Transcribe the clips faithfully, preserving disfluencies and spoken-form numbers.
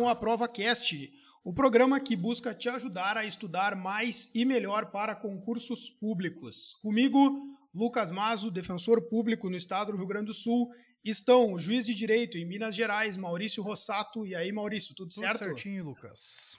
ao AprovaCast, o programa que busca te ajudar a estudar mais e melhor para concursos públicos. Comigo, Lucas Mazo, defensor público no estado do Rio Grande do Sul. Estão o juiz de direito em Minas Gerais, Maurício Rossato. E aí, Maurício, tudo, tudo certo? Tudo certinho, Lucas.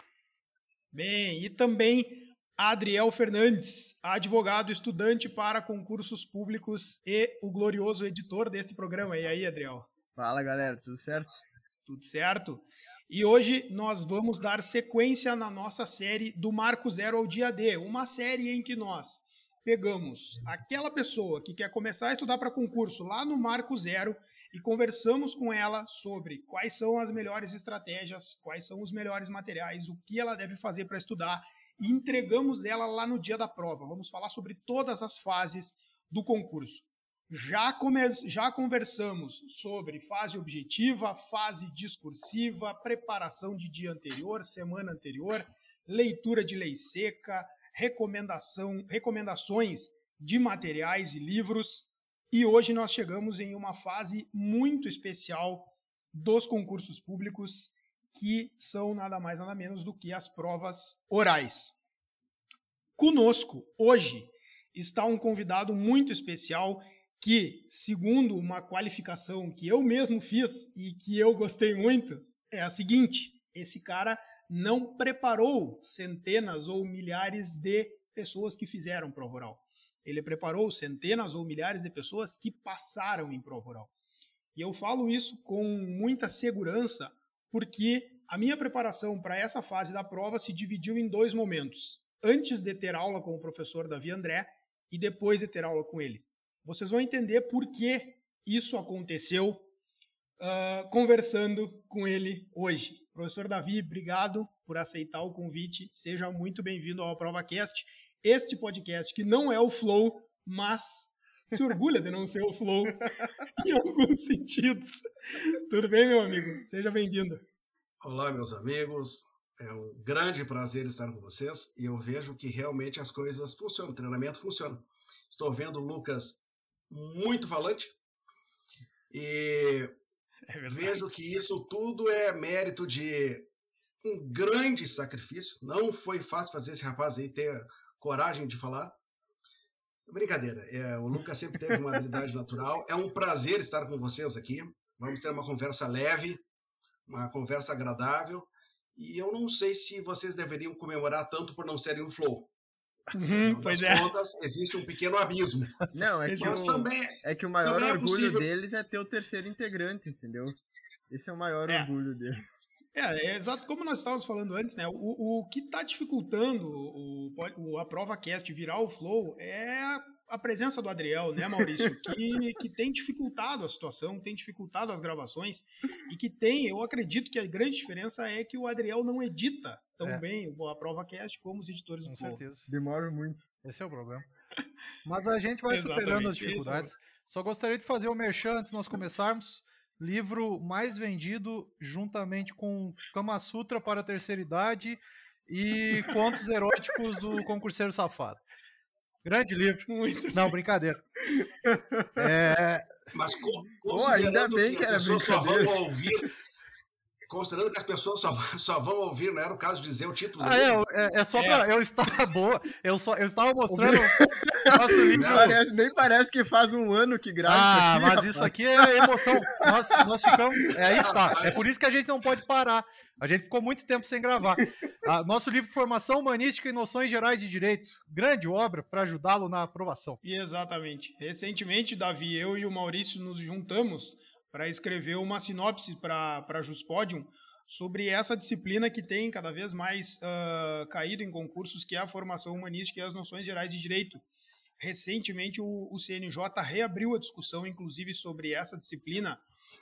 Bem, e também Adriel Fernandes, advogado estudante para concursos públicos e o glorioso editor deste programa. E aí, Adriel? Fala, galera, tudo certo? Tudo certo? E hoje nós vamos dar sequência na nossa série do Marco Zero ao Dia D, uma série em que nós pegamos aquela pessoa que quer começar a estudar para concurso lá no Marco Zero e conversamos com ela sobre quais são as melhores estratégias, quais são os melhores materiais, o que ela deve fazer para estudar e entregamos ela lá no dia da prova. Vamos falar sobre todas as fases do concurso. Já, come... Já conversamos sobre fase objetiva, fase discursiva, preparação de dia anterior, semana anterior, leitura de lei seca, recomendação, recomendações de materiais e livros. E hoje nós chegamos em uma fase muito especial dos concursos públicos, que são nada mais nada menos do que as provas orais. Conosco, hoje, está um convidado muito especial que, segundo uma qualificação que eu mesmo fiz e que eu gostei muito, é a seguinte: esse cara não preparou centenas ou milhares de pessoas que fizeram prova oral. Ele preparou centenas ou milhares de pessoas que passaram em prova oral. E eu falo isso com muita segurança porque a minha preparação para essa fase da prova se dividiu em dois momentos. Antes de ter aula com o professor Davi André e depois de ter aula com ele. Vocês vão entender por que isso aconteceu uh, conversando com ele hoje. Professor Davi, obrigado por aceitar o convite. Seja muito bem-vindo ao AprovaCast. Este podcast que não é o Flow, mas se orgulha de não ser o Flow em alguns sentidos. Tudo bem, meu amigo? Seja bem-vindo. Olá, meus amigos. É um grande prazer estar com vocês e eu vejo que realmente as coisas funcionam, o treinamento funciona. Estou vendo o Lucas muito falante e é vejo que isso tudo é mérito de um grande sacrifício. Não foi fácil fazer esse rapaz aí ter coragem de falar. Brincadeira, é, o Lucas sempre teve uma habilidade natural. É um prazer estar com vocês aqui. Vamos ter uma conversa leve, uma conversa agradável e eu não sei se vocês deveriam comemorar tanto por não serem um flow. Uhum, pois é. Contas, existe um pequeno abismo. Não, é que, o, também, é que o maior é orgulho possível. deles é ter o terceiro integrante, entendeu? Esse é o maior é. orgulho deles. É, é exato como nós estávamos falando antes, né? O, o que está dificultando o, o AprovaCast virar o Flow é a, a presença do Adriel, né, Maurício? Que, que tem dificultado a situação, tem dificultado as gravações e que tem, eu acredito que a grande diferença é que o Adriel não edita tão é. bem o AprovaCast como os editores do Com Flow. certeza. Demora muito. Esse é o problema. Mas a gente vai superando as dificuldades. Só gostaria de fazer o merchan antes de nós começarmos. Livro mais vendido juntamente com Kama Sutra para a terceira idade e contos eróticos do concurseiro safado. Grande livro. Muito. Não, brincadeira. É... Mas oh, ainda bem que, que era pessoas só brincadeira. vão ouvir, considerando que as pessoas só, só vão ouvir, não era o caso de dizer o título. Ah, é, é, é só pra... É. Eu estava boa. Eu, só, eu estava mostrando nosso livro. Parece, nem parece que faz um ano que grava ah, isso aqui. Mas rapaz. isso aqui é emoção. Nós, nós ficamos... É aí que tá. É por isso que a gente não pode parar. A gente ficou muito tempo sem gravar. Ah, nosso livro Formação Humanística e Noções Gerais de Direito. Grande obra para ajudá-lo na aprovação. Exatamente. Recentemente, Davi, eu e o Maurício nos juntamos para escrever uma sinopse para a JusPodium sobre essa disciplina que tem cada vez mais uh, caído em concursos, que é a formação humanística e as noções gerais de direito. Recentemente, o, o C N J reabriu a discussão, inclusive, sobre essa disciplina,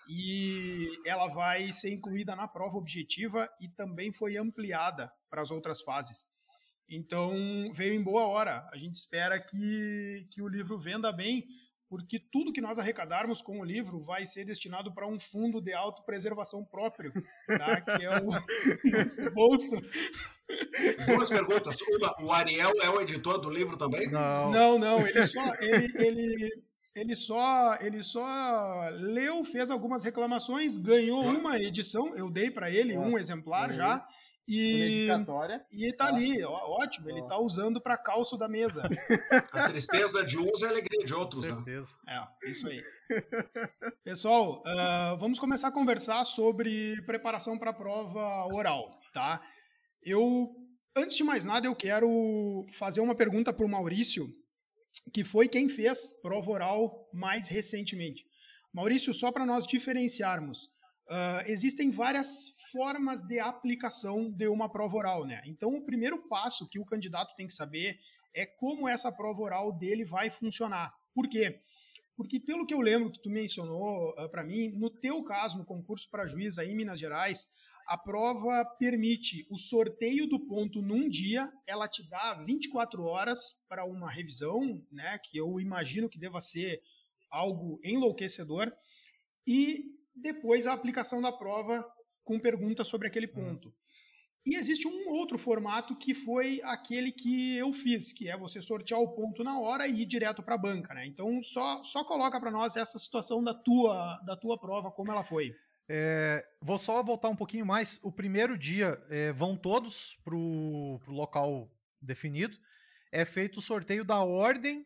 e ela vai ser incluída na prova objetiva e também foi ampliada para as outras fases. Então, veio em boa hora. A gente espera que, que o livro venda bem, porque tudo que nós arrecadarmos com o livro vai ser destinado para um fundo de autopreservação próprio, tá? Que é o nosso bolso. Duas perguntas. Uma, o Ariel é o editor do livro também? Não, não, não ele só... Ele, ele, ele só, ele só leu, fez algumas reclamações, ganhou uma edição, eu dei para ele Ó, um exemplar uhum. já, e, Dedicatória. e tá Ó. ali, ó, ótimo, ele Ó. tá usando para calço da mesa. A tristeza de uns é a alegria de Com outros, né? certeza. É, isso aí. Pessoal, uh, vamos começar a conversar sobre preparação para a prova oral, tá? Eu, antes de mais nada, eu quero fazer uma pergunta para o Maurício, que foi quem fez prova oral mais recentemente. Maurício, só para nós diferenciarmos, uh, existem várias formas de aplicação de uma prova oral, né? Então, o primeiro passo que o candidato tem que saber é como essa prova oral dele vai funcionar. Por quê? Porque, pelo que eu lembro que tu mencionou uh, para mim, no teu caso, no concurso para juiz aí em Minas Gerais, a prova permite o sorteio do ponto num dia, ela te dá vinte e quatro horas para uma revisão, né, que eu imagino que deva ser algo enlouquecedor, e depois a aplicação da prova com perguntas sobre aquele ponto. E existe um outro formato que foi aquele que eu fiz, que é você sortear o ponto na hora e ir direto para a banca, né? Então, só, só coloca para nós essa situação da tua, da tua prova, como ela foi. É, vou só voltar um pouquinho mais. O primeiro dia é, vão todos para o local definido. É feito o sorteio da ordem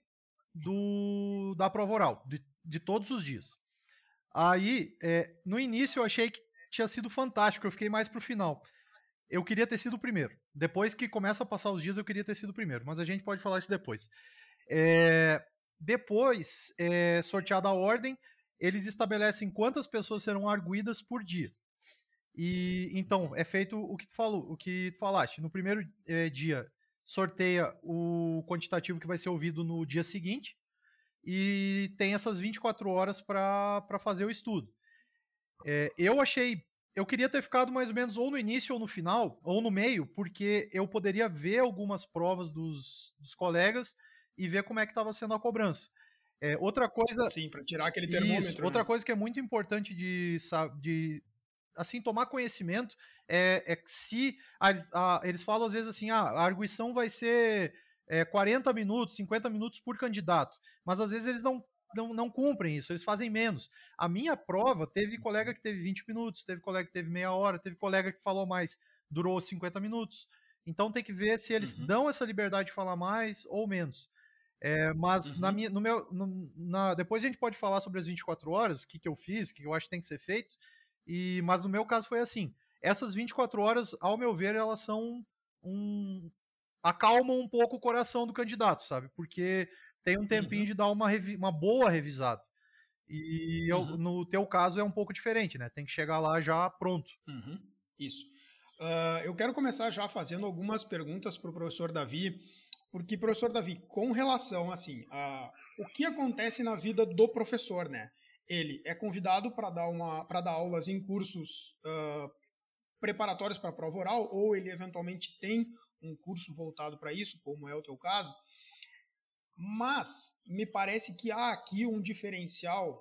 do, da prova oral, de, de todos os dias. Aí, é, no início eu achei que tinha sido fantástico, eu fiquei mais pro final. Eu queria ter sido o primeiro. Depois que começa a passar os dias, eu queria ter sido o primeiro. Mas a gente pode falar isso depois. É, depois, é, sorteada a ordem, eles estabelecem quantas pessoas serão arguidas por dia. E então, é feito o que tu falou, o que tu falaste. No primeiro é, dia, sorteia o quantitativo que vai ser ouvido no dia seguinte. E tem essas vinte e quatro horas para fazer o estudo. É, eu achei... Eu queria ter ficado mais ou menos ou no início ou no final, ou no meio, porque eu poderia ver algumas provas dos, dos colegas e ver como é que estava sendo a cobrança. É, outra coisa... Sim, para tirar aquele termômetro. Isso, outra né? coisa que é muito importante de, de assim, tomar conhecimento é, é que se... A, a, eles falam às vezes assim, ah, a arguição vai ser é, quarenta minutos, cinquenta minutos por candidato, mas às vezes eles não Não, não cumprem isso, eles fazem menos. A minha prova teve colega que teve vinte minutos, teve colega que teve meia hora, teve colega que falou mais, durou cinquenta minutos. Então tem que ver se eles uhum. dão essa liberdade de falar mais ou menos. É, mas uhum. na minha, no meu, no, na, depois a gente pode falar sobre as vinte e quatro horas, o que, que eu fiz, o que eu acho que tem que ser feito. E, mas no meu caso foi assim. Essas vinte e quatro horas, ao meu ver, elas são um... acalmam um pouco o coração do candidato, sabe? Porque tem um tempinho uhum. de dar uma, revi- uma boa revisada. E eu, uhum. no teu caso é um pouco diferente, né? Tem que chegar lá já pronto. Uhum. Isso. Uh, eu quero começar já fazendo algumas perguntas para o professor Davi, porque, professor Davi, com relação, assim, a o que acontece na vida do professor, né? Ele é convidado para dar, uma, para dar aulas em cursos uh, preparatórios para a prova oral, ou ele eventualmente tem um curso voltado para isso, como é o teu caso. Mas me parece que há aqui um diferencial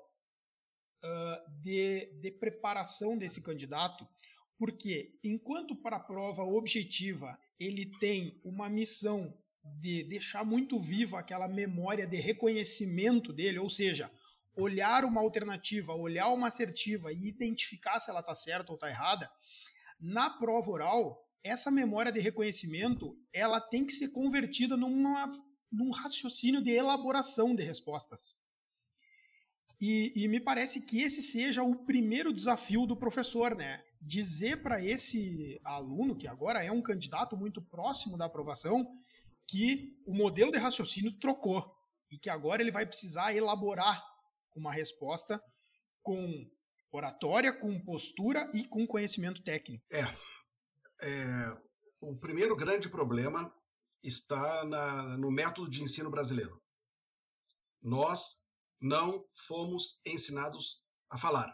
uh, de, de preparação desse candidato, porque enquanto para a prova objetiva ele tem uma missão de deixar muito viva aquela memória de reconhecimento dele, ou seja, olhar uma alternativa, olhar uma assertiva e identificar se ela está certa ou está errada, na prova oral, essa memória de reconhecimento ela tem que ser convertida numa num raciocínio de elaboração de respostas. E, e me parece que esse seja o primeiro desafio do professor, né? Dizer para esse aluno, que agora é um candidato muito próximo da aprovação, que o modelo de raciocínio trocou e que agora ele vai precisar elaborar uma resposta com oratória, com postura e com conhecimento técnico. É, é o primeiro grande problema está na, no método de ensino brasileiro. Nós não fomos ensinados a falar.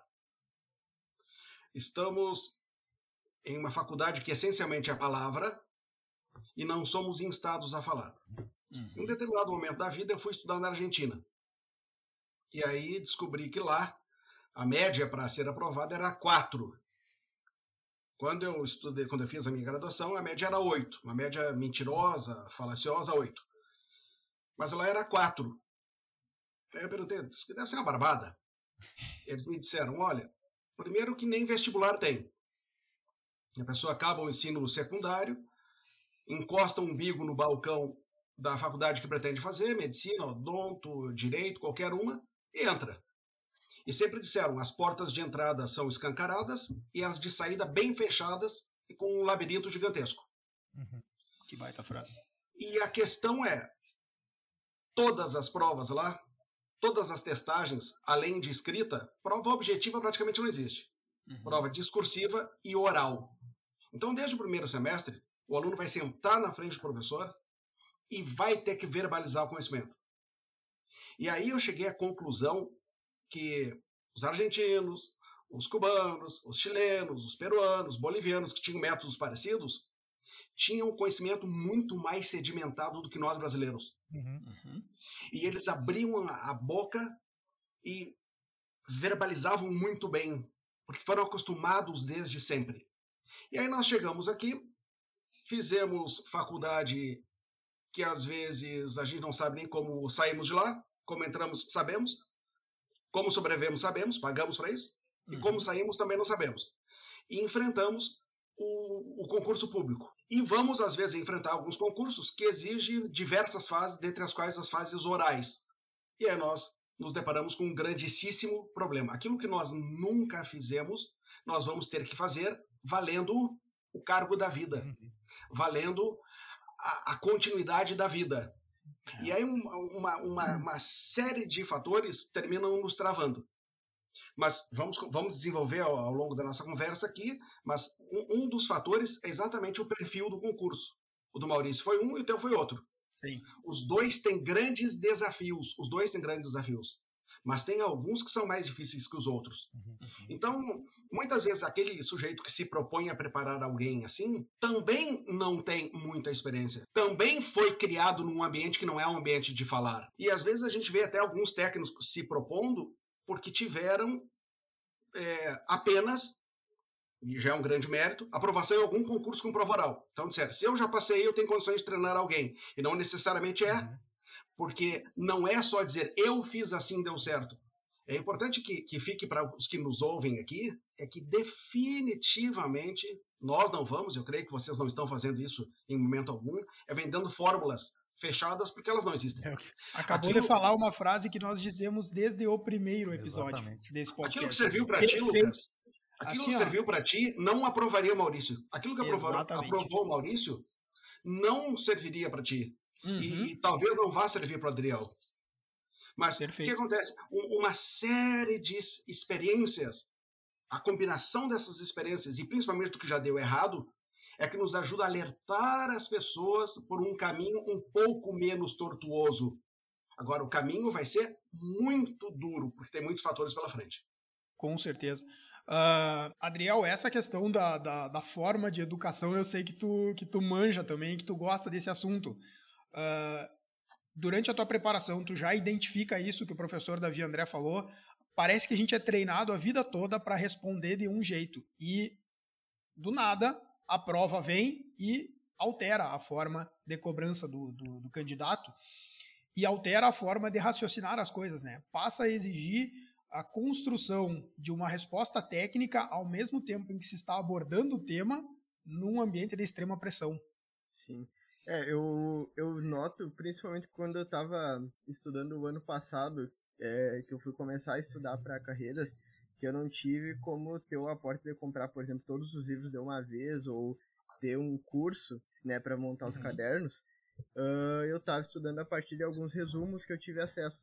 Estamos em uma faculdade que essencialmente é a palavra e não somos instados a falar. Uhum. Em um determinado momento da vida eu fui estudar na Argentina. E aí descobri que lá a média para ser aprovada era quatro. Quando eu estudei, quando eu fiz a minha graduação, a média era oito. Uma média mentirosa, falaciosa, oito. Mas ela era quatro. Aí eu perguntei, isso deve ser uma barbada. Eles me disseram, olha, primeiro que nem vestibular tem. A pessoa acaba o ensino secundário, encosta o umbigo no balcão da faculdade que pretende fazer, medicina, odonto, direito, qualquer uma, e entra. E sempre disseram, as portas de entrada são escancaradas e as de saída bem fechadas e com um labirinto gigantesco. Uhum. Que baita frase. E a questão é, todas as provas lá, todas as testagens, além de escrita, prova objetiva praticamente não existe. Uhum. Prova discursiva e oral. Então, desde o primeiro semestre, o aluno vai sentar na frente do professor e vai ter que verbalizar o conhecimento. E aí eu cheguei à conclusão que os argentinos, os cubanos, os chilenos, os peruanos, os bolivianos, que tinham métodos parecidos, tinham conhecimento muito mais sedimentado do que nós brasileiros. Uhum. E eles abriam a boca e verbalizavam muito bem, porque foram acostumados desde sempre. E aí nós chegamos aqui, fizemos faculdade que às vezes a gente não sabe nem como saímos de lá, como entramos, sabemos, como sobrevivemos, sabemos, pagamos para isso, uhum. E como saímos também não sabemos. E enfrentamos o, o concurso público. E vamos, às vezes, enfrentar alguns concursos que exigem diversas fases, dentre as quais as fases orais. E aí nós nos deparamos com um grandíssimo problema. Aquilo que nós nunca fizemos, nós vamos ter que fazer valendo o cargo da vida, uhum. Valendo a, a continuidade da vida. É. E aí uma, uma, uma, uma série de fatores terminam nos travando. Mas vamos, vamos desenvolver ao, ao longo da nossa conversa aqui, mas um, um dos fatores é exatamente o perfil do concurso. O do Maurício foi um e o teu foi outro. Sim. Os dois têm grandes desafios, os dois têm grandes desafios. Mas tem alguns que são mais difíceis que os outros. Uhum. Então, muitas vezes, aquele sujeito que se propõe a preparar alguém assim, também não tem muita experiência. Também foi criado num ambiente que não é um ambiente de falar. E, às vezes, a gente vê até alguns técnicos se propondo porque tiveram é, apenas, e já é um grande mérito, aprovação em algum concurso com prova oral. Então, disseram, se eu já passei, eu tenho condições de treinar alguém. E não necessariamente é. Uhum. Porque não é só dizer, eu fiz assim, deu certo. É importante que, que fique para os que nos ouvem aqui, é que definitivamente nós não vamos, eu creio que vocês não estão fazendo isso em momento algum, é vendendo fórmulas fechadas porque elas não existem. Acabou Aquilo... de falar uma frase que nós dizemos desde o primeiro episódio Exatamente. Desse podcast. Aquilo que serviu para ti, Lucas, aquilo assim, que serviu para ti não aprovaria o Maurício. Aquilo que aprovou, aprovou o Maurício não serviria para ti. Uhum. E, e talvez não vá servir para o Adriel. Mas Perfeito. O que acontece? Um, uma série de experiências, a combinação dessas experiências, e principalmente do que já deu errado, é que nos ajuda a alertar as pessoas por um caminho um pouco menos tortuoso. Agora, o caminho vai ser muito duro, porque tem muitos fatores pela frente. Com certeza. Uh, Adriel, essa questão da, da, da forma de educação, eu sei que tu, que tu manja também, que tu gosta desse assunto. Uh, durante a tua preparação, tu já identifica isso que o professor Davi André falou? Parece que a gente é treinado a vida toda para responder de um jeito. E, do nada, a prova vem e altera a forma de cobrança do, do, do candidato e altera a forma de raciocinar as coisas, né? Passa a exigir a construção de uma resposta técnica ao mesmo tempo em que se está abordando o tema num ambiente de extrema pressão. Sim. É, eu, eu noto, principalmente quando eu estava estudando o ano passado, é, que eu fui começar a estudar para carreiras, que eu não tive como ter o aporte de comprar, por exemplo, todos os livros de uma vez, ou ter um curso, né, para montar os uhum. cadernos. Uh, eu estava estudando a partir de alguns resumos que eu tive acesso.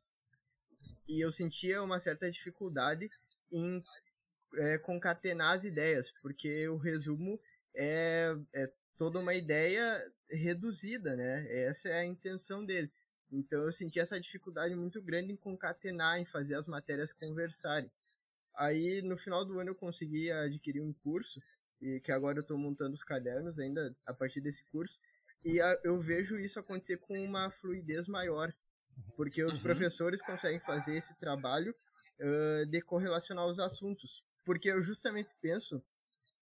E eu sentia uma certa dificuldade em é, concatenar as ideias, porque o resumo é, é toda uma ideia reduzida, né? Essa é a intenção dele. Então eu senti essa dificuldade muito grande em concatenar, em fazer as matérias conversarem. Aí no final do ano eu consegui adquirir um curso, e que agora eu estou montando os cadernos ainda a partir desse curso, e a, eu vejo isso acontecer com uma fluidez maior, porque os uhum. professores conseguem fazer esse trabalho uh, de correlacionar os assuntos. Porque eu justamente penso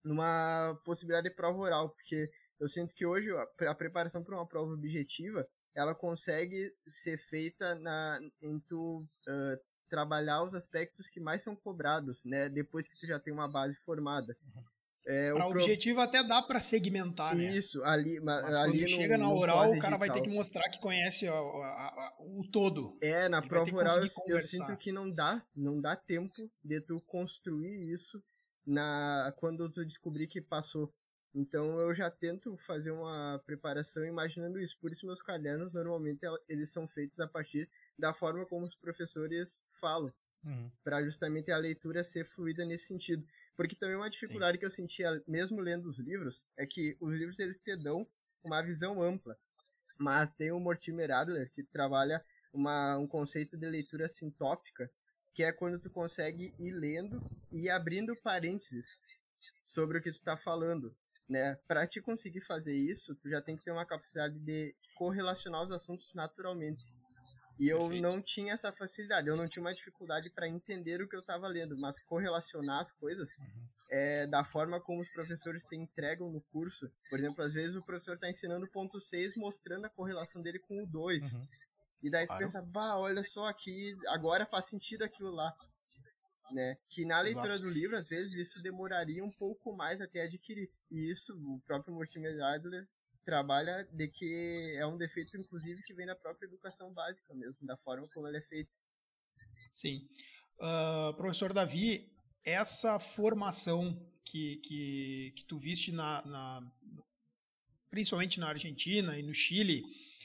numa possibilidade de prova oral, porque eu sinto que hoje a, a preparação para uma prova objetiva, ela consegue ser feita na, em tu uh, trabalhar os aspectos que mais são cobrados, né? Depois que tu já tem uma base formada. É, para o pro... objetivo até dá para segmentar, né? Isso, ali, mas ali quando no, chega na oral, o cara vai ter que mostrar que conhece a, a, a, o todo. É, na Ele prova oral eu, eu sinto que não dá, não dá tempo de tu construir isso na, quando tu descobrir que passou. Então eu já tento fazer uma preparação imaginando isso. Por isso meus cadernos normalmente eles são feitos a partir da forma como os professores falam. Uhum. Para justamente a leitura ser fluida nesse sentido. Porque também uma dificuldade Sim. que eu sentia, mesmo lendo os livros, é que os livros eles te dão uma visão ampla. Mas tem o Mortimer Adler, que trabalha uma, um conceito de leitura sintópica, que é quando tu consegue ir lendo e abrindo parênteses sobre o que tu está falando. Né? Para te conseguir fazer isso, tu já tem que ter uma capacidade de correlacionar os assuntos naturalmente. E eu Perfeito. Não tinha essa facilidade, eu não tinha uma dificuldade para entender o que eu estava lendo, mas correlacionar as coisas uhum. é, da forma como os professores te entregam no curso. Por exemplo, às vezes o professor está ensinando o ponto seis, mostrando a correlação dele com o dois. Uhum. E daí claro. Tu pensa, bah, olha só aqui, agora faz sentido aquilo lá. Né? Que na leitura Exato. Do livro, às vezes, isso demoraria um pouco mais até adquirir. E isso, o próprio Mortimer Adler trabalha de que é um defeito, inclusive, que vem da própria educação básica mesmo, da forma como ela é feita. Sim. Uh, professor Davi, essa formação que, que, que tu viste, na, na, principalmente na Argentina e no Chile,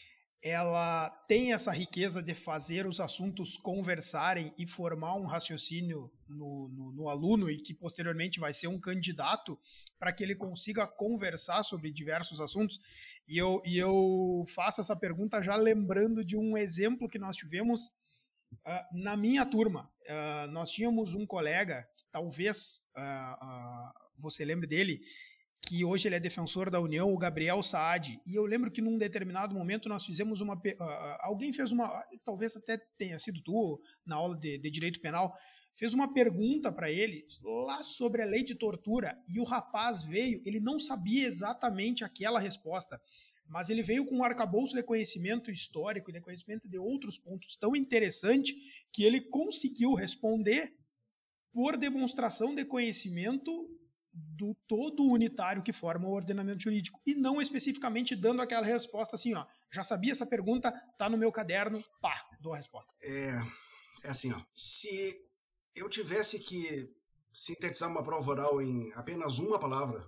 ela tem essa riqueza de fazer os assuntos conversarem e formar um raciocínio no, no, no aluno e que posteriormente vai ser um candidato para que ele consiga conversar sobre diversos assuntos. E eu, e eu faço essa pergunta já lembrando de um exemplo que nós tivemos uh, na minha turma. Uh, nós tínhamos um colega, que talvez uh, uh, você lembre dele, que hoje ele é defensor da União, o Gabriel Saad. E eu lembro que num determinado momento nós fizemos uma... Uh, alguém fez uma... Talvez até tenha sido tu, na aula de, de Direito Penal, fez uma pergunta para ele lá sobre a lei de tortura. E o rapaz veio, ele não sabia exatamente aquela resposta, mas ele veio com um arcabouço de conhecimento histórico e de conhecimento de outros pontos tão interessante que ele conseguiu responder por demonstração de conhecimento do todo unitário que forma o ordenamento jurídico, e não especificamente dando aquela resposta assim, ó, já sabia essa pergunta, tá no meu caderno, pá, dou a resposta. É, é assim, ó, se eu tivesse que sintetizar uma prova oral em apenas uma palavra,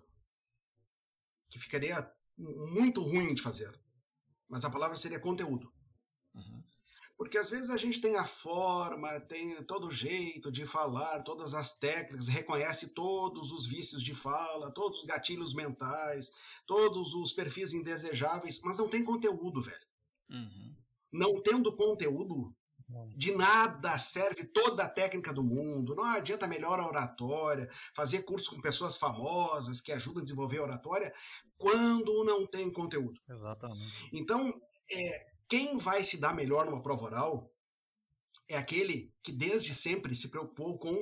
que ficaria muito ruim de fazer, mas a palavra seria conteúdo. Uhum. Porque às vezes a gente tem a forma, tem todo o jeito de falar, todas as técnicas, reconhece todos os vícios de fala, todos os gatilhos mentais, todos os perfis indesejáveis, mas não tem conteúdo, velho. Uhum. Não tendo conteúdo, de nada serve toda a técnica do mundo. Não adianta melhor a oratória, fazer cursos com pessoas famosas que ajudam a desenvolver a oratória, quando não tem conteúdo. Exatamente. Então, é... quem vai se dar melhor numa prova oral é aquele que desde sempre se preocupou com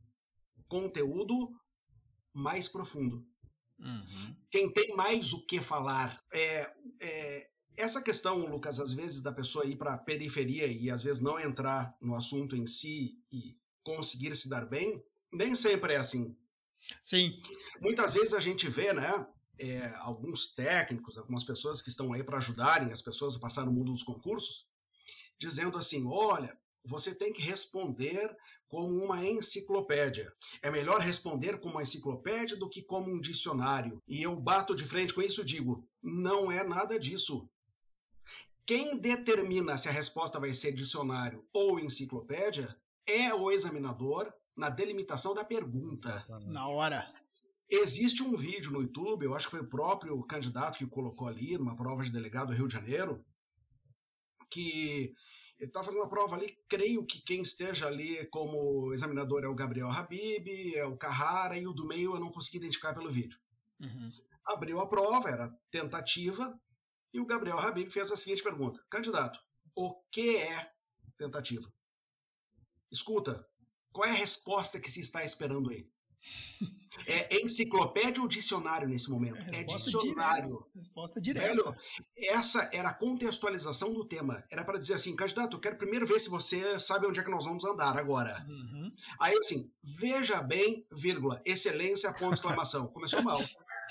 conteúdo mais profundo. Uhum. Quem tem mais o que falar. É, é, essa questão, Lucas, às vezes da pessoa ir para a periferia e às vezes não entrar no assunto em si e conseguir se dar bem, nem sempre é assim. Sim. Muitas vezes a gente vê, né? É, alguns técnicos, algumas pessoas que estão aí para ajudarem as pessoas a passar no mundo dos concursos, dizendo assim, olha, você tem que responder como uma enciclopédia. É melhor responder como uma enciclopédia do que como um dicionário. E eu bato de frente com isso e digo, não é nada disso. Quem determina se a resposta vai ser dicionário ou enciclopédia é o examinador na delimitação da pergunta. Na hora. Existe um vídeo no YouTube, eu acho que foi o próprio candidato que colocou ali, numa prova de delegado do Rio de Janeiro, que ele está fazendo a prova ali, creio que quem esteja ali como examinador é o Gabriel Habib, é o Carrara, e o do meio eu não consegui identificar pelo vídeo. Uhum. Abriu a prova, era tentativa, e o Gabriel Habib fez a seguinte pergunta, candidato, o que é tentativa? Escuta, qual é a resposta que se está esperando aí? É enciclopédia ou dicionário nesse momento? É, é dicionário. Direta. Resposta direta. Velho, essa era a contextualização do tema. Era para dizer assim, candidato, eu quero primeiro ver se você sabe onde é que nós vamos andar agora. Uhum. Aí assim, veja bem, vírgula, excelência, ponto de exclamação. Começou mal.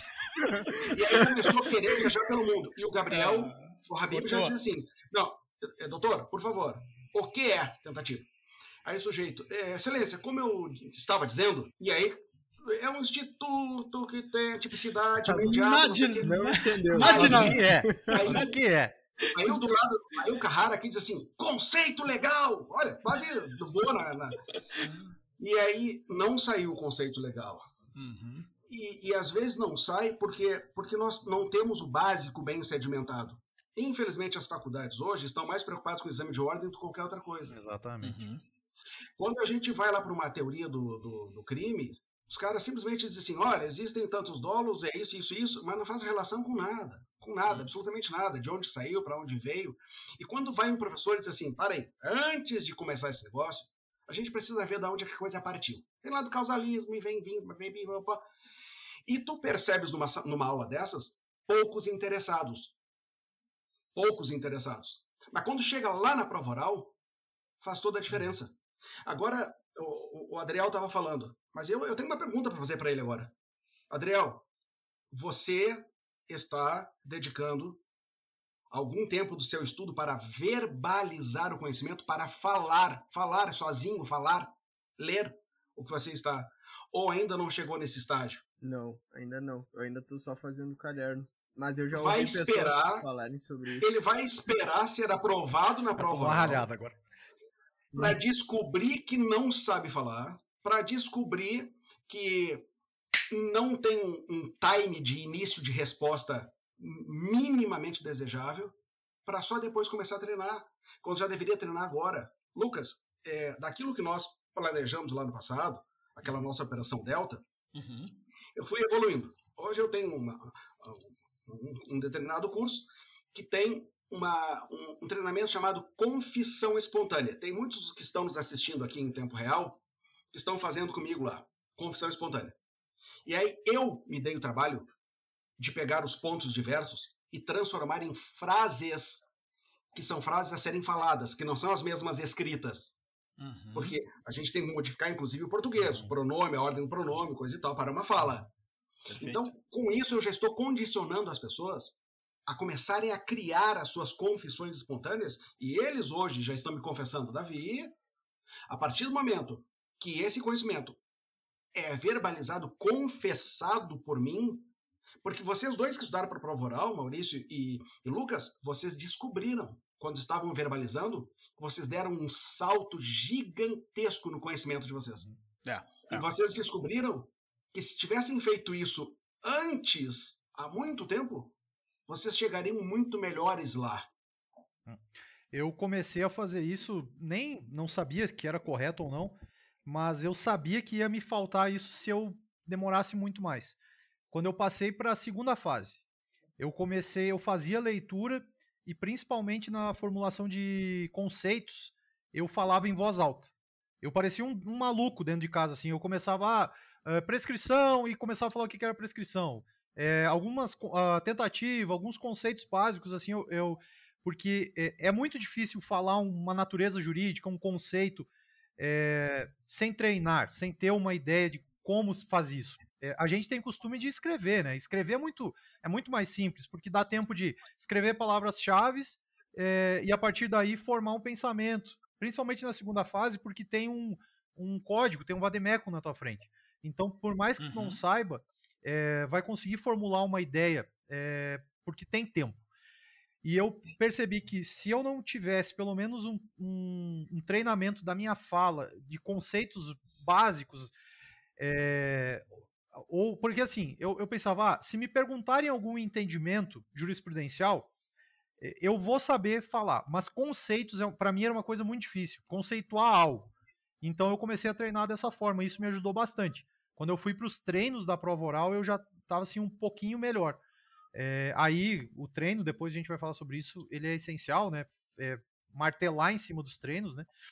E aí começou a querer viajar pelo mundo. E o Gabriel, ah, o Habib já disse assim, não, doutor, por favor, o que é tentativa? Aí o sujeito, é, excelência, como eu estava dizendo, e aí é um instituto que tem a tipicidade imediata. Não, não entendeu. Imagina. O que é? Aí, o que é? Aí o do lado, aí o Carrara aqui diz assim, conceito legal. Olha, quase voa na, na... E aí não saiu o conceito legal. Uhum. E, e às vezes não sai porque, porque nós não temos o básico bem sedimentado. Infelizmente as faculdades hoje estão mais preocupadas com o exame de ordem do que qualquer outra coisa. Exatamente. Uhum. Quando a gente vai lá para uma teoria do, do, do crime, os caras simplesmente dizem assim, olha, existem tantos dolos, é isso, isso, isso, mas não faz relação com nada, com nada, absolutamente nada, de onde saiu, para onde veio. E quando vai um professor e diz assim, para aí, antes de começar esse negócio, a gente precisa ver de onde a coisa partiu. Tem lá do causalismo, e vem vindo, vem vindo, opa. E tu percebes numa, numa aula dessas, poucos interessados. Poucos interessados. Mas quando chega lá na prova oral, faz toda a diferença. Agora, o, o Adriel estava falando, mas eu, eu tenho uma pergunta para fazer para ele agora. Adriel, você está dedicando algum tempo do seu estudo para verbalizar o conhecimento, para falar, falar sozinho, falar, ler o que você está, ou ainda não chegou nesse estágio? Não, ainda não. Eu ainda estou só fazendo caderno. Mas eu já vai ouvi esperar, pessoas falarem sobre isso. Ele vai esperar ser aprovado na prova oral. Agora. Para descobrir que não sabe falar, para descobrir que não tem um time de início de resposta minimamente desejável, para só depois começar a treinar, quando já deveria treinar agora. Lucas, é, daquilo que nós planejamos lá no passado, aquela nossa Operação Delta, uhum. eu fui evoluindo. Hoje eu tenho uma, um, um determinado curso que tem Uma, um, um treinamento chamado confissão espontânea. Tem muitos que estão nos assistindo aqui em tempo real que estão fazendo comigo lá, confissão espontânea. E aí eu me dei o trabalho de pegar os pontos diversos e transformar em frases que são frases a serem faladas, que não são as mesmas escritas. Uhum. Porque a gente tem que modificar, inclusive, o português, o pronome, a ordem do pronome, coisa e tal, para uma fala. Perfeito. Então, com isso, eu já estou condicionando as pessoas a começarem a criar as suas confissões espontâneas, e eles hoje já estão me confessando, Davi, a partir do momento que esse conhecimento é verbalizado, confessado por mim, porque vocês dois que estudaram para a prova oral, Maurício e, e Lucas, vocês descobriram, quando estavam verbalizando, vocês deram um salto gigantesco no conhecimento de vocês. É, é. E vocês descobriram que se tivessem feito isso antes, há muito tempo, vocês chegariam muito melhores lá. Eu comecei a fazer isso, nem não sabia que era correto ou não, mas eu sabia que ia me faltar isso se eu demorasse muito mais. Quando eu passei para a segunda fase, eu comecei, eu fazia leitura e principalmente na formulação de conceitos, eu falava em voz alta. Eu parecia um, um maluco dentro de casa, assim, eu começava a uh, prescrição e começava a falar o que era prescrição. É, algumas uh, tentativas, alguns conceitos básicos, assim, eu, eu porque é, é muito difícil falar uma natureza jurídica, um conceito, é, sem treinar, sem ter uma ideia de como se faz isso. É, a gente tem costume de escrever, né? Escrever é muito, é muito mais simples, porque dá tempo de escrever palavras-chave é, e a partir daí formar um pensamento, principalmente na segunda fase, porque tem um, um código, tem um vademecum na tua frente. Então, por mais que uhum. tu não saiba, É, vai conseguir formular uma ideia, é, porque tem tempo. E eu percebi que se eu não tivesse pelo menos um, um, um treinamento da minha fala, de conceitos básicos, é, ou porque assim, eu, eu pensava, ah, se me perguntarem algum entendimento jurisprudencial, eu vou saber falar, mas conceitos, é, para mim era uma coisa muito difícil, conceituar algo. Então eu comecei a treinar dessa forma, e isso me ajudou bastante. Quando eu fui para os treinos da prova oral, eu já estava assim, um pouquinho melhor. É, aí, o treino, depois a gente vai falar sobre isso, ele é essencial, né? É, martelar em cima dos treinos, né?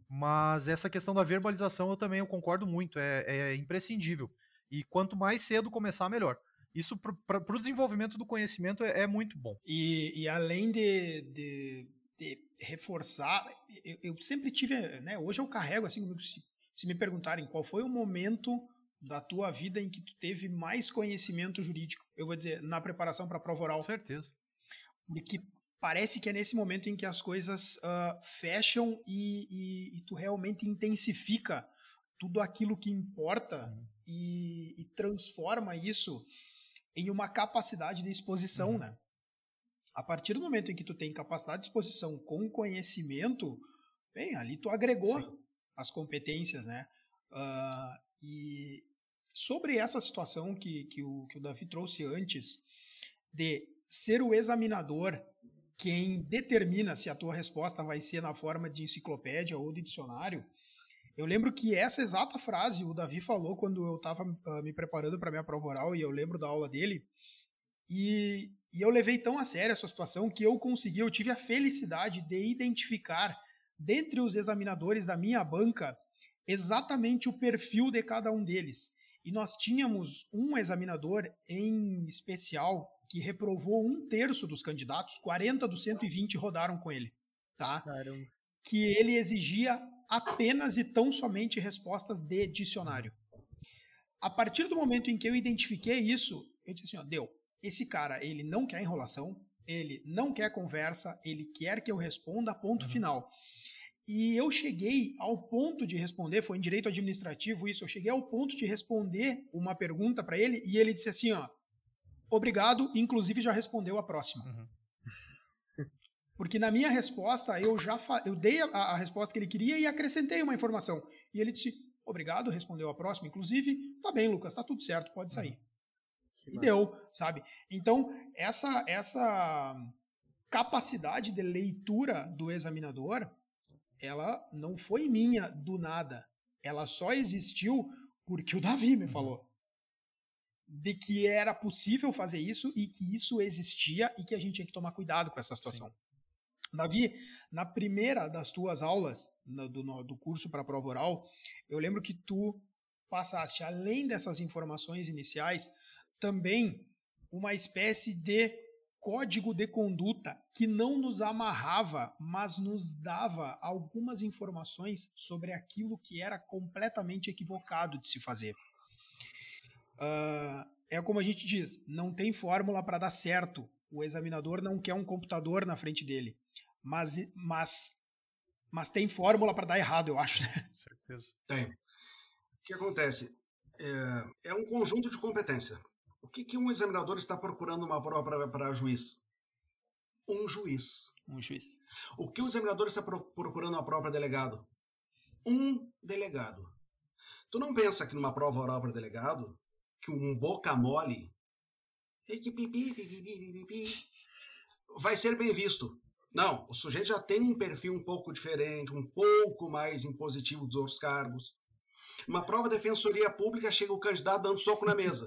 Mas essa questão da verbalização eu também eu concordo muito, é, é imprescindível. E quanto mais cedo começar, melhor. Isso para o desenvolvimento do conhecimento é, é muito bom. E, e além de, de, de reforçar, eu, eu sempre tive, né, hoje eu carrego, assim, se, se me perguntarem qual foi o momento da tua vida em que tu teve mais conhecimento jurídico, eu vou dizer, na preparação para a prova oral. Com certeza. Porque parece que é nesse momento em que as coisas uh, fecham e, e, e tu realmente intensifica tudo aquilo que importa uhum. e, e transforma isso em uma capacidade de exposição, uhum. né? A partir do momento em que tu tem capacidade de exposição com conhecimento, bem, ali tu agregou Sim. as competências, né? Uh, e sobre essa situação que, que, o, que o Davi trouxe antes, de ser o examinador quem determina se a tua resposta vai ser na forma de enciclopédia ou de dicionário, eu lembro que essa exata frase o Davi falou quando eu estava uh, me preparando para minha prova oral, e eu lembro da aula dele, e, e eu levei tão a sério essa situação que eu consegui, eu tive a felicidade de identificar, dentre os examinadores da minha banca, exatamente o perfil de cada um deles. E nós tínhamos um examinador em especial que reprovou um terço dos candidatos, quarenta dos cento e vinte rodaram com ele, tá? Caramba. Que ele exigia apenas e tão somente respostas de dicionário. A partir do momento em que eu identifiquei isso, eu disse assim, ó, deu, esse cara, ele não quer enrolação, ele não quer conversa, ele quer que eu responda, ponto uhum. final. E eu cheguei ao ponto de responder, foi em direito administrativo isso, eu cheguei ao ponto de responder uma pergunta para ele e ele disse assim, ó, obrigado, inclusive já respondeu a próxima. Uhum. Porque na minha resposta, eu já fa... eu dei a, a resposta que ele queria e acrescentei uma informação. E ele disse, obrigado, respondeu a próxima, inclusive, tá bem, Lucas, tá tudo certo, pode sair. Uhum. E deu, sabe? Então, essa, essa capacidade de leitura do examinador, ela não foi minha do nada. Ela só existiu porque o Davi me falou. De que era possível fazer isso e que isso existia e que a gente tinha que tomar cuidado com essa situação. Sim. Davi, na primeira das tuas aulas no, do, do curso para a prova oral, eu lembro que tu passaste, além dessas informações iniciais, também uma espécie de código de conduta que não nos amarrava, mas nos dava algumas informações sobre aquilo que era completamente equivocado de se fazer. Uh, é como a gente diz, não tem fórmula para dar certo. O examinador não quer um computador na frente dele. Mas, mas, mas tem fórmula para dar errado, eu acho. Né? Certeza. Tem. O que acontece? É, é um conjunto de competência. O que, que um examinador está procurando numa prova para juiz? Um juiz. Um juiz. O que o examinador está pro, procurando numa prova para delegado? Um delegado. Tu não pensa que numa prova oral para delegado, que um boca mole vai ser bem visto. Não, o sujeito já tem um perfil um pouco diferente, um pouco mais impositivo dos outros cargos. Uma prova de defensoria pública, chega o candidato dando soco na mesa.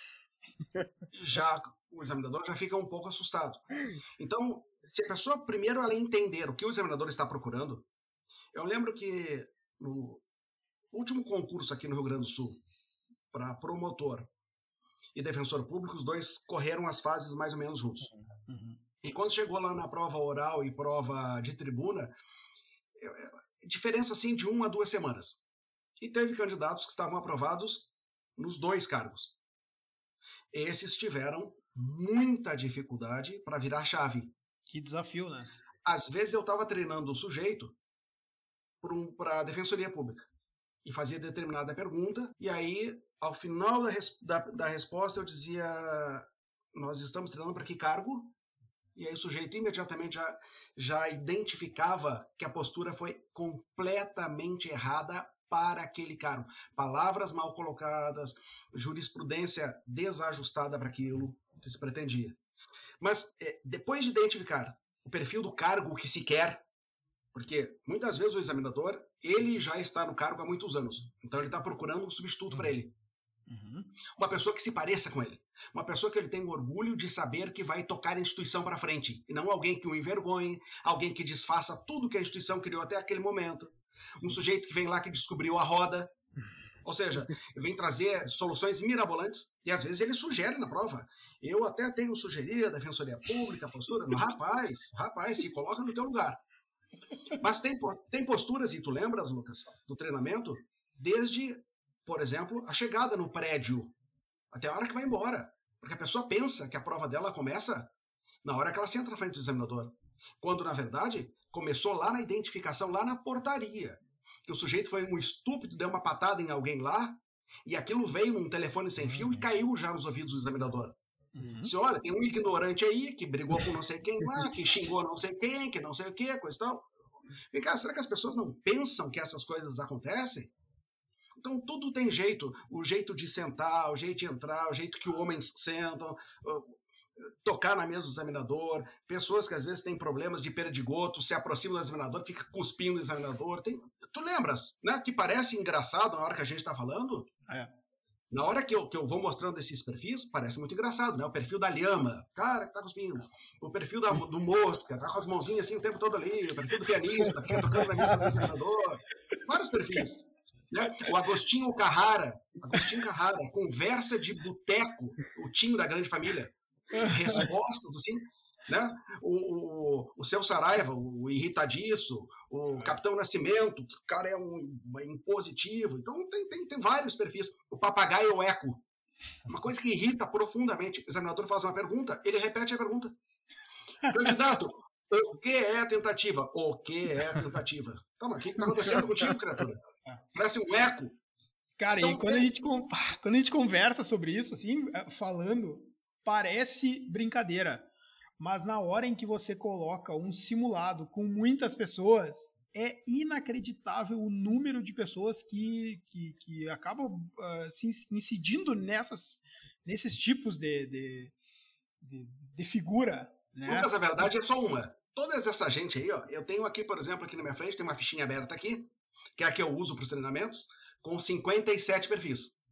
Já o examinador já fica um pouco assustado. Então, se a pessoa primeiro ela entender o que o examinador está procurando, eu lembro que no último concurso aqui no Rio Grande do Sul, para promotor e defensor público, os dois correram as fases mais ou menos juntos. Uhum. E quando chegou lá na prova oral e prova de tribuna, diferença assim de uma a duas semanas. E teve candidatos que estavam aprovados nos dois cargos. Esses tiveram muita dificuldade para virar a chave. Que desafio, né? Às vezes eu estava treinando o sujeito para um, a defensoria pública e fazia determinada pergunta, e aí, ao final da, res, da, da resposta, eu dizia, nós estamos treinando para que cargo? E aí o sujeito imediatamente já, já identificava que a postura foi completamente errada para aquele cargo. Palavras mal colocadas, jurisprudência desajustada para aquilo que se pretendia. Mas é, depois de identificar o perfil do cargo que se quer, porque muitas vezes o examinador ele já está no cargo há muitos anos, então ele está procurando um substituto uhum. para ele. Uhum. Uma pessoa que se pareça com ele. Uma pessoa que ele tenha orgulho de saber que vai tocar a instituição para frente. E não alguém que o envergonhe, alguém que desfaça tudo que a instituição criou até aquele momento. Um sujeito que vem lá que descobriu a roda. Ou seja, vem trazer soluções mirabolantes e às vezes ele sugere na prova. Eu até tenho sugerido a Defensoria Pública, a postura. Rapaz, rapaz, se coloca no teu lugar. Mas tem, tem posturas, e tu lembras, Lucas, do treinamento, desde, por exemplo, a chegada no prédio até a hora que vai embora. Porque a pessoa pensa que a prova dela começa na hora que ela senta na frente do examinador. Quando, na verdade, começou lá na identificação, lá na portaria. Que o sujeito foi um estúpido, deu uma patada em alguém lá, e aquilo veio um telefone sem fio uhum. e caiu já nos ouvidos do examinador. Uhum. Disse, olha, tem um ignorante aí que brigou com não sei quem lá, que xingou não sei quem, que não sei o que, coisa e tal. E, cara, será que as pessoas não pensam que essas coisas acontecem? Então, tudo tem jeito. O jeito de sentar, o jeito de entrar, o jeito que os homens sentam, tocar na mesa do examinador, pessoas que às vezes têm problemas de perdigoto, se aproximam do examinador, fica cuspindo o examinador. Tem... Tu lembras, né? Que parece engraçado na hora que a gente está falando? É. Na hora que eu, que eu vou mostrando esses perfis, parece muito engraçado, né? O perfil da lhama, cara que tá cuspindo. O perfil da, do mosca, tá com as mãozinhas assim o tempo todo ali. O perfil do pianista, fica tocando na mesa do examinador. Vários perfis. Né? O Agostinho Carrara, Agostinho Carrara, conversa de boteco, o Tinho da Grande Família. Respostas, assim, né? O, o, o Seu Saraiva, o Irritadiço, o Capitão Nascimento, que o cara é um, um impositivo. Então tem, tem, tem vários perfis. O Papagaio Eco, uma coisa que irrita profundamente. O examinador faz uma pergunta, ele repete a pergunta. Candidato, o que é tentativa? O que é tentativa? Calma, o que está acontecendo contigo, criatura? Parece um eco. Cara, então, e quando, é... a gente, quando a gente conversa sobre isso, assim, falando... Parece brincadeira, mas na hora em que você coloca um simulado com muitas pessoas, é inacreditável o número de pessoas que, que, que acabam uh, se incidindo nessas, nesses tipos de, de, de, de figura. Né? Lucas, a verdade é só uma. Toda essa gente aí, ó, eu tenho aqui, por exemplo, aqui na minha frente, tem uma fichinha aberta aqui, que é a que eu uso para os treinamentos, com cinquenta e sete perfis.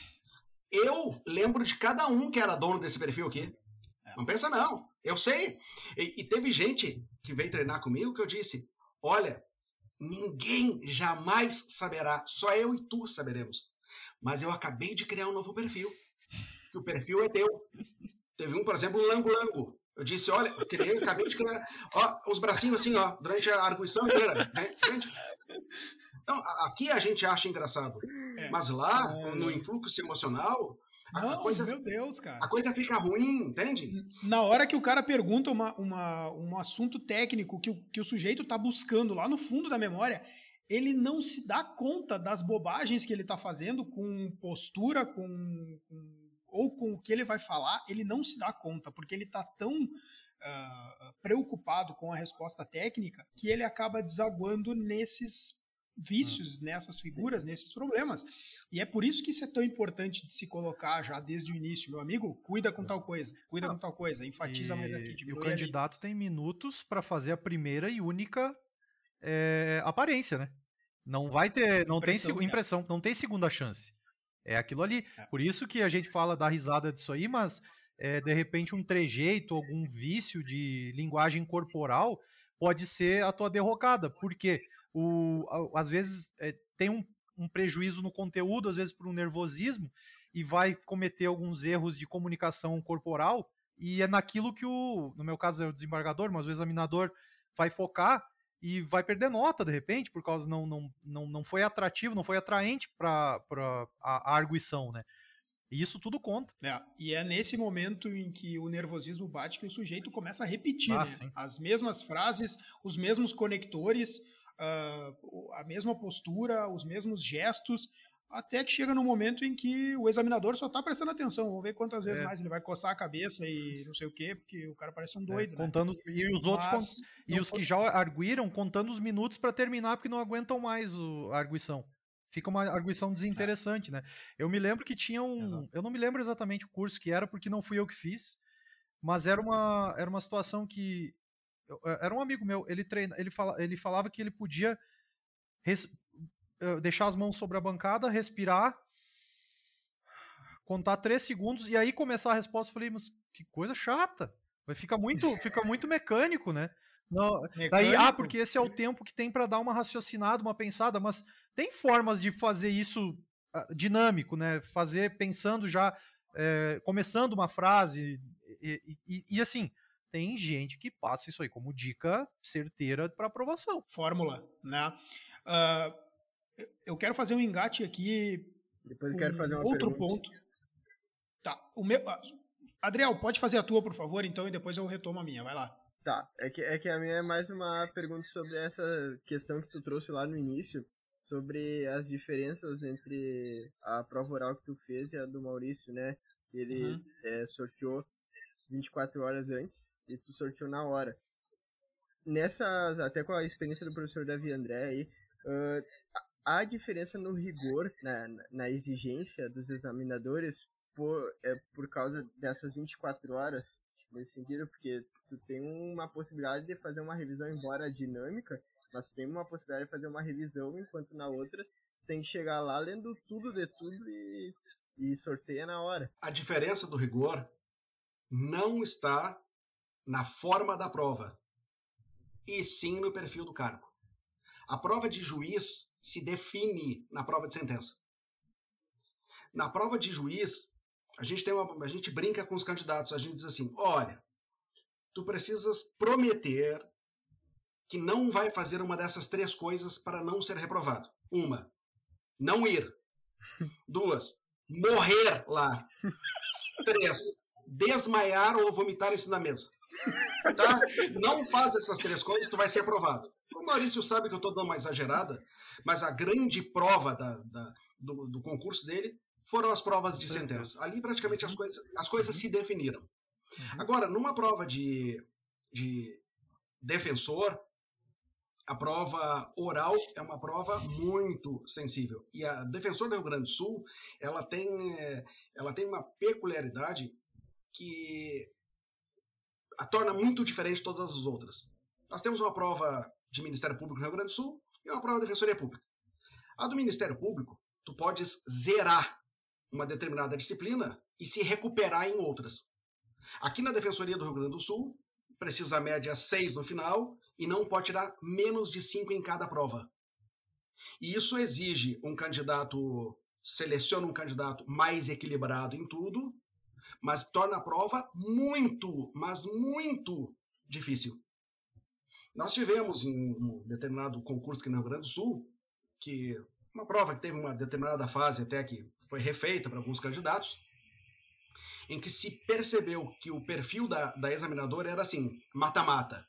Eu lembro de cada um que era dono desse perfil aqui. Não pensa não. Eu sei. E, e teve gente que veio treinar comigo que eu disse, olha, ninguém jamais saberá. Só eu e tu saberemos. Mas eu acabei de criar um novo perfil. Que o perfil é teu. Teve um, por exemplo, um lango-lango. Eu disse, olha, eu criei, acabei de criar. Ó, os bracinhos assim, ó, durante a arguição inteira. Né? Entende? Então, aqui a gente acha engraçado, é. Mas lá, é. no influxo emocional, Não, a coisa, meu Deus, cara. a coisa fica ruim, entende? Na hora que o cara pergunta uma, uma, um assunto técnico que o, que o sujeito está buscando lá no fundo da memória, ele não se dá conta das bobagens que ele está fazendo com postura, com, com, ou com o que ele vai falar, ele não se dá conta, porque ele está tão... Uh, preocupado com a resposta técnica que ele acaba desaguando nesses vícios, hum. nessas figuras, Sim. nesses problemas. E é por isso que isso é tão importante de se colocar já desde o início. Meu amigo, cuida com tal coisa, cuida ah. com tal coisa, enfatiza e, mais aqui. E o candidato ali. Tem minutos para fazer a primeira e única é, aparência, né? Não vai ter, não impressão, tem impressão, é. não tem segunda chance. É aquilo ali. É. Por isso que a gente fala da risada disso aí, mas é, de repente um trejeito, algum vício de linguagem corporal pode ser a tua derrocada. Por quê? O, às vezes é, tem um, um prejuízo no conteúdo, às vezes por um nervosismo, e vai cometer alguns erros de comunicação corporal, e é naquilo que o, no meu caso é o desembargador, mas o examinador vai focar e vai perder nota de repente, por causa não, não, não, não foi atrativo, não foi atraente para a, a arguição, né? E isso tudo conta. É, e é nesse momento em que o nervosismo bate que o sujeito começa a repetir, ah, né? As mesmas frases, os mesmos conectores, Uh, a mesma postura, os mesmos gestos, até que chega no momento em que o examinador só está prestando atenção. Vamos ver quantas vezes é. mais ele vai coçar a cabeça e não sei o quê, porque o cara parece um doido. É, contando, né? E os outros Mas, e os foi... que já arguíram contando os minutos para terminar, porque não aguentam mais o, a arguição. Fica uma arguição desinteressante, é. né? Eu me lembro que tinha um... Exato. Eu não me lembro exatamente o curso que era, porque não fui eu que fiz, mas era uma, era uma situação que era um amigo meu, ele, treina, ele, fala, ele falava que ele podia res, deixar as mãos sobre a bancada, respirar, contar três segundos e aí começar a resposta. Eu falei, mas que coisa chata, vai ficar muito, fica muito mecânico, né? Não, daí, ah, porque esse é o tempo que tem para dar uma raciocinada, uma pensada, mas tem formas de fazer isso uh, dinâmico, né? Fazer pensando já, é, começando uma frase, e, e, e assim, tem gente que passa isso aí como dica certeira para aprovação. Fórmula, né? Uh, eu quero fazer um engate aqui. Depois eu quero fazer uma outro pergunta. ponto. Tá, o meu... Adriel, pode fazer a tua, por favor, então, e depois eu retomo a minha, vai lá. Tá, é que, é que a minha é mais uma pergunta sobre essa questão que tu trouxe lá no início, sobre as diferenças entre a prova oral que tu fez e a do Maurício, né? Ele uhum. é, sorteou vinte e quatro horas antes e tu sorteou na hora. Nessas, até com a experiência do professor Davi André aí, uh, há diferença no rigor, na, na exigência dos examinadores por, é, por causa dessas vinte e quatro horas, nesse sentido, porque tu tem uma possibilidade de fazer uma revisão, embora dinâmica, mas tu tem uma possibilidade de fazer uma revisão, enquanto na outra tu tem que chegar lá lendo tudo de tudo e, e sorteia na hora. A diferença do rigor não está na forma da prova, e sim no perfil do cargo. A prova de juiz se define na prova de sentença. Na prova de juiz, a gente, tem uma, a gente brinca com os candidatos, a gente diz assim, olha, tu precisas prometer que não vai fazer uma dessas três coisas para não ser reprovado. Uma, não ir. Duas, morrer lá. Três, desmaiar ou vomitar em cima da mesa. Tá? Não faz essas três coisas, tu vai ser aprovado. O Maurício sabe que eu estou dando uma exagerada, mas a grande prova da, da, do, do concurso dele foram as provas de sentença. Ali praticamente as coisas, as coisas se definiram. Agora, numa prova de, de defensor, a prova oral é uma prova muito sensível. E a defensor do Rio Grande do Sul, ela tem, ela tem uma peculiaridade que a torna muito diferente de todas as outras. Nós temos uma prova de Ministério Público no Rio Grande do Sul e uma prova de Defensoria Pública. A do Ministério Público, tu podes zerar uma determinada disciplina e se recuperar em outras. Aqui na Defensoria do Rio Grande do Sul, precisa a média seis no final e não pode tirar menos de cinco em cada prova. E isso exige um candidato, seleciona um candidato mais equilibrado em tudo, mas torna a prova muito, mas muito difícil. Nós tivemos em um determinado concurso aqui no Rio Grande do Sul, que uma prova que teve uma determinada fase até que foi refeita para alguns candidatos, em que se percebeu que o perfil da, da examinadora era assim, mata-mata.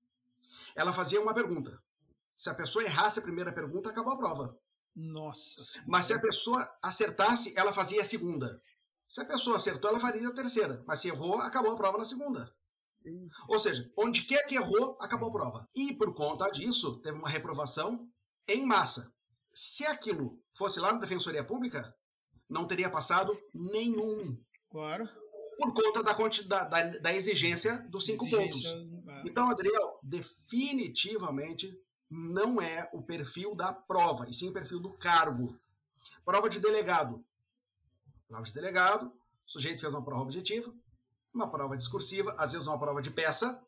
Ela fazia uma pergunta. Se a pessoa errasse a primeira pergunta, acabou a prova. Nossa Senhora. Mas se a pessoa acertasse, ela fazia a segunda. Se a pessoa acertou, ela faria a terceira. Mas se errou, acabou a prova na segunda. Ou seja, onde quer que errou, acabou a prova. E por conta disso, teve uma reprovação em massa. Se aquilo fosse lá na Defensoria Pública, não teria passado nenhum. Claro. Por conta da, da, da, da exigência dos cinco exigência, pontos. É. Então, Adriel, definitivamente não é o perfil da prova, e sim o perfil do cargo. Prova de delegado. Prova de delegado, o sujeito fez uma prova objetiva, uma prova discursiva, às vezes uma prova de peça,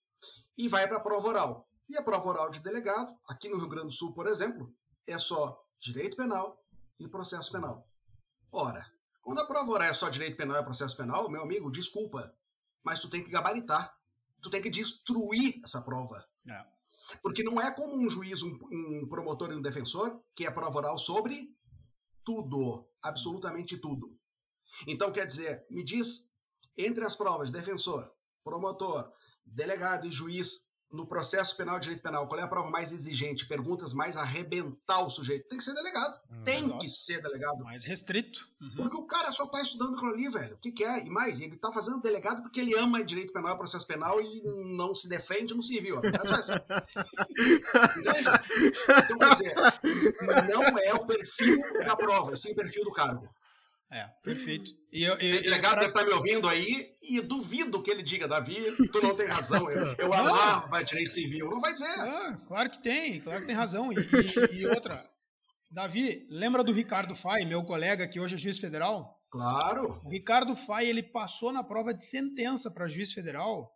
e vai para a prova oral. E a prova oral de delegado, aqui no Rio Grande do Sul, por exemplo, é só direito penal e processo penal. Ora, quando a prova oral é só direito penal e processo penal, meu amigo, desculpa, mas tu tem que gabaritar. Tu tem que destruir essa prova. É. Porque não é como um juiz, um, um promotor e um defensor, que é prova oral sobre tudo, absolutamente tudo. Então, quer dizer, me diz, entre as provas de defensor, promotor, delegado e juiz, no processo penal e direito penal, qual é a prova mais exigente? Perguntas mais arrebentar o sujeito. Tem que ser delegado. Hum, tem exato. que ser delegado. Mais restrito. Uhum. Porque o cara só tá estudando aquilo ali, velho. O que que é? E mais, ele tá fazendo delegado porque ele ama direito penal e processo penal e não se defende no civil. A verdade é essa. Entende? Então, quer dizer, não é o perfil da prova, sim o perfil do cargo. É, perfeito. E eu, eu, o delegado pra... deve estar me ouvindo aí e duvido que ele diga, Davi, tu não tem razão, eu, eu amava direito civil. Não vai dizer. Ah, claro que tem, claro que tem razão. E, e, e outra, Davi, lembra do Ricardo Fay, meu colega que hoje é juiz federal? Claro. O Ricardo Fay, ele passou na prova de sentença para juiz federal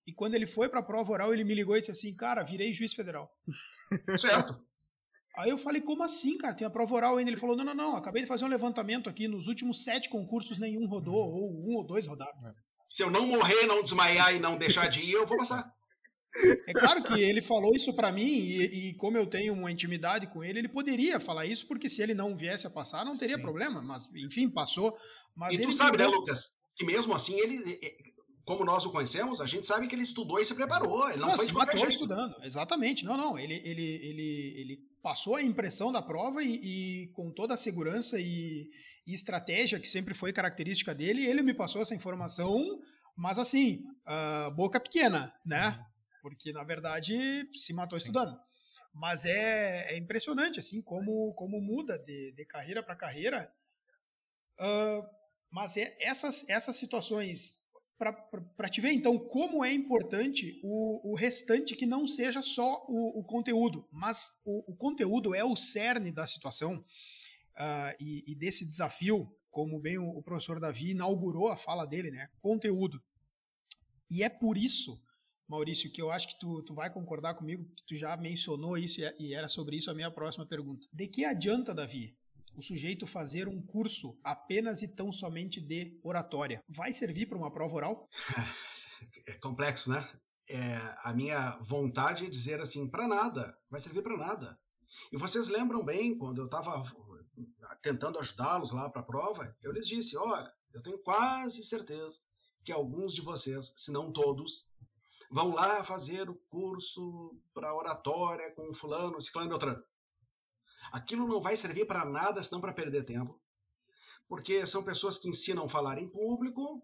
E quando ele foi para a prova oral, ele me ligou e disse assim, cara, virei juiz federal. Certo. Aí eu falei, como assim, cara? Tem a prova oral ainda. Ele falou, não, não, não, acabei de fazer um levantamento aqui, nos últimos sete concursos nenhum rodou, ou um ou dois rodaram. Se eu não morrer, não desmaiar e não deixar de ir, eu vou passar. É claro que ele falou isso pra mim e, e como eu tenho uma intimidade com ele, ele poderia falar isso, porque se ele não viesse a passar, não teria Sim. problema, mas enfim, passou. Mas e ele tu sabe, pegou... né, Lucas, que mesmo assim, ele, como nós o conhecemos, a gente sabe que ele estudou e se preparou, ele não, não foi se matou jeito. Estudando, exatamente, não, não, ele, ele, ele, ele passou a impressão da prova e, e com toda a segurança e, e estratégia que sempre foi característica dele, ele me passou essa informação, mas assim, uh, boca pequena, né? Uhum. Porque, na verdade, se matou Sim. estudando. Mas é, é impressionante, assim, como, como muda de, de carreira para carreira. Uh, mas é essas, essas situações, para te ver, então, como é importante o, o restante que não seja só o, o conteúdo, mas o, o conteúdo é o cerne da situação uh, e, e desse desafio, como bem o, o professor Davi inaugurou a fala dele, né? Conteúdo. E é por isso... Maurício, que eu acho que tu, tu vai concordar comigo, que tu já mencionou isso e era sobre isso a minha próxima pergunta. De que adianta, Davi, o sujeito fazer um curso apenas e tão somente de oratória? Vai servir para uma prova oral? É complexo, né? É, a minha vontade é dizer assim, para nada, vai servir para nada. E vocês lembram bem, quando eu estava tentando ajudá-los lá para a prova, eu lhes disse, olha, eu tenho quase certeza que alguns de vocês, se não todos, vão lá fazer o curso para oratória com fulano, ciclano e beltrano. Aquilo não vai servir para nada, senão para perder tempo. Porque são pessoas que ensinam a falar em público,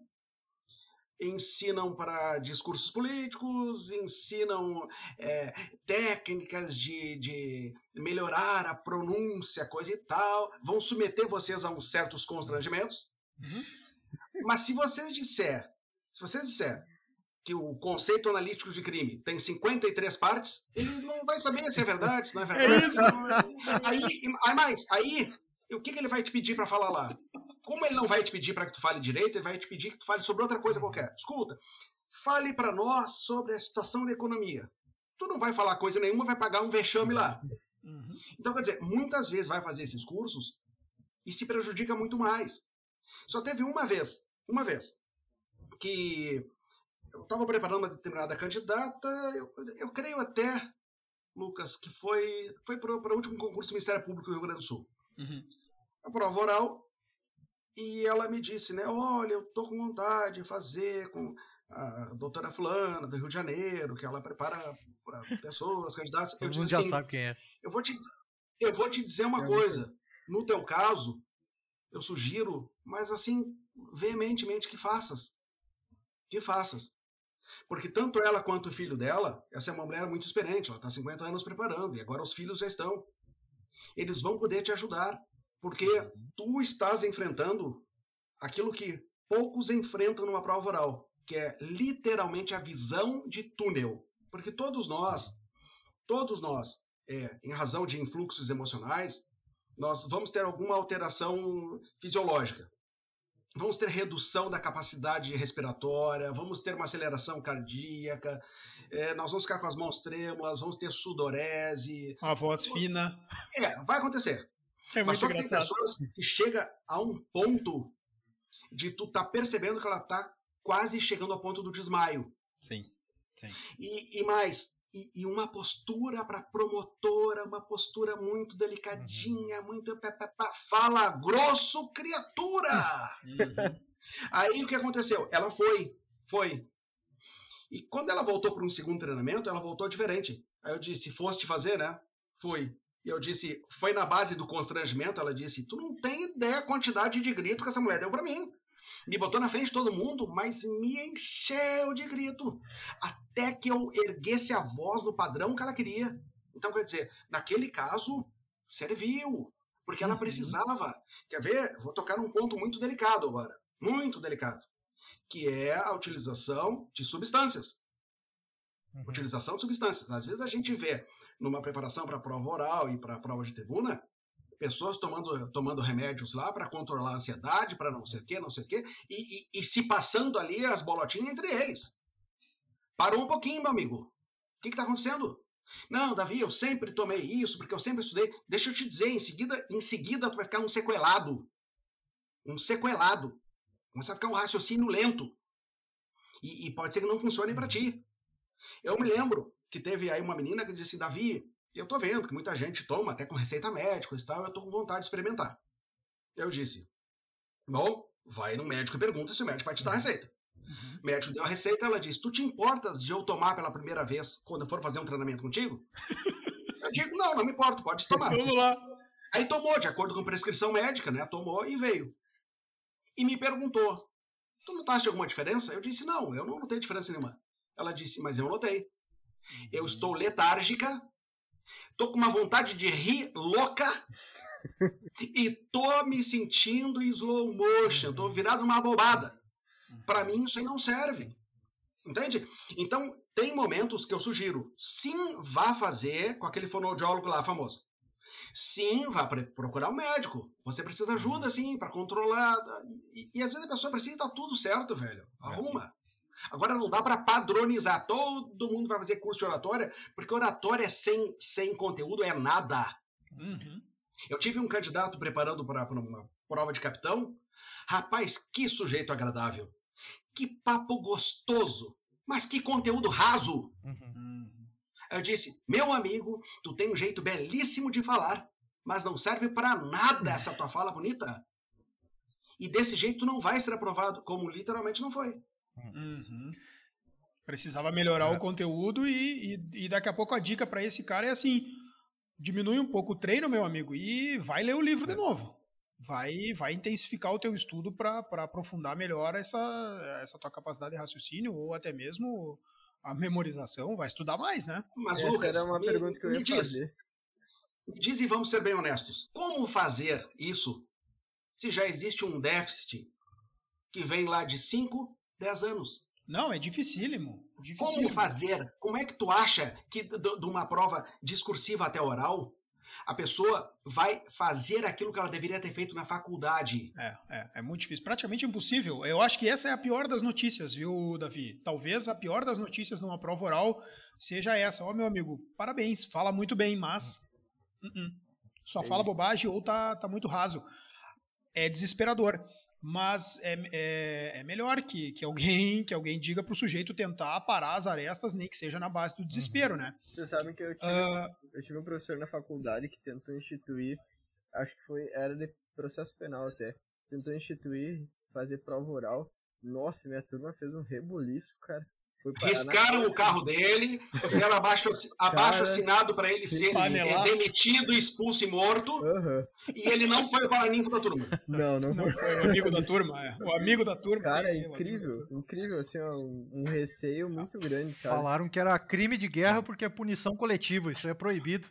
ensinam para discursos políticos, ensinam é, técnicas de, de melhorar a pronúncia, coisa e tal, vão submeter vocês a uns certos constrangimentos. Uhum. Mas se vocês disser, se vocês disser que o conceito analítico de crime tem cinquenta e três partes, ele não vai saber se é verdade, se não é verdade. É isso. Aí, aí, mais, aí, o que, que ele vai te pedir para falar lá? Como ele não vai te pedir para que tu fale direito, ele vai te pedir que tu fale sobre outra coisa qualquer. Escuta, fale para nós sobre a situação da economia. Tu não vai falar coisa nenhuma, vai pagar um vexame lá. Uhum. Então, quer dizer, muitas vezes vai fazer esses cursos e se prejudica muito mais. Só teve uma vez, uma vez, que... eu estava preparando uma determinada candidata, eu, eu creio até, Lucas, que foi, foi para o último concurso do Ministério Público do Rio Grande do Sul. Uhum. A prova oral, e ela me disse, né, olha, eu estou com vontade de fazer com a doutora fulana, do Rio de Janeiro, que ela prepara para pessoas, candidatos. Todo mundo já assim, sabe quem é. Eu vou te, eu vou te dizer uma é coisa, no teu caso, eu sugiro, mas assim, veementemente que faças. Que faças. Porque tanto ela quanto o filho dela, essa é uma mulher muito experiente, ela está cinquenta anos preparando, e agora os filhos já estão. Eles vão poder te ajudar, porque tu estás enfrentando aquilo que poucos enfrentam numa prova oral, que é literalmente a visão de túnel. Porque todos nós, todos nós, é, em razão de influxos emocionais, nós vamos ter alguma alteração fisiológica. Vamos ter redução da capacidade respiratória, vamos ter uma aceleração cardíaca, é, nós vamos ficar com as mãos trêmulas, vamos ter sudorese. Uma voz fina. É, vai acontecer. É muito Mas só engraçado. Que tem pessoas que chega a um ponto de tu tá percebendo que ela tá quase chegando ao ponto do desmaio. Sim, sim. E, e mais, e, e uma postura para promotora, uma postura muito delicadinha, uhum. muito... Pá, pá, pá, fala grosso, criatura! Uhum. Aí o que aconteceu? Ela foi, foi. E quando ela voltou para um segundo treinamento, ela voltou diferente. Aí eu disse, foste fazer, né? Fui. E eu disse, foi na base do constrangimento? Ela disse, tu não tem ideia a quantidade de grito que essa mulher deu para mim. Me botou na frente de todo mundo, mas me encheu de grito. Até que eu erguesse a voz no padrão que ela queria. Então, quer dizer, naquele caso, serviu. Porque ela precisava. Quer ver? Vou tocar num ponto muito delicado agora. Muito delicado. Que é a utilização de substâncias. Uhum. Utilização de substâncias. Às vezes a gente vê, numa preparação para a prova oral e para a prova de tribuna, pessoas tomando, tomando remédios lá para controlar a ansiedade, para não sei o quê, não sei o quê, e, e, e se passando ali as bolotinhas entre eles. Parou um pouquinho, meu amigo. O que está acontecendo? Não, Davi, eu sempre tomei isso, porque eu sempre estudei. Deixa eu te dizer, em seguida, em seguida tu vai ficar um sequelado. Um sequelado. Começa a ficar um raciocínio lento. E, e pode ser que não funcione para ti. Eu me lembro que teve aí uma menina que disse, Davi, eu tô vendo que muita gente toma, até com receita médica e tal, eu tô com vontade de experimentar. Eu disse, bom, vai no médico e pergunta se o médico vai te dar a receita. Uhum. O médico deu a receita, ela disse, tu te importas de eu tomar pela primeira vez quando eu for fazer um treinamento contigo? Eu digo, não, não me importo, pode tomar. Vamos lá. Aí tomou, de acordo com a prescrição médica, né? Tomou e veio. E me perguntou, tu notaste alguma diferença? Eu disse, não, eu não notei diferença nenhuma. Ela disse, mas eu notei. Eu estou letárgica, tô com uma vontade de rir louca e tô me sentindo em slow motion, tô virado numa bobada. Para mim isso aí não serve. Entende? Então, tem momentos que eu sugiro, sim, vá fazer com aquele fonoaudiólogo lá famoso. Sim, vá procurar um médico. Você precisa de ajuda, sim, para controlar. E, e às vezes a pessoa precisa estar tudo certo, velho. Arruma. Agora não dá para padronizar. Todo mundo vai fazer curso de oratória, porque oratória sem, sem conteúdo é nada. Uhum. Eu tive um candidato preparando para uma prova de capitão. Rapaz, que sujeito agradável. Que papo gostoso. Mas que conteúdo raso. Uhum. Eu disse, meu amigo, tu tem um jeito belíssimo de falar, mas não serve para nada essa tua fala bonita. E desse jeito tu não vai ser aprovado, como literalmente não foi. Uhum. Precisava melhorar é. o conteúdo e, e, e daqui a pouco a dica para esse cara é assim, diminui um pouco o treino, meu amigo, e vai ler o livro é. de novo. Vai, vai intensificar o teu estudo para aprofundar melhor essa, essa tua capacidade de raciocínio ou até mesmo a memorização. Vai estudar mais, né? Mas, essa Lucas, era uma me, pergunta que eu ia me diz, fazer. Me diz e vamos ser bem honestos. Como fazer isso se já existe um déficit que vem lá de cinco, dez anos? Não, é dificílimo. dificílimo. Como fazer? Como é que tu acha que de uma prova discursiva até oral a pessoa vai fazer aquilo que ela deveria ter feito na faculdade? É, é, é muito difícil. Praticamente impossível. Eu acho que essa é a pior das notícias, viu, Davi? Talvez a pior das notícias numa prova oral seja essa. Ó, meu amigo, parabéns, fala muito bem, mas uh-uh. só fala bobagem ou tá, tá muito raso. É desesperador. Mas é, é, é melhor que, que, alguém, que alguém diga para o sujeito tentar parar as arestas, nem que seja na base do desespero, né? Vocês sabem que eu tive, uh... eu tive um professor na faculdade que tentou instituir, acho que foi, era de processo penal até, tentou instituir, fazer prova oral. Nossa, minha turma fez um rebuliço, cara. Riscaram o carro dele, fizeram abaixo, abaixo assinado para ele ser panelaço. demitido, expulso e morto. Uhum. E ele não foi o paraninfo da turma. Não, não, não foi o amigo da turma. É. O amigo da turma. Cara, é incrível. Incrível, assim, ó, um receio muito grande, sabe? Falaram que era crime de guerra porque é punição coletiva. Isso é proibido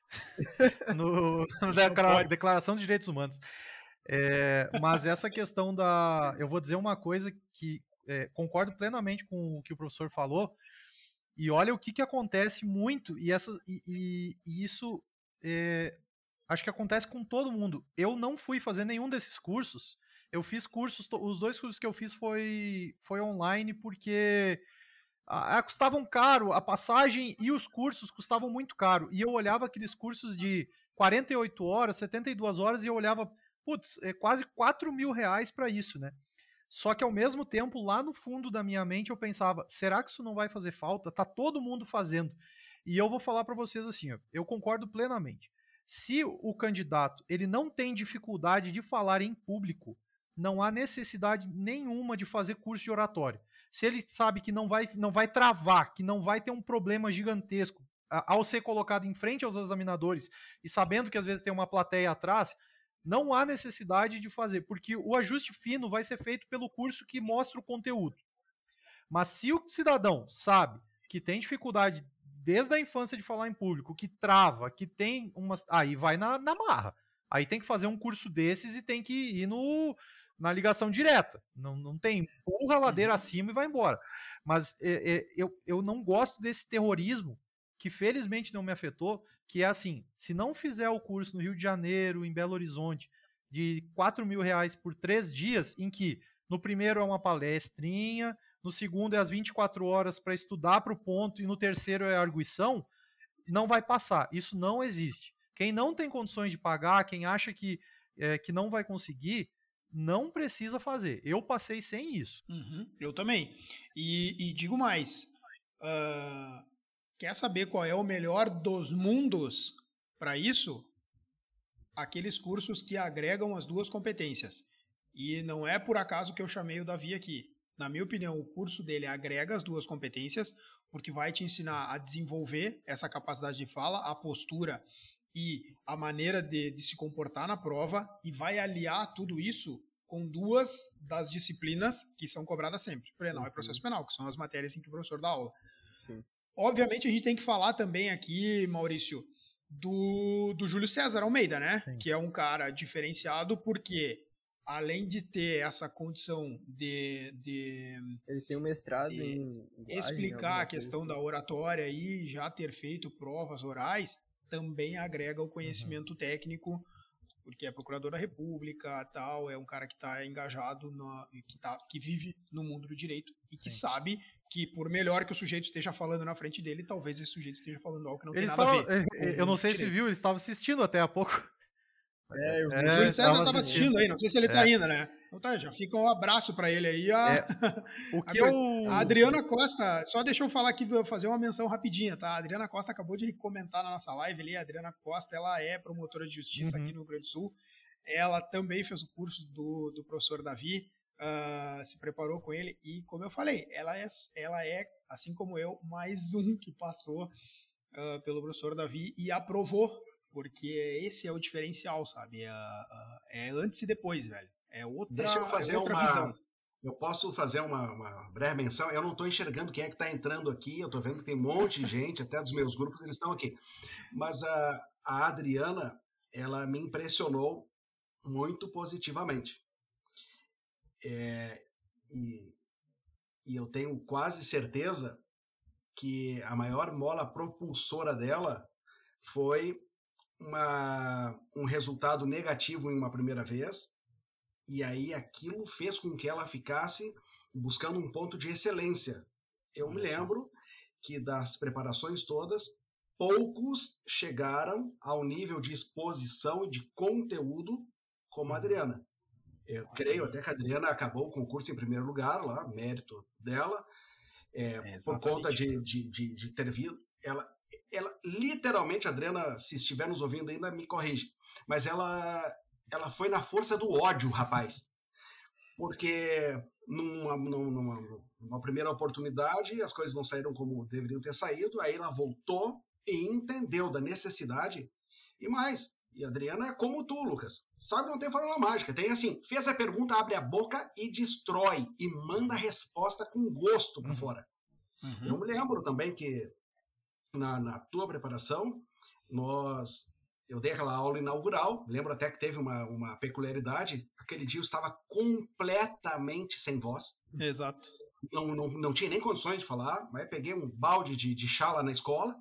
no, na declara, Declaração dos Direitos Humanos. É, mas essa questão da... Eu vou dizer uma coisa que É, concordo plenamente com o que o professor falou, e olha o que, que acontece muito, e, essa, e, e, e isso é, acho que acontece com todo mundo. Eu não fui fazer nenhum desses cursos, eu fiz cursos, os dois cursos que eu fiz foi, foi online, porque a, a, custavam caro, a passagem e os cursos custavam muito caro, e eu olhava aqueles cursos de quarenta e oito horas, setenta e duas horas, e eu olhava, putz, é quase quatro mil reais para isso, né? Só que ao mesmo tempo, lá no fundo da minha mente, eu pensava, será que isso não vai fazer falta? Tá todo mundo fazendo. E eu vou falar para vocês assim, ó, eu concordo plenamente. Se o candidato ele não tem dificuldade de falar em público, não há necessidade nenhuma de fazer curso de oratória. Se ele sabe que não vai, não vai travar, que não vai ter um problema gigantesco ao ser colocado em frente aos examinadores e sabendo que às vezes tem uma plateia atrás, não há necessidade de fazer, porque o ajuste fino vai ser feito pelo curso que mostra o conteúdo. Mas se o cidadão sabe que tem dificuldade desde a infância de falar em público, que trava, que tem umas... Aí vai na, na marra. Aí tem que fazer um curso desses e tem que ir no, na ligação direta. Não, não tem empurra a ladeira acima e vai embora. Mas é, é, eu, eu não gosto desse terrorismo que felizmente não me afetou, que é assim, se não fizer o curso no Rio de Janeiro, em Belo Horizonte, de quatro mil reais por três dias, em que no primeiro é uma palestrinha, no segundo é as vinte e quatro horas para estudar para o ponto e no terceiro é a arguição, não vai passar. Isso não existe. Quem não tem condições de pagar, quem acha que, é, que não vai conseguir, não precisa fazer. Eu passei sem isso. Uhum, eu também. E, e digo mais, uh, quer saber qual é o melhor dos mundos para isso? Aqueles cursos que agregam as duas competências. E não é por acaso que eu chamei o Davi aqui. Na minha opinião, o curso dele agrega as duas competências, porque vai te ensinar a desenvolver essa capacidade de fala, a postura e a maneira de, de se comportar na prova, e vai aliar tudo isso com duas das disciplinas que são cobradas sempre, penal e processo penal, que são as matérias em que o professor dá aula. Sim. Obviamente, a gente tem que falar também aqui, Maurício, do, do Júlio César Almeida, né? Sim. Que é um cara diferenciado porque, além de ter essa condição de... de ele tem um mestrado de em... explicar a questão da oratória e já ter feito provas orais, também agrega o conhecimento uhum. técnico, porque é procurador da República, tal, é um cara que está engajado, na, que, tá, que vive no mundo do direito e que Sim. sabe que, por melhor que o sujeito esteja falando na frente dele, talvez esse sujeito esteja falando algo que não eles tem nada falam, a ver. Eu não sei se viu, ele estava assistindo até há pouco. É, o é, Júlio César estava assistindo aí, não sei se ele está é. ainda, né? Então tá, já fica um abraço para ele aí. A, é. o que a, eu... a Adriana Costa, só deixa eu falar aqui, vou fazer uma menção rapidinha, tá? A Adriana Costa acabou de comentar na nossa live ali. A Adriana Costa, ela é promotora de justiça uhum. aqui no Rio Grande do Sul. Ela também fez o curso do, do professor Davi, uh, se preparou com ele e, como eu falei, ela é, ela é, assim como eu, mais um que passou uh, pelo professor Davi e aprovou. Porque esse é o diferencial, sabe? É, é antes e depois, velho. É outra, Deixa eu fazer é outra uma, visão. Eu posso fazer uma, uma breve menção? Eu não estou enxergando quem é que está entrando aqui. Eu estou vendo que tem um monte de gente, até dos meus grupos, eles estão aqui. Mas a, a Adriana, ela me impressionou muito positivamente. É, e, e eu tenho quase certeza que a maior mola propulsora dela foi Uma, um resultado negativo em uma primeira vez, e aí aquilo fez com que ela ficasse buscando um ponto de excelência. Eu Olha me lembro só. que das preparações todas, poucos chegaram ao nível de exposição e de conteúdo como a Adriana. Eu creio até que a Adriana acabou o concurso em primeiro lugar, lá, mérito dela, é, é, por conta de, de, de, de ter vindo. Ela, ela, literalmente, a Adriana, se estiver nos ouvindo ainda, me corrige, mas ela, ela foi na força do ódio, rapaz. Porque numa, numa, numa primeira oportunidade, as coisas não saíram como deveriam ter saído, aí ela voltou e entendeu da necessidade. E mais, e a Adriana é como tu, Lucas. Sabe, não tem fórmula mágica. Tem assim, fez a pergunta, abre a boca e destrói. E manda a resposta com gosto para uhum. fora. Uhum. Eu me lembro também que na, na tua preparação, nós, eu dei aquela aula inaugural. Lembro até que teve uma, uma peculiaridade. Aquele dia eu estava completamente sem voz. Exato. Não, não, não tinha nem condições de falar. Mas peguei um balde de, de chá lá na escola.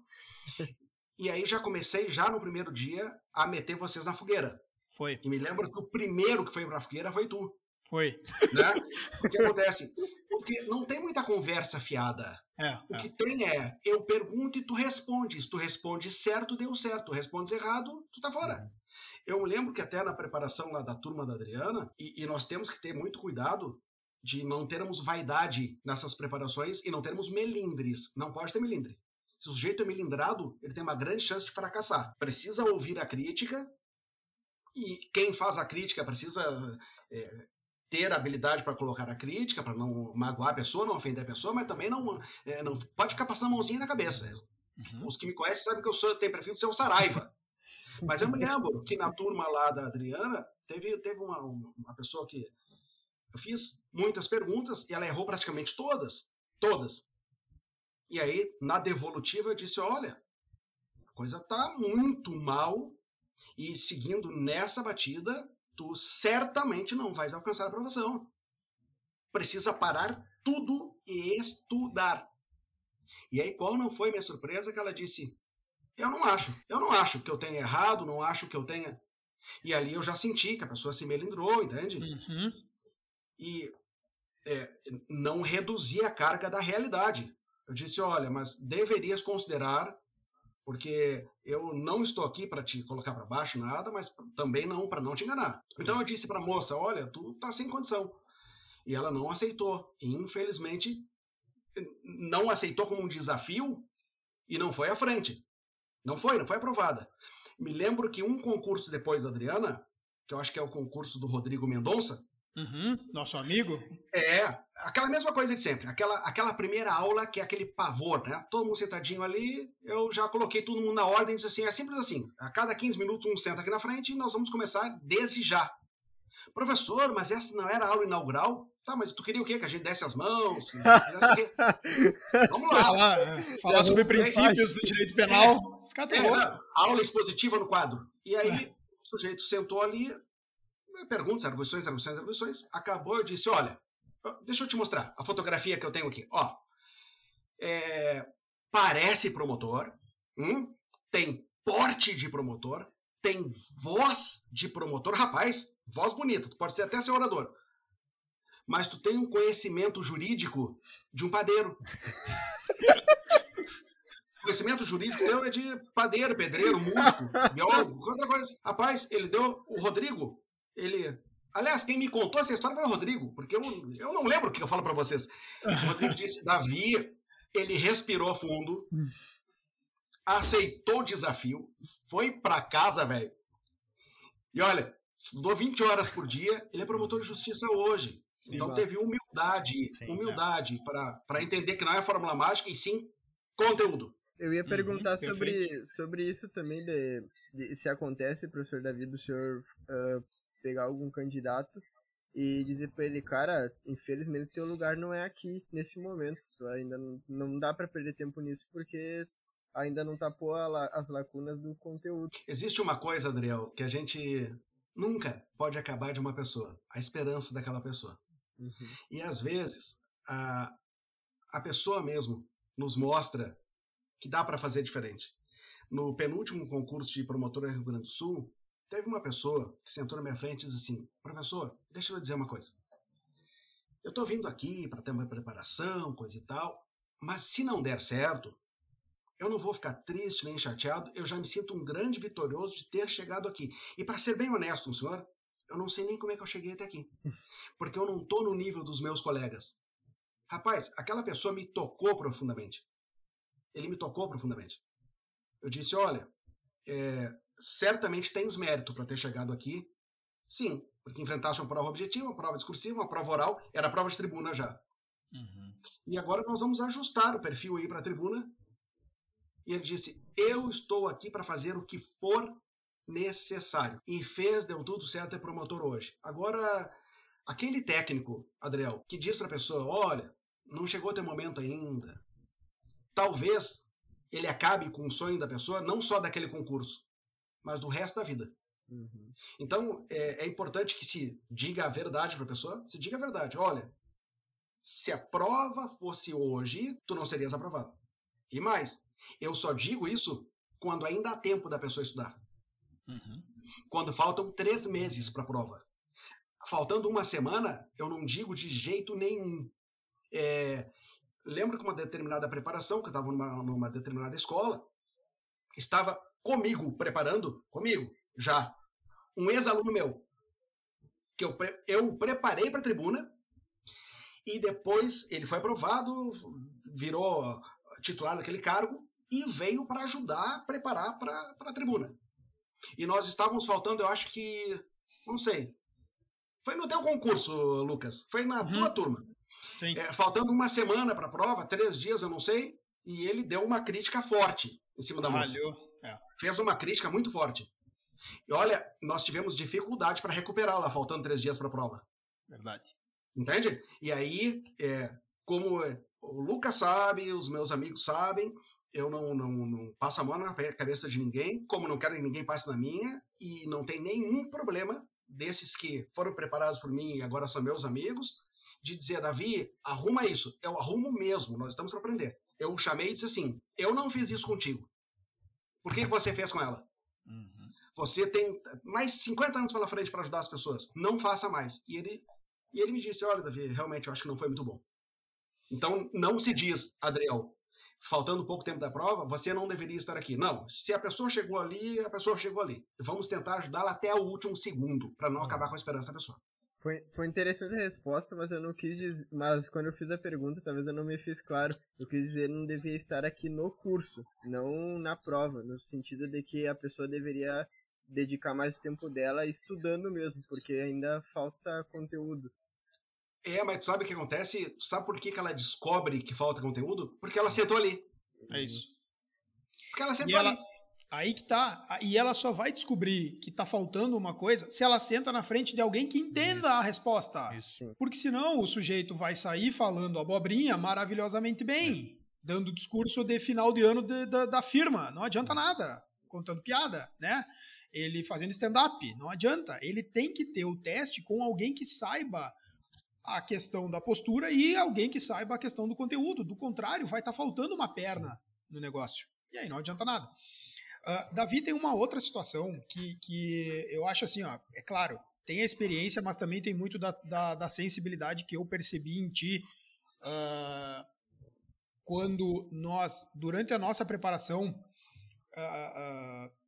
E aí já comecei, já no primeiro dia, a meter vocês na fogueira. Foi. E me lembro que o primeiro que foi pra fogueira foi tu. Foi. Né? O que acontece? Porque não tem muita conversa fiada. É, o é. que tem é, eu pergunto e tu respondes. Tu respondes certo, deu certo. Tu respondes errado, tu tá fora. Uhum. Eu me lembro que até na preparação lá da turma da Adriana, e, e nós temos que ter muito cuidado de não termos vaidade nessas preparações e não termos melindres. Não pode ter melindre. Se o sujeito é melindrado, ele tem uma grande chance de fracassar. Precisa ouvir a crítica, e quem faz a crítica precisa é, ter habilidade para colocar a crítica, para não magoar a pessoa, não ofender a pessoa, mas também não, é, não pode ficar passando a mãozinha na cabeça. Uhum. Os que me conhecem sabem que eu sou, tenho perfil de ser o Saraiva. Mas eu me lembro que na turma lá da Adriana, teve, teve uma, uma pessoa que eu fiz muitas perguntas e ela errou praticamente todas. Todas. E aí, na devolutiva, eu disse, olha, a coisa tá muito mal e seguindo nessa batida, tu certamente não vais alcançar a aprovação. Precisa parar tudo e estudar. E aí, qual não foi minha surpresa? Que ela disse, eu não acho, eu não acho que eu tenha errado, não acho que eu tenha... E ali eu já senti que a pessoa se melindrou, entende? Uhum. E é, não reduzir a carga da realidade. Eu disse, olha, mas deverias considerar, porque eu não estou aqui para te colocar para baixo, nada, mas também não para não te enganar. Então eu disse para a moça, olha, tu tá sem condição. E ela não aceitou. E, infelizmente, não aceitou como um desafio e não foi à frente. Não foi, não foi aprovada. Me lembro que um concurso depois da Adriana, que eu acho que é o concurso do Rodrigo Mendonça. Uhum, nosso amigo. É, aquela mesma coisa de sempre. Aquela, aquela primeira aula que é aquele pavor, né? Todo mundo sentadinho ali, eu já coloquei todo mundo na ordem e disse assim, é simples assim. A cada quinze minutos um senta aqui na frente e nós vamos começar desde já. Professor, mas essa não era a aula inaugural? Tá, mas tu queria o quê? Que a gente desse as mãos? Vamos lá. Falar, falar sobre princípios do direito penal. É, é, aula expositiva no quadro. E aí é. o sujeito sentou ali, perguntas, arguições, arguições, arguições. Acabou, eu disse, olha, deixa eu te mostrar a fotografia que eu tenho aqui. Ó, é, parece promotor, hum, tem porte de promotor, tem voz de promotor. Rapaz, voz bonita, tu pode ser até ser orador. Mas tu tem um conhecimento jurídico de um padeiro. Conhecimento jurídico teu é de padeiro, pedreiro, músico, biólogo, outra coisa. Rapaz, ele deu... O Rodrigo, ele... Aliás, quem me contou essa história foi o Rodrigo, porque eu, eu não lembro o que eu falo pra vocês. O Rodrigo disse, Davi, ele respirou fundo, aceitou o desafio, foi pra casa, velho. E olha, estudou vinte horas por dia, ele é promotor de justiça hoje. Sim, então teve humildade, sim, humildade é. para entender que não é fórmula mágica e sim conteúdo. Eu ia perguntar uhum, sobre, sobre isso também, de, de, se acontece, professor Davi, do senhor uh, pegar algum candidato e dizer para ele, cara, infelizmente teu lugar não é aqui, nesse momento. Tu ainda não, não dá para perder tempo nisso, porque ainda não tapou a, as lacunas do conteúdo. Existe uma coisa, Adriel, que a gente nunca pode acabar de uma pessoa, a esperança daquela pessoa. Uhum. E às vezes a, a pessoa mesmo nos mostra que dá para fazer diferente. No penúltimo concurso de promotor do Rio Grande do Sul, teve uma pessoa que sentou na minha frente e disse assim, professor, deixa eu dizer uma coisa. Eu estou vindo aqui para ter uma preparação, coisa e tal, mas se não der certo, eu não vou ficar triste nem chateado, eu já me sinto um grande vitorioso de ter chegado aqui. E para ser bem honesto com o senhor, eu não sei nem como é que eu cheguei até aqui. Porque eu não estou no nível dos meus colegas. Rapaz, aquela pessoa me tocou profundamente. Ele me tocou profundamente. Eu disse, olha, é, certamente tens mérito para ter chegado aqui. Sim, porque enfrentaste uma prova objetiva, uma prova discursiva, uma prova oral, era prova de tribuna já. Uhum. E agora nós vamos ajustar o perfil aí para a tribuna. E ele disse, eu estou aqui para fazer o que for necessário. E fez, deu tudo certo, é promotor hoje. Agora, aquele técnico, Adriel, que diz para a pessoa, olha, não chegou teu momento ainda. Talvez ele acabe com o sonho da pessoa, não só daquele concurso, mas do resto da vida. Uhum. Então, é, é importante que se diga a verdade para a pessoa, se diga a verdade. Olha, se a prova fosse hoje, tu não serias aprovado. E mais, eu só digo isso quando ainda há tempo da pessoa estudar. Uhum. Quando faltam três meses para a prova. Faltando uma semana, eu não digo de jeito nenhum. É, lembro que uma determinada preparação, que eu estava numa, numa determinada escola, estava comigo, preparando, comigo, já, um ex-aluno meu, que eu, eu preparei para a tribuna, e depois ele foi aprovado, virou titular daquele cargo, e veio para ajudar a preparar para a tribuna. E nós estávamos faltando, eu acho que, não sei, foi no teu concurso, Lucas, foi na uhum. tua turma. Sim. É, faltando uma semana para a prova, três dias, eu não sei, e ele deu uma crítica forte em cima da moça. É. Fez uma crítica muito forte. E olha, nós tivemos dificuldade para recuperá-la, faltando três dias para a prova. Verdade. Entende? E aí, é, como o Lucas sabe, os meus amigos sabem, eu não, não, não passo a mão na cabeça de ninguém, como não quero que ninguém passe na minha, e não tem nenhum problema desses que foram preparados por mim e agora são meus amigos, de dizer, Davi, arruma isso. Eu arrumo mesmo, nós estamos para aprender. Eu chamei e disse assim, eu não fiz isso contigo. Por que você fez com ela? Uhum. Você tem mais cinquenta anos pela frente para ajudar as pessoas. Não faça mais. E ele E ele me disse, olha, Davi, realmente eu acho que não foi muito bom. Então, não se diz, Adriel, faltando pouco tempo da prova, você não deveria estar aqui. Não, se a pessoa chegou ali, a pessoa chegou ali. Vamos tentar ajudá-la até o último segundo, para não acabar com a esperança da pessoa. Foi, foi interessante a resposta, mas eu não quis dizer, mas quando eu fiz a pergunta, talvez eu não me fiz claro. Eu quis dizer não devia estar aqui no curso, não na prova, no sentido de que a pessoa deveria dedicar mais tempo dela estudando mesmo, porque ainda falta conteúdo. É, mas tu sabe o que acontece? Tu sabe por que, que ela descobre que falta conteúdo? Porque ela sentou ali. É isso. Porque ela sentou e ela, ali. Aí que tá. E ela só vai descobrir que tá faltando uma coisa se ela senta na frente de alguém que entenda a resposta. Isso. Porque senão o sujeito vai sair falando abobrinha maravilhosamente bem, é. dando discurso de final de ano de, de, da firma. Não adianta nada. Contando piada, né? Ele fazendo stand-up. Não adianta. Ele tem que ter o teste com alguém que saiba a questão da postura e alguém que saiba a questão do conteúdo. Do contrário, vai estar tá faltando uma perna no negócio. E aí não adianta nada. Uh, Davi, tem uma outra situação que, que eu acho assim, ó, é claro, tem a experiência, mas também tem muito da, da, da sensibilidade que eu percebi em ti uh, quando nós, durante a nossa preparação, uh, uh,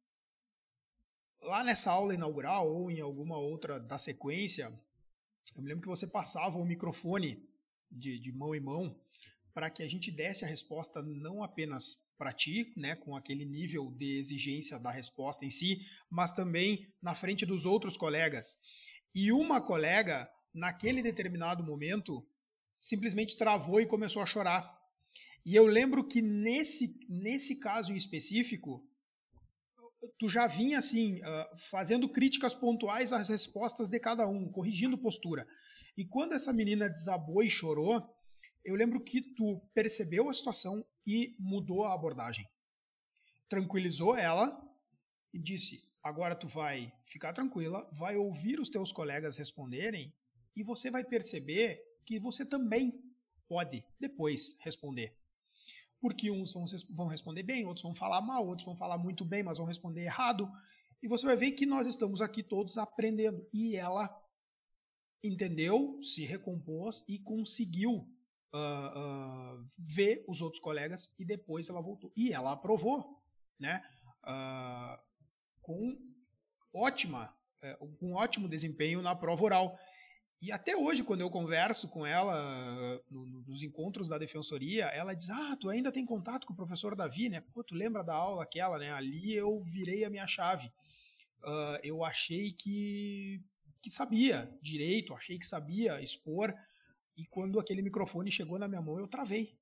lá nessa aula inaugural ou em alguma outra da sequência, eu me lembro que você passava o microfone de, de mão em mão para que a gente desse a resposta não apenas para ti, né, com aquele nível de exigência da resposta em si, mas também na frente dos outros colegas. E uma colega, naquele determinado momento, simplesmente travou e começou a chorar. E eu lembro que nesse, nesse caso em específico, tu já vinha assim, uh, fazendo críticas pontuais às respostas de cada um, corrigindo postura. E quando essa menina desabou e chorou, eu lembro que tu percebeu a situação e mudou a abordagem. Tranquilizou ela e disse, agora tu vai ficar tranquila, vai ouvir os teus colegas responderem e você vai perceber que você também pode depois responder. Porque uns vão, vão responder bem, outros vão falar mal, outros vão falar muito bem, mas vão responder errado. E você vai ver que nós estamos aqui todos aprendendo. E ela entendeu, se recompôs e conseguiu Uh, uh, ver os outros colegas e depois ela voltou. E ela aprovou, né? Uh, com ótima, uh, com ótimo desempenho na prova oral. E até hoje, quando eu converso com ela uh, no, nos encontros da defensoria, ela diz, ah, tu ainda tem contato com o professor Davi, né? Pô, tu lembra da aula aquela, né? Ali eu virei a minha chave. Uh, eu achei que, que sabia direito, achei que sabia expor. E quando aquele microfone chegou na minha mão, eu travei.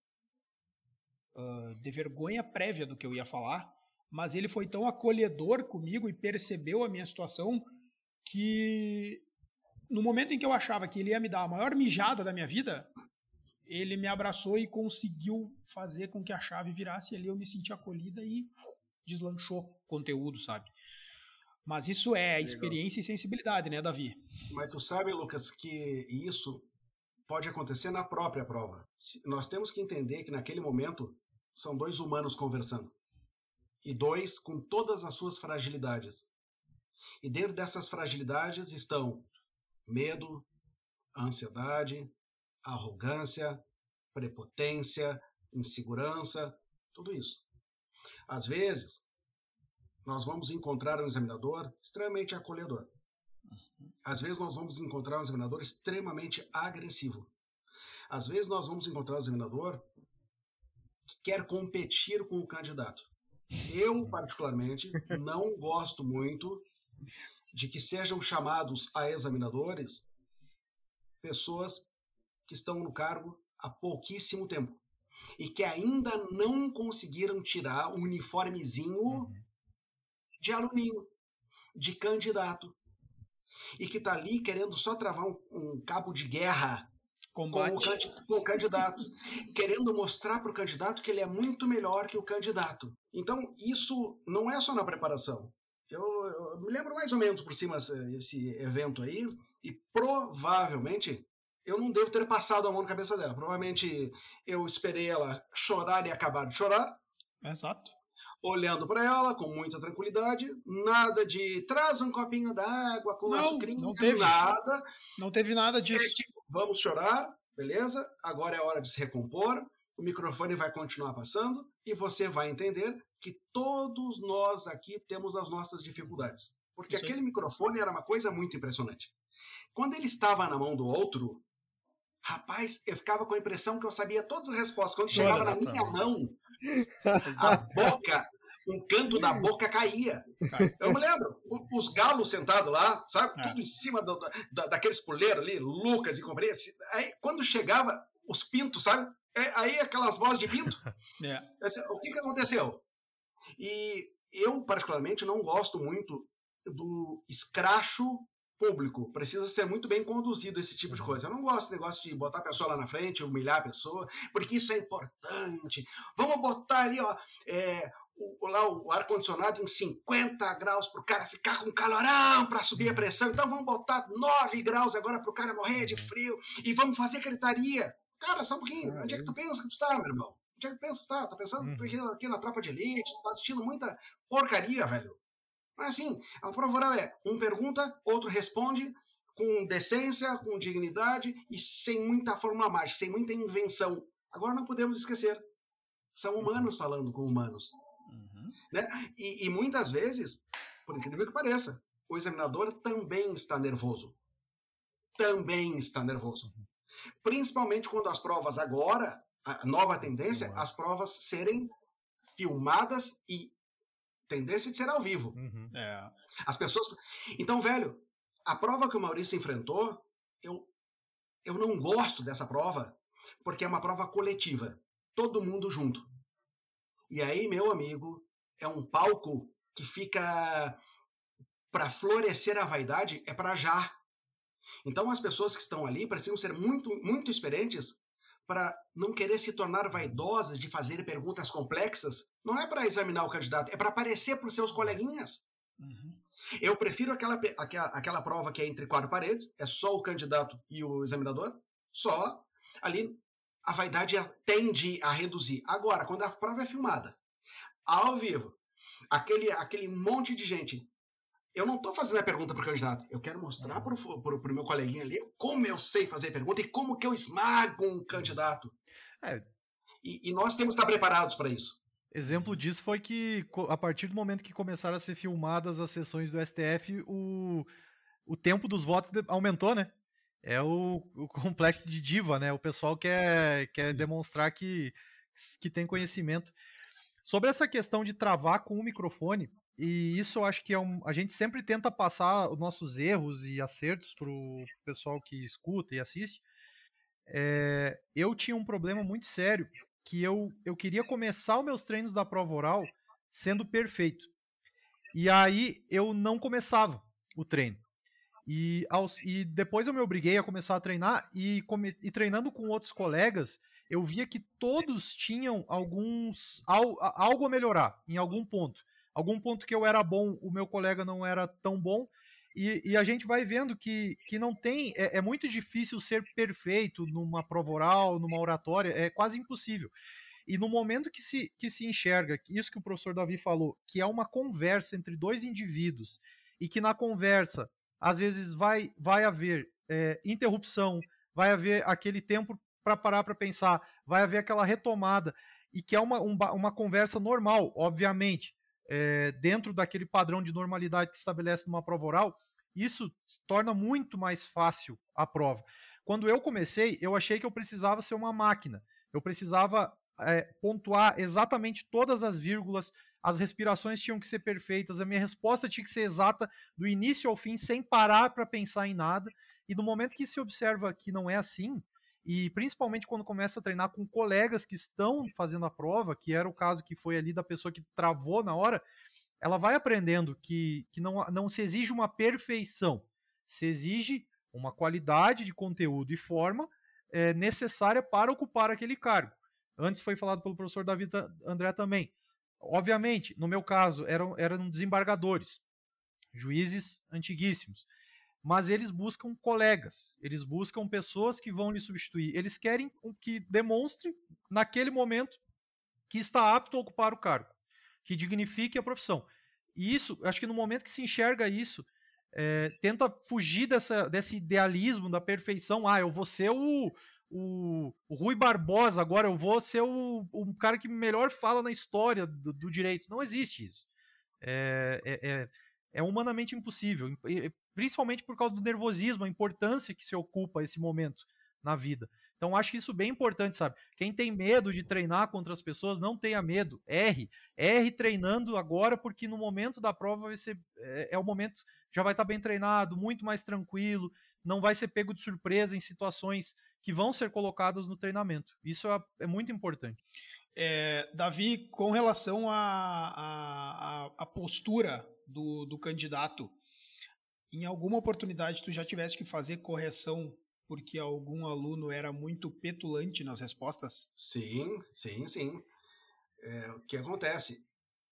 Uh, de vergonha prévia do que eu ia falar. Mas ele foi tão acolhedor comigo e percebeu a minha situação que no momento em que eu achava que ele ia me dar a maior mijada da minha vida, ele me abraçou e conseguiu fazer com que a chave virasse. E ali eu me senti acolhida e deslanchou conteúdo, sabe? Mas isso é Legal. Experiência e sensibilidade, né, Davi? Mas tu sabe, Lucas, que isso pode acontecer na própria prova. Nós temos que entender que naquele momento são dois humanos conversando. E dois com todas as suas fragilidades. E dentro dessas fragilidades estão medo, ansiedade, arrogância, prepotência, insegurança, tudo isso. Às vezes, nós vamos encontrar um examinador extremamente acolhedor. Às vezes nós vamos encontrar um examinador extremamente agressivo. Às vezes nós vamos encontrar um examinador que quer competir com o candidato. Eu, particularmente, não gosto muito de que sejam chamados a examinadores pessoas que estão no cargo há pouquíssimo tempo e que ainda não conseguiram tirar o uniformezinho de aluninho, de candidato. E que está ali querendo só travar um, um cabo de guerra com o, com o candidato, querendo mostrar para o candidato que ele é muito melhor que o candidato. Então, isso não é só na preparação. Eu, eu me lembro mais ou menos por cima esse evento aí, e provavelmente eu não devo ter passado a mão na cabeça dela. Provavelmente eu esperei ela chorar e acabar de chorar. Exato. olhando para ela com muita tranquilidade, nada de traz um copinho d'água com não, açucrinha, não teve nada. Não teve nada disso. É tipo, vamos chorar, beleza? Agora é hora de se recompor, o microfone vai continuar passando e você vai entender que todos nós aqui temos as nossas dificuldades. Porque Isso aí. aquele microfone era uma coisa muito impressionante. Quando ele estava na mão do outro, rapaz, eu ficava com a impressão que eu sabia todas as respostas. Quando chegava na minha mão, a boca, um canto da boca caía. Eu me lembro, os galos sentados lá, sabe? É. Tudo em cima do, da, daqueles puleiros ali, Lucas e companhia. Aí, quando chegava os pintos, sabe? Aí aquelas vozes de pinto. É. Disse, o que, que aconteceu? E eu, particularmente, não gosto muito do escracho público. Precisa ser muito bem conduzido esse tipo de coisa. Eu não gosto desse negócio de botar a pessoa lá na frente, humilhar a pessoa, porque isso é importante. Vamos botar ali, ó, é, o, lá o ar-condicionado em cinquenta graus para o cara ficar com calorão para subir a pressão. Então vamos botar nove graus agora para o cara morrer de frio e vamos fazer gritaria. Cara, só um pouquinho. Ah, onde é que tu pensa que tu tá, meu irmão? Onde é que tu pensa que tu tá? Tá pensando que tu aqui, aqui na tropa de elite, tu tá assistindo muita porcaria, velho. Não é assim. A prova oral é um pergunta, outro responde com decência, com dignidade e sem muita fórmula mágica, sem muita invenção. Agora não podemos esquecer. São humanos falando com humanos. Uhum. Né? E, e muitas vezes, por incrível que pareça, o examinador também está nervoso. Também está nervoso. Uhum. Principalmente quando as provas agora, a nova tendência, as provas serem filmadas e tendência de ser ao vivo. Uhum. É. As pessoas... Então, velho, a prova que o Maurício enfrentou, eu, eu não gosto dessa prova, porque é uma prova coletiva. Todo mundo junto. E aí, meu amigo, é um palco que fica... Para florescer a vaidade, é para já. Então, as pessoas que estão ali precisam ser muito, muito experientes para não querer se tornar vaidosas de fazer perguntas complexas. Não é para examinar o candidato, é para aparecer para os seus coleguinhas. Uhum. Eu prefiro aquela, aquela, aquela prova que é entre quatro paredes, é só o candidato e o examinador, só. Ali a vaidade tende a reduzir. Agora, quando a prova é filmada, ao vivo, aquele, aquele monte de gente... Eu não estou fazendo a pergunta para o candidato. Eu quero mostrar para o meu coleguinha ali como eu sei fazer pergunta e como que eu esmago um candidato. É. E, e nós temos que estar preparados para isso. Exemplo disso foi que, a partir do momento que começaram a ser filmadas as sessões do S T F, o, o tempo dos votos aumentou, né? É o, o complexo de diva, né? O pessoal quer, quer demonstrar que, que tem conhecimento. Sobre essa questão de travar com o microfone, e isso eu acho que é um, a gente sempre tenta passar os nossos erros e acertos para o pessoal que escuta e assiste. É, eu tinha um problema muito sério, que eu, eu queria começar os meus treinos da prova oral sendo perfeito. E aí eu não começava o treino. E, aos, e depois eu me obriguei a começar a treinar e, come, e treinando com outros colegas, eu via que todos tinham alguns al, algo a melhorar em algum ponto. Algum ponto que eu era bom, o meu colega não era tão bom, e, e a gente vai vendo que, que não tem, é, é muito difícil ser perfeito numa prova oral, numa oratória, é quase impossível. E no momento que se, que se enxerga, isso que o professor Davi falou, que é uma conversa entre dois indivíduos, e que na conversa, às vezes vai, vai haver é, interrupção, vai haver aquele tempo para parar para pensar, vai haver aquela retomada, e que é uma, um, uma conversa normal, obviamente, É, dentro daquele padrão de normalidade que se estabelece numa prova oral, isso torna muito mais fácil a prova. Quando eu comecei, eu achei que eu precisava ser uma máquina. Eu precisava é, pontuar exatamente todas as vírgulas, as respirações tinham que ser perfeitas, a minha resposta tinha que ser exata do início ao fim, sem parar para pensar em nada. E no momento que se observa que não é assim, e principalmente quando começa a treinar com colegas que estão fazendo a prova, que era o caso que foi ali da pessoa que travou na hora, ela vai aprendendo que, que não, não se exige uma perfeição, se exige uma qualidade de conteúdo e forma é, necessária para ocupar aquele cargo. Antes foi falado pelo professor Davi André também. Obviamente, no meu caso, eram, eram desembargadores, juízes antiguíssimos. Mas eles buscam colegas, eles buscam pessoas que vão lhe substituir. Eles querem que demonstre, naquele momento, que está apto a ocupar o cargo, que dignifique a profissão. E isso, acho que no momento que se enxerga isso, é, tenta fugir dessa, desse idealismo da perfeição. Ah, eu vou ser o, o, o Rui Barbosa agora, eu vou ser o, o cara que melhor fala na história do, do direito. Não existe isso. É, é, é, é humanamente impossível, principalmente por causa do nervosismo, a importância que se ocupa esse momento na vida. Então, acho isso bem importante, sabe? Quem tem medo de treinar contra as pessoas, não tenha medo. Erre. Erre treinando agora, porque no momento da prova vai ser, é, é o momento, já vai estar bem treinado, muito mais tranquilo, não vai ser pego de surpresa em situações que vão ser colocadas no treinamento. Isso é, é muito importante. É, Davi, com relação à a, a, a postura do, do candidato, em alguma oportunidade tu já tivesse que fazer correção porque algum aluno era muito petulante nas respostas? Sim, sim, sim. É, o que acontece?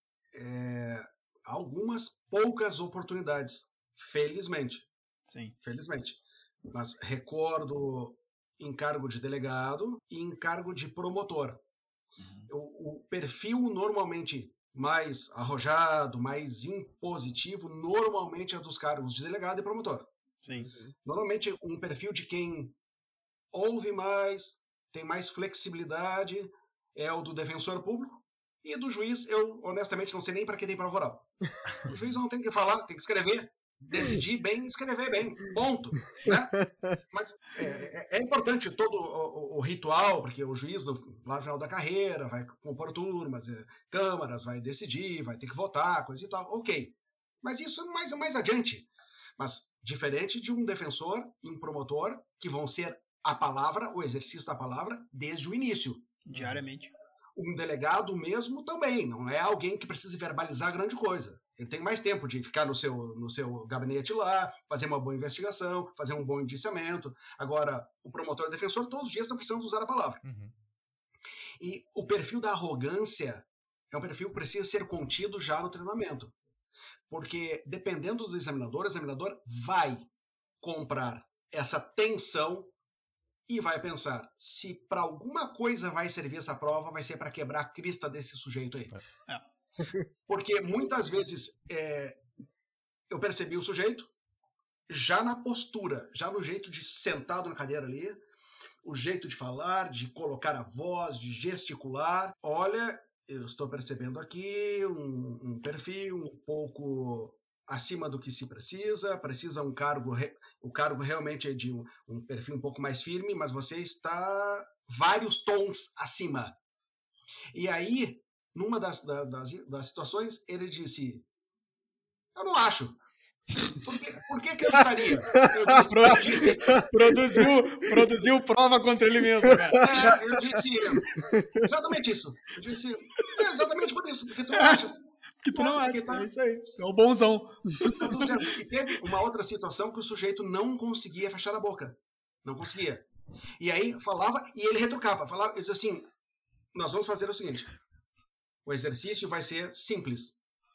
É, algumas poucas oportunidades, felizmente. Sim. Felizmente. Mas recordo encargo de delegado e encargo de promotor. Uhum. O, o perfil normalmente mais arrojado, mais impositivo, normalmente é dos cargos de delegado e promotor. Sim. Normalmente um perfil de quem ouve mais, tem mais flexibilidade, é o do defensor público, e do juiz, eu honestamente não sei nem para que tem prova oral. O juiz não tem que falar, tem que escrever, decidir bem e escrever bem, ponto. Né? Mas é, é, é importante todo o, o, o ritual, porque o juiz, lá no final da carreira, vai compor turmas, é, câmaras, vai decidir, vai ter que votar, coisa e tal, ok. Mas isso é mais, mais adiante. Mas diferente de um defensor e um promotor, que vão ser a palavra, o exercício da palavra, desde o início. Diariamente. Um delegado mesmo também, não é alguém que precisa verbalizar grande coisa. Ele tem mais tempo de ficar no seu, no seu gabinete lá, fazer uma boa investigação, fazer um bom indiciamento. Agora, o promotor e o defensor, todos os dias estão precisando usar a palavra. Uhum. E o perfil da arrogância é um perfil que precisa ser contido já no treinamento. Porque, dependendo do examinador, o examinador vai comprar essa tensão e vai pensar, se para alguma coisa vai servir essa prova, vai ser para quebrar a crista desse sujeito aí. É. Porque muitas vezes é, eu percebi o sujeito já na postura, já no jeito de sentado na cadeira ali, o jeito de falar, de colocar a voz, de gesticular. Olha, eu estou percebendo aqui um, um perfil um pouco acima do que se precisa, precisa um cargo, o cargo realmente é de um, um perfil um pouco mais firme, mas você está vários tons acima. E aí, numa das, das, das situações, ele disse, eu não acho. Por que, por que que eu estaria? Eu disse, eu disse, produziu, produziu prova contra ele mesmo, cara. É, eu disse exatamente isso. Eu disse, é exatamente por isso, porque tu não achas. Que tu não acha, tá... é isso aí. Tu é o bonzão. Tudo certo. E teve uma outra situação que o sujeito não conseguia fechar a boca. Não conseguia. E aí falava, e ele retrucava. Falava, ele dizia assim, nós vamos fazer o seguinte, o exercício vai ser simples.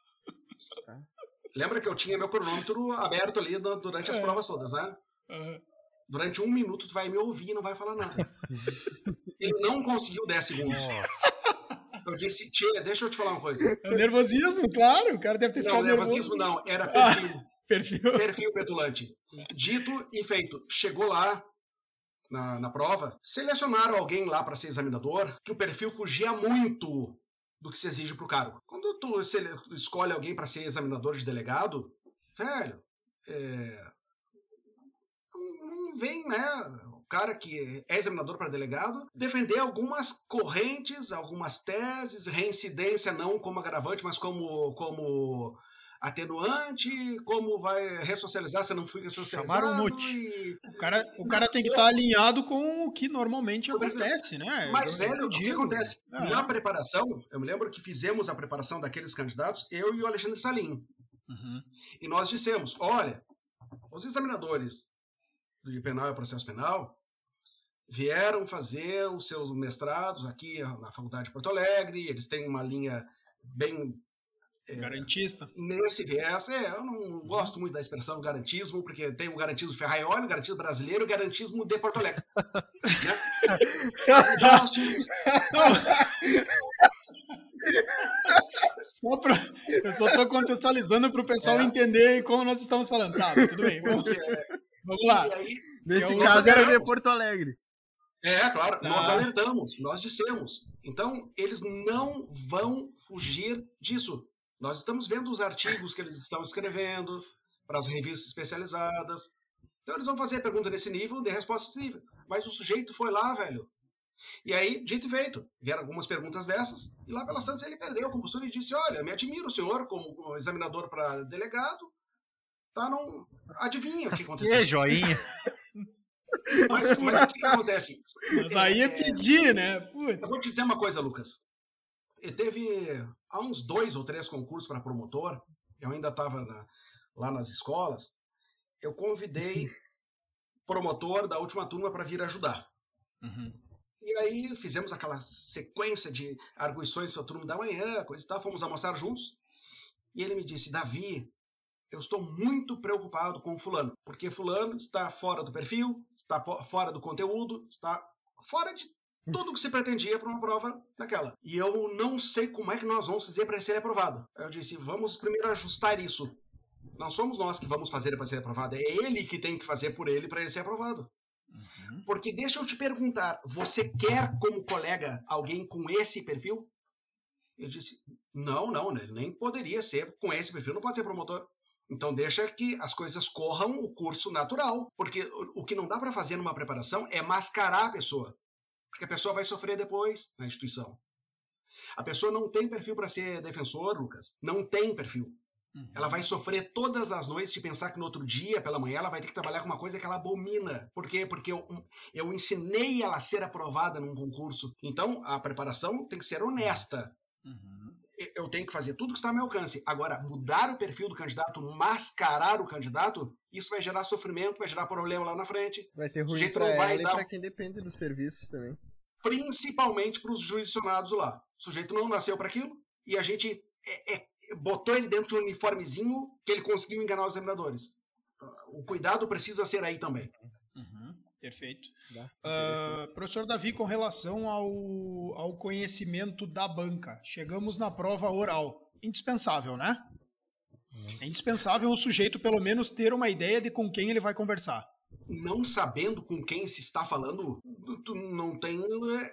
Lembra que eu tinha meu cronômetro aberto ali durante as é. provas todas, né? Uhum. Durante um minuto tu vai me ouvir e não vai falar nada. Ele não conseguiu dez segundos. Eu disse, tia, deixa eu te falar uma coisa. É nervosismo, claro. O cara deve ter não, ficado nervoso. Não, nervosismo não. Era perfil. Ah, perfil. Perfil petulante. Dito e feito. Chegou lá na, na prova, selecionaram alguém lá para ser examinador que o perfil fugia muito do que se exige para o cargo. Quando tu escolhe alguém para ser examinador de delegado, velho, é, não vem, né, o cara que é examinador para delegado defender algumas correntes, algumas teses, reincidência não como agravante, mas como, como atenuante, como vai ressocializar se não foi ressocializado. Chamaram Nute. E... O cara, o cara tem que estar tá alinhado com o que normalmente acontece, né? Mas, eu, velho, eu o que acontece? É. Na preparação, eu me lembro que fizemos a preparação daqueles candidatos, eu e o Alexandre Salim. Uhum. E nós dissemos, olha, os examinadores de penal e processo penal vieram fazer os seus mestrados aqui na Faculdade de Porto Alegre, eles têm uma linha bem... É, garantista. Nesse viés, é, eu não uhum. gosto muito da expressão garantismo, porque tem o garantismo Ferraioli, o garantismo brasileiro e o garantismo de Porto Alegre. Né? Só pra, eu só tô contextualizando para o pessoal é. entender como nós estamos falando. Tá, tudo bem. Vamos, vamos lá. E aí, nesse caso era de Porto Alegre. É, claro. Tá. Nós alertamos, nós dissemos. Então, eles não vão fugir disso. Nós estamos vendo os artigos que eles estão escrevendo para as revistas especializadas. Então, eles vão fazer a pergunta nesse nível, de resposta nesse nível. Mas o sujeito foi lá, velho. E aí, dito e feito, vieram algumas perguntas dessas, e lá pelas tantas ele perdeu a compostura e disse, olha, me admiro o senhor como examinador para delegado, tá, não... adivinha o que aconteceu. Que joinha! Mas, mas o que, que acontece? Mas aí é, é pedir, né? Puta. Eu vou te dizer uma coisa, Lucas. Eu teve há uns dois ou três concursos para promotor, eu ainda estava na, lá nas escolas, eu convidei promotor da última turma para vir ajudar. Uhum. E aí fizemos aquela sequência de arguições para a turma da manhã, coisa e tal, fomos almoçar juntos. E ele me disse, Davi, eu estou muito preocupado com fulano, porque fulano está fora do perfil, está fora do conteúdo, está fora de tudo que se pretendia para uma prova daquela. E eu não sei como é que nós vamos fazer para ele ser aprovado. Eu disse, vamos primeiro ajustar isso. Não somos nós que vamos fazer para ser aprovado, é ele que tem que fazer por ele para ele ser aprovado. Uhum. Porque deixa eu te perguntar, você quer como colega alguém com esse perfil? Eu disse, não, não, ele nem poderia ser com esse perfil, não pode ser promotor. Então deixa que as coisas corram o curso natural, porque o que não dá para fazer numa preparação é mascarar a pessoa, porque a pessoa vai sofrer depois na instituição. A pessoa não tem perfil para ser defensor, Lucas, não tem perfil. Uhum. Ela vai sofrer todas as noites de pensar que no outro dia, pela manhã, ela vai ter que trabalhar com uma coisa que ela abomina. Por quê? Porque eu, eu ensinei ela a ser aprovada num concurso. Então, a preparação tem que ser honesta. Uhum. Eu tenho que fazer tudo que está ao meu alcance. Agora, mudar o perfil do candidato, mascarar o candidato, isso vai gerar sofrimento, vai gerar problema lá na frente. Vai ser ruim para ela e para quem depende do serviço também. Principalmente para os jurisdicionados lá. O sujeito não nasceu para aquilo e a gente é, é, botou ele dentro de um uniformezinho que ele conseguiu enganar os examinadores. O cuidado precisa ser aí também. Uhum, perfeito. Uh, professor Davi, com relação ao, ao conhecimento da banca, chegamos na prova oral. Indispensável, né? É indispensável o sujeito, pelo menos, ter uma ideia de com quem ele vai conversar. Não sabendo com quem se está falando, tu não tem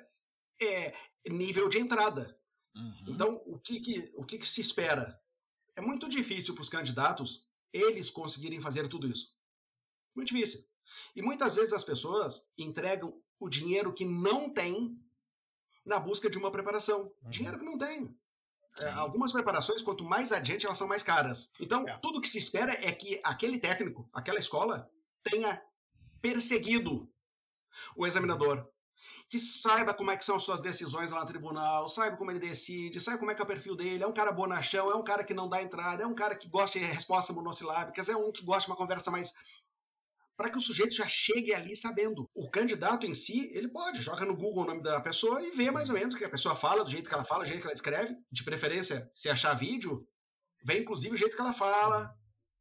é, nível de entrada. Uhum. Então, o, que, que, o que, que se espera? É muito difícil para os candidatos eles conseguirem fazer tudo isso. Muito difícil. E muitas vezes as pessoas entregam o dinheiro que não tem na busca de uma preparação. Uhum. Dinheiro que não tem. É, algumas preparações, quanto mais adiante, elas são mais caras. Então, é. tudo que se espera é que aquele técnico, aquela escola, tenha perseguido o examinador. Que saiba como é que são as suas decisões lá no tribunal, saiba como ele decide, saiba como é que é o perfil dele, é um cara bonachão, é um cara que não dá entrada, é um cara que gosta de respostas monossilábicas, é um que gosta de uma conversa mais... Para que o sujeito já chegue ali sabendo. O candidato em si, ele pode, joga no Google o nome da pessoa e vê mais ou menos o que a pessoa fala, do jeito que ela fala, do jeito que ela escreve, de preferência, se achar vídeo, vê inclusive o jeito que ela fala.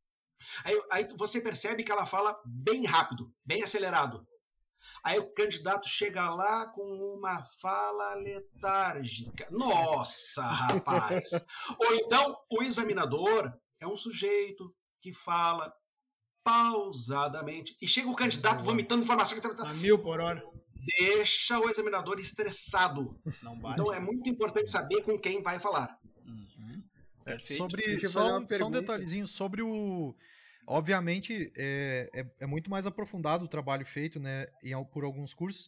Aí, aí você percebe que ela fala bem rápido, bem acelerado. Aí o candidato chega lá com uma fala letárgica. Nossa, rapaz! Ou então, o examinador é um sujeito que fala pausadamente. E chega o candidato vomitando informação. A mil por hora. Deixa o examinador estressado. Não bate. Então é muito importante saber com quem vai falar. Uhum. Perfeito. Sobre, só, um, só um detalhezinho sobre o... Obviamente, é, é, é muito mais aprofundado o trabalho feito, né, em, por alguns cursos.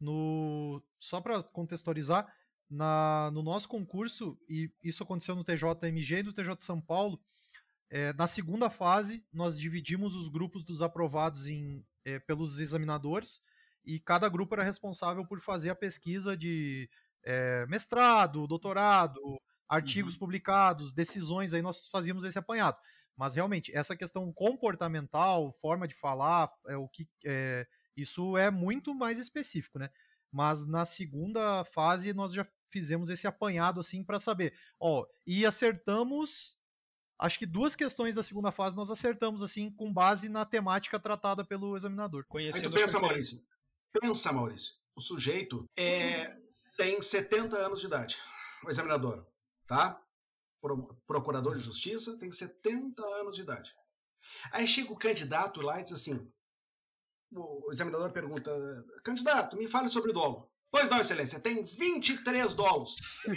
No, só para contextualizar, na, no nosso concurso, e isso aconteceu no T J M G e no T J São Paulo, é, na segunda fase, nós dividimos os grupos dos aprovados em, é, pelos examinadores, e cada grupo era responsável por fazer a pesquisa de é, mestrado, doutorado, artigos uhum. publicados, decisões, aí nós fazíamos esse apanhado. Mas, realmente, essa questão comportamental, forma de falar, é, o que, é, isso é muito mais específico, né? Mas, na segunda fase, nós já fizemos esse apanhado, assim, para saber. Ó, e acertamos, acho que duas questões da segunda fase nós acertamos, assim, com base na temática tratada pelo examinador. Conhecendo Aí tu pensa, Maurício. Pensa, Maurício. O sujeito é, tem setenta anos de idade, o examinador, tá? procurador de justiça, tem setenta anos de idade. Aí chega o candidato lá e diz assim, o examinador pergunta, candidato, me fale sobre o dolo. Pois não, excelência, tem vinte e três dolos.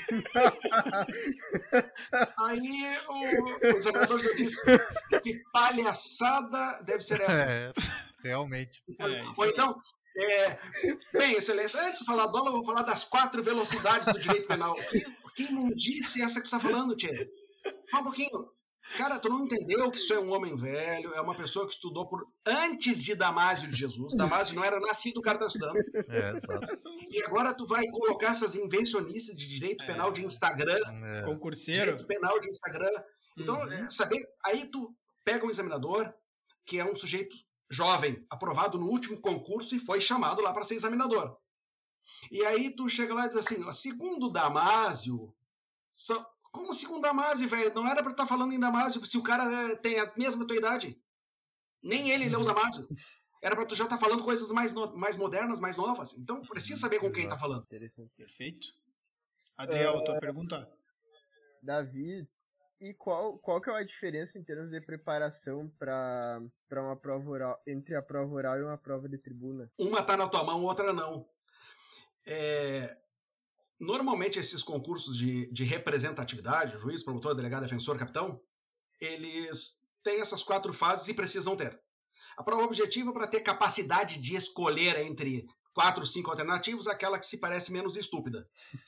Aí o, o examinador já disse, que palhaçada deve ser essa. É, realmente. É, Ou então, é, bem, excelência, antes de falar dolo, eu vou falar das quatro velocidades do direito penal. Que, que imundice essa que você está falando, Tchê? Fala um pouquinho. Cara, tu não entendeu que isso é um homem velho, é uma pessoa que estudou por antes de Damásio de Jesus. Damásio não era nascido, o cara tá estudando. É, exato. E agora tu vai colocar essas invencionices de direito penal é. de Instagram. É. Concurseiro. Direito penal de Instagram. Então, uhum. é, saber... Aí tu pega um examinador, que é um sujeito jovem, aprovado no último concurso e foi chamado lá para ser examinador. E aí tu chega lá e diz assim, ó, segundo Damásio... Só... Como segundo Damásio, velho? Não era pra estar falando em Damásio se o cara tem a mesma tua idade. Nem ele leu Damásio. Era pra tu já estar tá falando coisas mais, no... mais modernas, mais novas. Então precisa saber com quem tá falando. Perfeito. Adriel, uh, tua pergunta? Davi, e qual, qual que é a diferença em termos de preparação para uma prova oral, entre a prova oral e uma prova de tribuna? Uma tá na tua mão, outra não. É... Normalmente, esses concursos de, de representatividade, juiz, promotor, delegado, defensor, capitão, eles têm essas quatro fases e precisam ter. A prova objetiva, para ter capacidade de escolher entre quatro, cinco alternativas, aquela que se parece menos estúpida.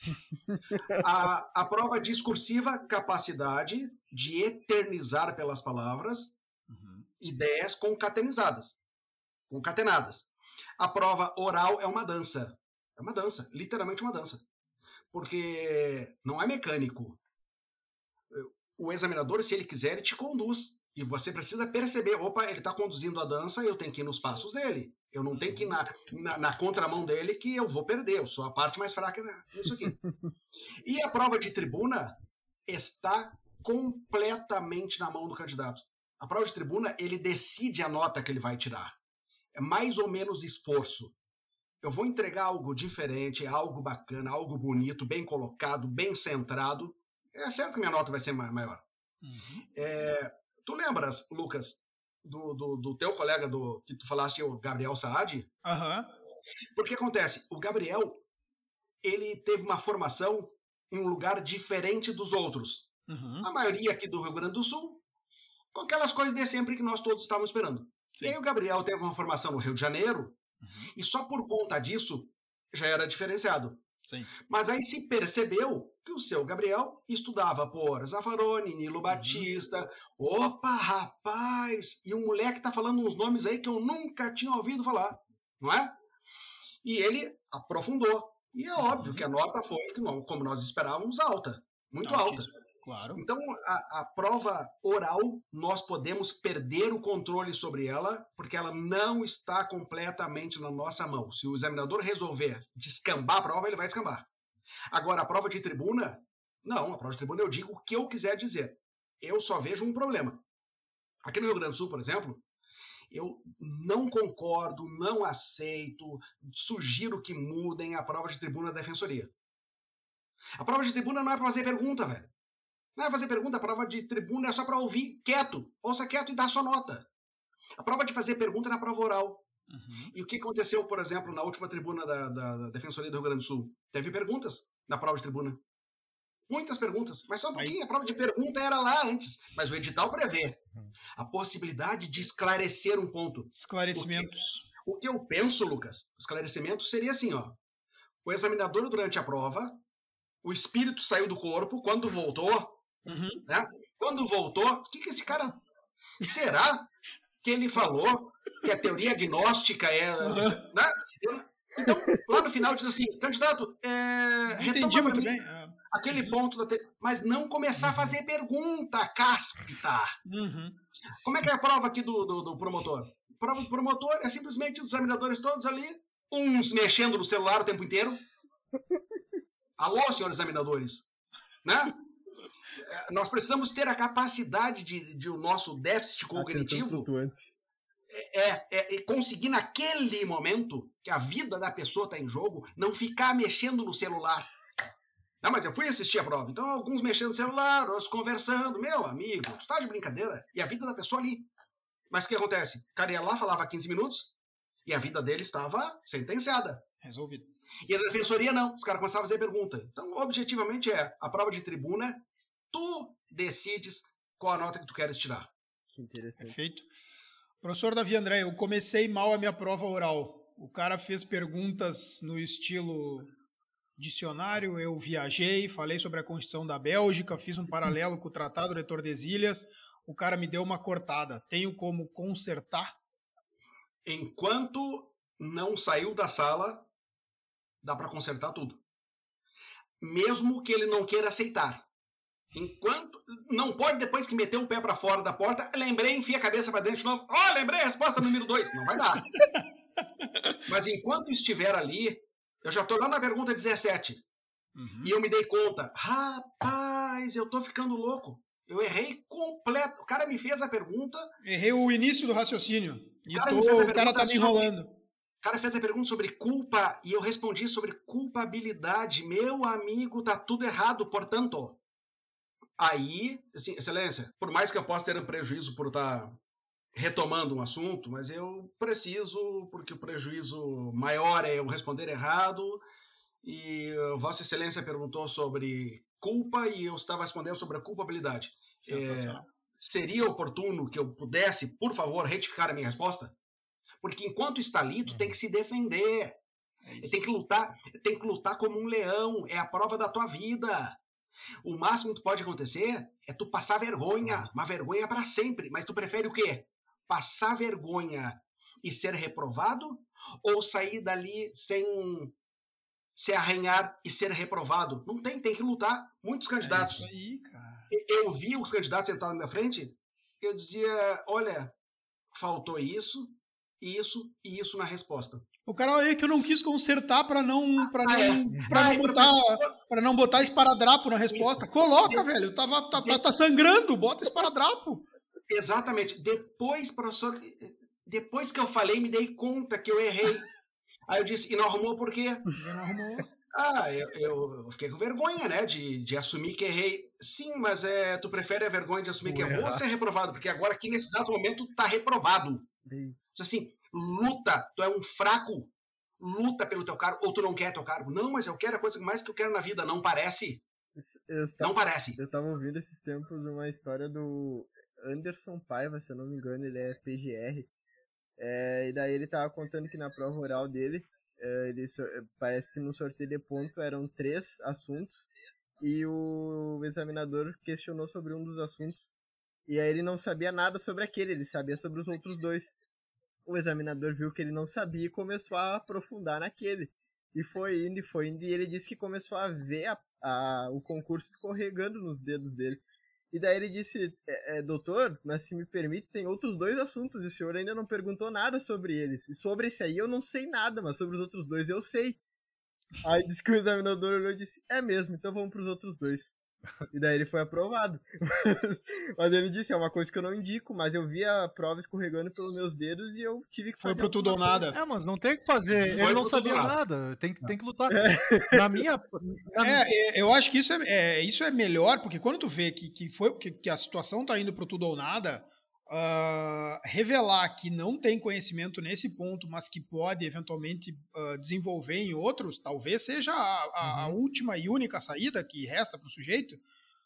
A, a prova discursiva, capacidade de eternizar pelas palavras uhum. ideias concatenizadas, concatenadas. A prova oral é uma dança. É uma dança, literalmente uma dança. Porque não é mecânico. O examinador, se ele quiser, ele te conduz. E você precisa perceber, opa, ele está conduzindo a dança, eu tenho que ir nos passos dele. Eu não tenho que ir na, na, na contramão dele que eu vou perder. Eu sou a parte mais fraca nisso aqui. E a prova de tribuna está completamente na mão do candidato. A prova de tribuna, ele decide a nota que ele vai tirar. É mais ou menos esforço. Eu vou entregar algo diferente, algo bacana, algo bonito, bem colocado, bem centrado. É certo que minha nota vai ser maior. Uhum. É, tu lembras, Lucas, do, do, do teu colega do, que tu falaste, o Gabriel Saad? Aham. Uhum. Porque acontece, o Gabriel, ele teve uma formação em um lugar diferente dos outros. Uhum. A maioria aqui do Rio Grande do Sul, com aquelas coisas de sempre que nós todos estávamos esperando. Sim. E aí o Gabriel teve uma formação no Rio de Janeiro, uhum. e só por conta disso já era diferenciado. Sim. Mas aí se percebeu que o seu Gabriel estudava por Zaffaroni, Nilo uhum. Batista. Opa, rapaz! E um moleque tá falando uns nomes aí que eu nunca tinha ouvido falar, não é? E ele aprofundou. E é óbvio uhum. que a nota foi, como nós esperávamos, alta. Muito Altíssimo. alta. Claro. Então, a, a prova oral, nós podemos perder o controle sobre ela, porque ela não está completamente na nossa mão. Se o examinador resolver descambar a prova, ele vai descambar. Agora, a prova de tribuna, não. A prova de tribuna eu digo o que eu quiser dizer. Eu só vejo um problema. Aqui no Rio Grande do Sul, por exemplo, eu não concordo, não aceito, sugiro que mudem a prova de tribuna da defensoria. A prova de tribuna não é para fazer pergunta, velho. Não é fazer pergunta, a prova de tribuna é só para ouvir quieto. Ouça quieto e dá sua nota. A prova de fazer pergunta é na prova oral. Uhum. E o que aconteceu, por exemplo, na última tribuna da, da, da Defensoria do Rio Grande do Sul? Teve perguntas na prova de tribuna. Muitas perguntas. Mas só um pouquinho, a prova de pergunta era lá antes. Mas o edital prevê a possibilidade de esclarecer um ponto. Esclarecimentos. O que, o que eu penso, Lucas, o esclarecimento seria assim, ó. O examinador, durante a prova, o espírito saiu do corpo, quando voltou... Uhum. Né? Quando voltou, o que, que esse cara... Será que ele falou que a teoria agnóstica é... Uhum. Né? Eu, então, lá no final diz assim, candidato, é, entendi muito mim, bem. Aquele uhum. ponto, da te... mas não começar uhum. a fazer pergunta, cáspita. Uhum. Como é que é a prova aqui do, do, do promotor? A prova do promotor é simplesmente os examinadores todos ali, uns mexendo no celular o tempo inteiro. Alô, senhores examinadores, né? Nós precisamos ter a capacidade de, de o nosso déficit cognitivo é, é, é conseguir naquele momento que a vida da pessoa está em jogo, não ficar mexendo no celular. Não, mas eu fui assistir a prova. Então, alguns mexendo no celular, outros conversando. Meu amigo, tu tá de brincadeira? E a vida da pessoa ali. Mas o que acontece? O cara ia lá, falava quinze minutos, e a vida dele estava sentenciada. Resolvido. E a defensoria não. Os caras começavam a fazer pergunta. Então, objetivamente, é a prova de tribuna, tu decides qual a nota que tu queres tirar. Que interessante. Perfeito. Professor Davi André, eu comecei mal a minha prova oral. O cara fez perguntas no estilo dicionário, eu viajei, falei sobre a Constituição da Bélgica, fiz um paralelo com o Tratado de Tordesilhas, o cara me deu uma cortada. Tenho como consertar? Enquanto não saiu da sala, dá para consertar tudo. Mesmo que ele não queira aceitar. Enquanto não pode, depois que meter o pé para fora da porta, lembrei, enfia a cabeça para dentro de novo. Ó, oh, lembrei a resposta número dois. Não vai dar. Mas enquanto estiver ali, eu já tô lá na pergunta dezessete. Uhum. E eu me dei conta. Rapaz, eu tô ficando louco. Eu errei completo. O cara me fez a pergunta. Errei o início do raciocínio. E o cara, tô, o cara tá me enrolando. Sobre... O cara fez a pergunta sobre culpa e eu respondi sobre culpabilidade. Meu amigo, tá tudo errado, portanto. Aí, assim, excelência, por mais que eu possa ter um prejuízo por estar retomando um assunto, mas eu preciso, porque o prejuízo maior é eu responder errado, e Vossa Excelência perguntou sobre culpa e eu estava respondendo sobre a culpabilidade. Sensacional. É, seria oportuno que eu pudesse, por favor, retificar a minha resposta? Porque enquanto está ali, tu tem que se defender. É tem que lutar, tem que lutar como um leão, é a prova da tua vida. O máximo que pode acontecer é tu passar vergonha, uma vergonha para sempre. Mas tu prefere o quê? Passar vergonha e ser reprovado? Ou sair dali sem se arranhar e ser reprovado? Não tem, tem que lutar. Muitos candidatos. É isso aí, cara. Eu vi os candidatos sentados na minha frente, eu dizia, olha, faltou isso, isso e isso na resposta. O cara aí que eu não quis consertar para não para não, é. pra Ai, não botar para não botar esparadrapo na resposta. Isso. Coloca, de... velho. Tava tá, de... tá sangrando, bota esparadrapo. Exatamente. Depois, professor, depois que eu falei, me dei conta que eu errei. Aí eu disse, e não arrumou por quê? Não arrumou. Ah, eu, eu fiquei com vergonha, né, de, de assumir que errei. Sim, mas é, tu prefere a vergonha de assumir Ué. que errou ou ser reprovado? Porque agora aqui nesse exato momento tu tá reprovado. Bem. Assim, luta, tu é um fraco, luta pelo teu cargo, ou tu não quer teu cargo. Não, mas eu quero a coisa mais que eu quero na vida, não parece? Eu tava, não parece. Eu tava ouvindo esses tempos uma história do Anderson Paiva, se eu não me engano, ele é P G R, é, e daí ele tava contando que na prova oral dele, é, ele, parece que no sorteio de ponto eram três assuntos, e o examinador questionou sobre um dos assuntos, e aí ele não sabia nada sobre aquele, ele sabia sobre os outros dois. O examinador viu que ele não sabia e começou a aprofundar naquele. E foi indo, e foi indo, e ele disse que começou a ver a, a, o concurso escorregando nos dedos dele. E daí ele disse, é, é, doutor, mas se me permite, tem outros dois assuntos, e o senhor ainda não perguntou nada sobre eles. E sobre esse aí eu não sei nada, mas sobre os outros dois eu sei. Aí disse que o examinador olhou e disse, é mesmo, então vamos para os outros dois. E daí ele foi aprovado. Mas ele disse, é uma coisa que eu não indico, mas eu vi a prova escorregando pelos meus dedos e eu tive que fazer. Foi pro tudo ou nada. É, mas não tem o que fazer. Foi ele não sabia nada. nada. Tem, tem que lutar. É. Na minha. Na... É, eu acho que isso é, é, isso é melhor, porque quando tu vê que, que, foi, que, que a situação tá indo pro tudo ou nada, uh, revelar que não tem conhecimento nesse ponto, mas que pode eventualmente uh, desenvolver em outros, talvez seja a, a, uhum. a última e única saída que resta pro sujeito.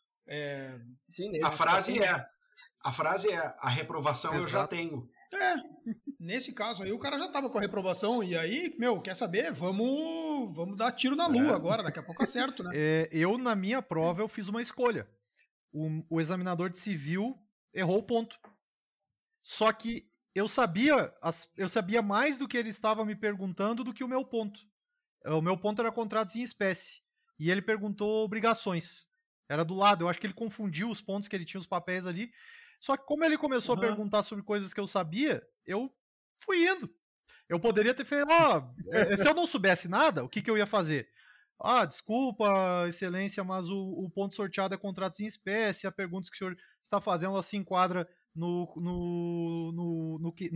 É, Sim, a frase situação... é a frase é a reprovação Exato. eu já tenho. É, nesse caso aí o cara já tava com a reprovação e aí, meu, quer saber? Vamos, vamos dar tiro na lua é. agora, daqui a pouco acerto, né? É, eu, na minha prova, eu fiz uma escolha. O, o examinador de civil errou o ponto. Só que eu sabia, as, eu sabia mais do que ele estava me perguntando do que o meu ponto. O meu ponto era contratos em espécie. E ele perguntou obrigações. Era do lado. Eu acho que ele confundiu os pontos que ele tinha os papéis ali. Só que como ele começou uhum. a perguntar sobre coisas que eu sabia, eu fui indo. Eu poderia ter feito, ó, oh, se eu não soubesse nada, o que, que eu ia fazer? Ah, desculpa, excelência, mas o, o ponto sorteado é contratos em espécie, a pergunta que o senhor está fazendo, ela se enquadra no, no, no, no, no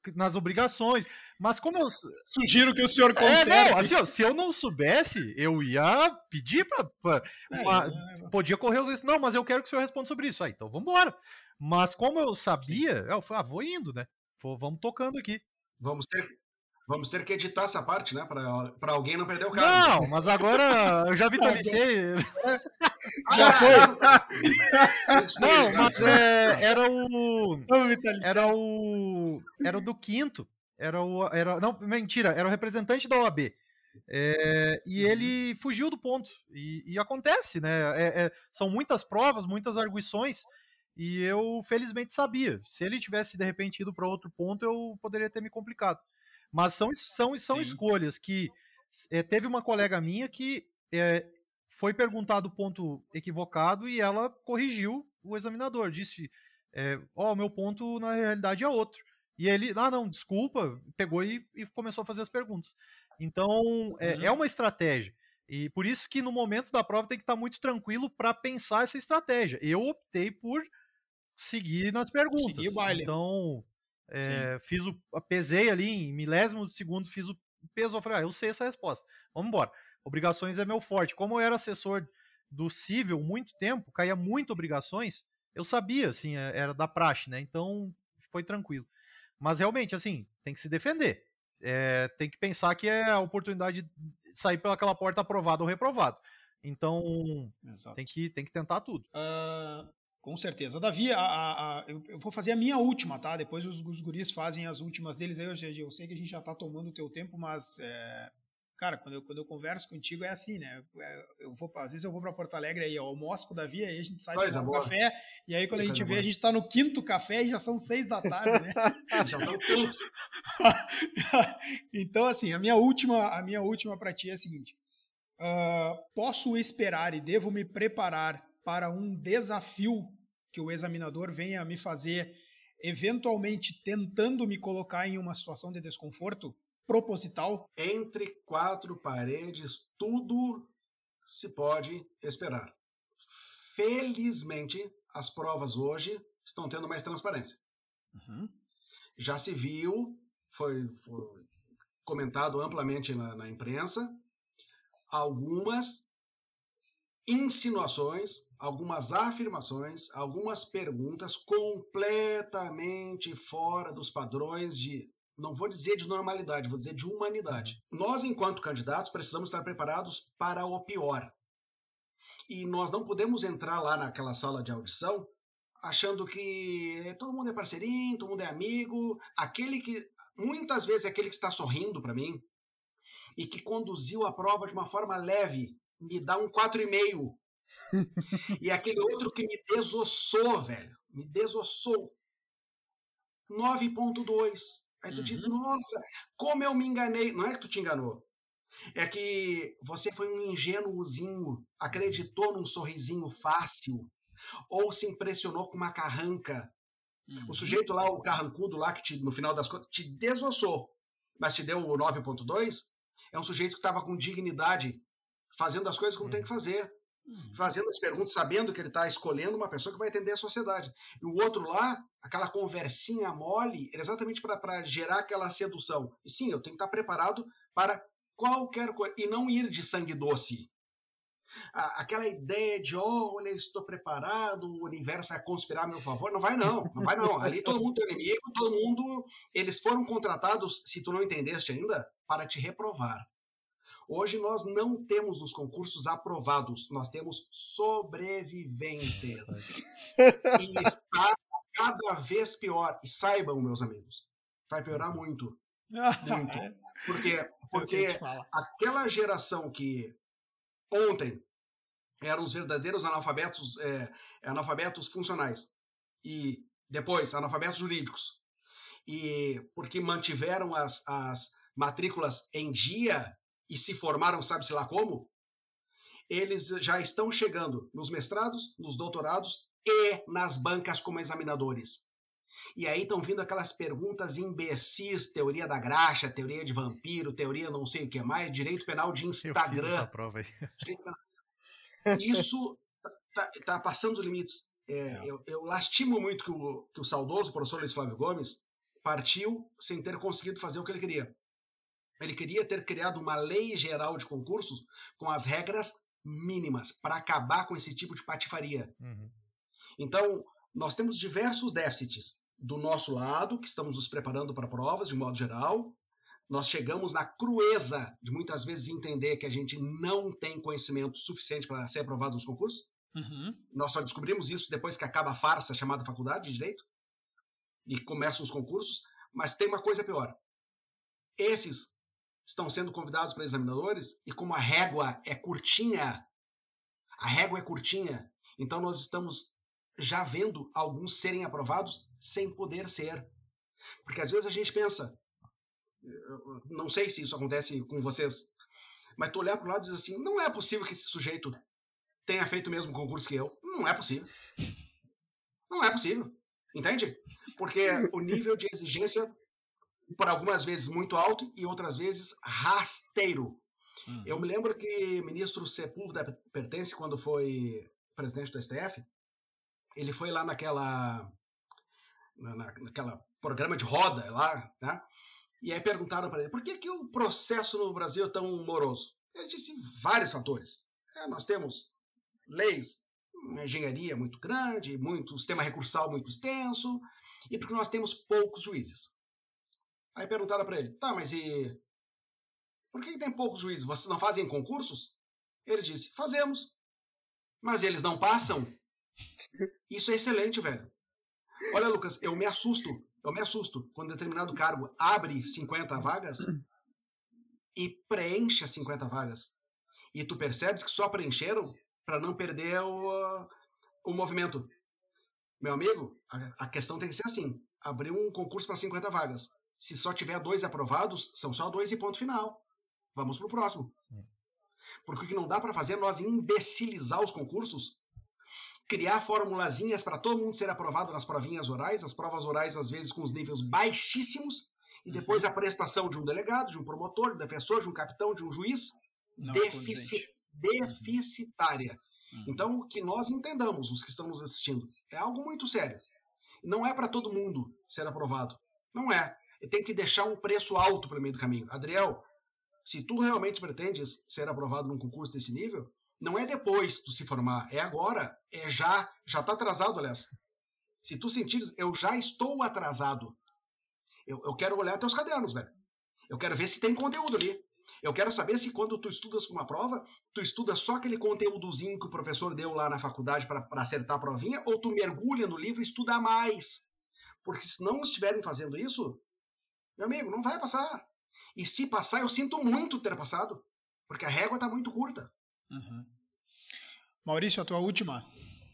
nas obrigações, mas como eu... Sugiro que o senhor conserte. É, não, assim, ó, se eu não soubesse, eu ia pedir pra... pra É, uma, é, é. Podia correr o risco, não, mas eu quero que o senhor responda sobre isso. Ah, então vambora. Mas como eu sabia, eu falei, ah, vou indo, né? Vou, vamos tocando aqui. Vamos ter, vamos ter que editar essa parte, né? Pra, pra alguém não perder o cargo. Não, mas agora eu já vitalicei. Já foi? Não, mas é, era o... Vamos vitalizar. Era o... Era o do quinto. Era o... Era, não, mentira. Era o representante da O A B. É, e ele fugiu do ponto. E, e acontece, né? É, é, são muitas provas, muitas arguições. E eu, felizmente, sabia. Se ele tivesse, de repente, ido para outro ponto, eu poderia ter me complicado. Mas são, são, são escolhas que... É, teve uma colega minha que é, foi perguntado o ponto equivocado e ela corrigiu o examinador. Disse, é, ó, o meu ponto, na realidade, é outro. E ele, ah, não, desculpa, pegou e, e começou a fazer as perguntas. Então, é, uhum. é uma estratégia. E por isso que no momento da prova tem que estar muito tranquilo para pensar essa estratégia. Eu optei por seguir nas perguntas. Seguir o baile. Então, é, fiz o, pesei ali em milésimos de segundo, fiz o peso, eu falei, ah, eu sei essa resposta. Vamos embora. Obrigações é meu forte. Como eu era assessor do Cível muito tempo, caía muito obrigações, eu sabia, assim, era da praxe, né? Então, foi tranquilo. Mas realmente, assim, tem que se defender. É, tem que pensar que é a oportunidade de sair pelaquela porta aprovado ou reprovado. Então, tem que, tem que tentar tudo. Uh, com certeza. Davi, a, a, a, eu, eu vou fazer a minha última, tá? Depois os, os guris fazem as últimas deles. Eu, eu sei que a gente já tá tomando o teu tempo, mas... É... Cara, quando eu, quando eu converso contigo é assim, né? Eu vou, às vezes eu vou para Porto Alegre aí, eu almoço com o Davi, aí a gente sai de um café, e aí quando a gente vê, a gente tá no quinto café e já são seis da tarde, né? Já tá no quinto. Então, assim, a minha última, a minha última para ti é a seguinte: uh, posso esperar e devo me preparar para um desafio que o examinador venha me fazer, eventualmente tentando me colocar em uma situação de desconforto? Proposital? Entre quatro paredes, tudo se pode esperar. Felizmente, as provas hoje estão tendo mais transparência. Uhum. Já se viu, foi, foi comentado amplamente na, na imprensa, algumas insinuações, algumas afirmações, algumas perguntas completamente fora dos padrões de... Não vou dizer de normalidade, vou dizer de humanidade. Nós, enquanto candidatos, precisamos estar preparados para o pior. E nós não podemos entrar lá naquela sala de audição achando que todo mundo é parceirinho, todo mundo é amigo. Aquele que, muitas vezes, é aquele que está sorrindo para mim e que conduziu a prova de uma forma leve, me dá um quatro vírgula cinco. E aquele outro que me desossou, velho, me desossou. nove vírgula dois. Aí tu uhum. diz, nossa, como eu me enganei. Não é que tu te enganou. É que você foi um ingênuozinho, acreditou num sorrisinho fácil, ou se impressionou com uma carranca. Uhum. O sujeito lá, o carrancudo lá, que te, no final das contas, te desossou, mas te deu o nove vírgula dois, é um sujeito que estava com dignidade, fazendo as coisas como uhum. tem que fazer. Fazendo as perguntas, sabendo que ele está escolhendo uma pessoa que vai atender a sociedade. E o outro lá, aquela conversinha mole, era exatamente para gerar aquela sedução. E sim, eu tenho que estar preparado para qualquer coisa, e não ir de sangue doce. Aquela ideia de, oh, olha, estou preparado, o universo vai conspirar a meu favor. Não vai não, não vai não. Ali todo mundo é inimigo, todo mundo... Eles foram contratados, se tu não entendeste ainda, para te reprovar. Hoje nós não temos nos concursos aprovados, nós temos sobreviventes. E está cada vez pior. E saibam, meus amigos, vai piorar muito. Muito. Por quê? Porque aquela geração que ontem eram os verdadeiros analfabetos, é, analfabetos funcionais e depois analfabetos jurídicos, e porque mantiveram as, as matrículas em dia e se formaram, sabe-se lá como, eles já estão chegando nos mestrados, nos doutorados e nas bancas como examinadores. E aí estão vindo aquelas perguntas imbecis, teoria da graxa, teoria de vampiro, teoria não sei o que mais, direito penal de Instagram. Eu fiz essa prova aí. Isso está tá passando os limites. É, é. Eu, eu lastimo muito que o, que o saudoso professor Luiz Flávio Gomes partiu sem ter conseguido fazer o que ele queria. Ele queria ter criado uma lei geral de concursos com as regras mínimas para acabar com esse tipo de patifaria. Uhum. Então, nós temos diversos déficits do nosso lado, que estamos nos preparando para provas, de modo geral. Nós chegamos na crueza de muitas vezes entender que a gente não tem conhecimento suficiente para ser aprovado nos concursos. Uhum. Nós só descobrimos isso depois que acaba a farsa chamada faculdade de Direito e começam os concursos. Mas tem uma coisa pior. Esses estão sendo convidados para examinadores e como a régua é curtinha, a régua é curtinha, então nós estamos já vendo alguns serem aprovados sem poder ser. Porque às vezes a gente pensa, não sei se isso acontece com vocês, mas tu olhar para o lado e dizer assim, não é possível que esse sujeito tenha feito o mesmo concurso que eu. Não é possível. Não é possível. Entende? Porque o nível de exigência por algumas vezes muito alto e outras vezes rasteiro. Uhum. Eu me lembro que o ministro Sepúlveda Pertence, quando foi presidente do S T F, ele foi lá naquela, na, naquela programa de roda lá, né? E aí perguntaram para ele, por que, que o processo no Brasil é tão moroso? Ele disse vários fatores. É, nós temos leis, uma engenharia muito grande, muito, um sistema recursal muito extenso, e porque nós temos poucos juízes. Aí perguntaram para ele, tá, mas e por que tem poucos juízes? Vocês não fazem concursos? Ele disse, fazemos. Mas eles não passam? Isso é excelente, velho. Olha, Lucas, eu me assusto, eu me assusto quando determinado cargo abre cinquenta vagas e preenche as cinquenta vagas. E tu percebes que só preencheram para não perder o, o movimento. Meu amigo, a, a questão tem que ser assim. Abriu um concurso para cinquenta vagas. Se só tiver dois aprovados, são só dois e ponto final. Vamos pro próximo. Porque o que não dá para fazer é nós imbecilizar os concursos, criar formulazinhas para todo mundo ser aprovado nas provinhas orais, as provas orais às vezes com os níveis baixíssimos, e depois a prestação de um delegado, de um promotor, de um defensor, de um capitão, de um juiz, defici- deficitária. Uhum. Então, o que nós entendamos, os que estão nos assistindo, é algo muito sério. Não é para todo mundo ser aprovado. Não é. Tem que deixar um preço alto para o meio do caminho. Adriel, se tu realmente pretendes ser aprovado num concurso desse nível, não é depois tu se formar, é agora, é já, já tá atrasado, aliás. Se tu sentires, eu já estou atrasado. Eu, eu quero olhar teus cadernos, velho. Eu quero ver se tem conteúdo ali. Eu quero saber se quando tu estudas para uma prova, tu estuda só aquele conteúdozinho que o professor deu lá na faculdade para acertar a provinha, ou tu mergulha no livro e estuda mais. Porque se não estiverem fazendo isso, meu amigo, não vai passar. E se passar, eu sinto muito ter passado, porque a régua está muito curta. Uhum. Maurício, a tua última.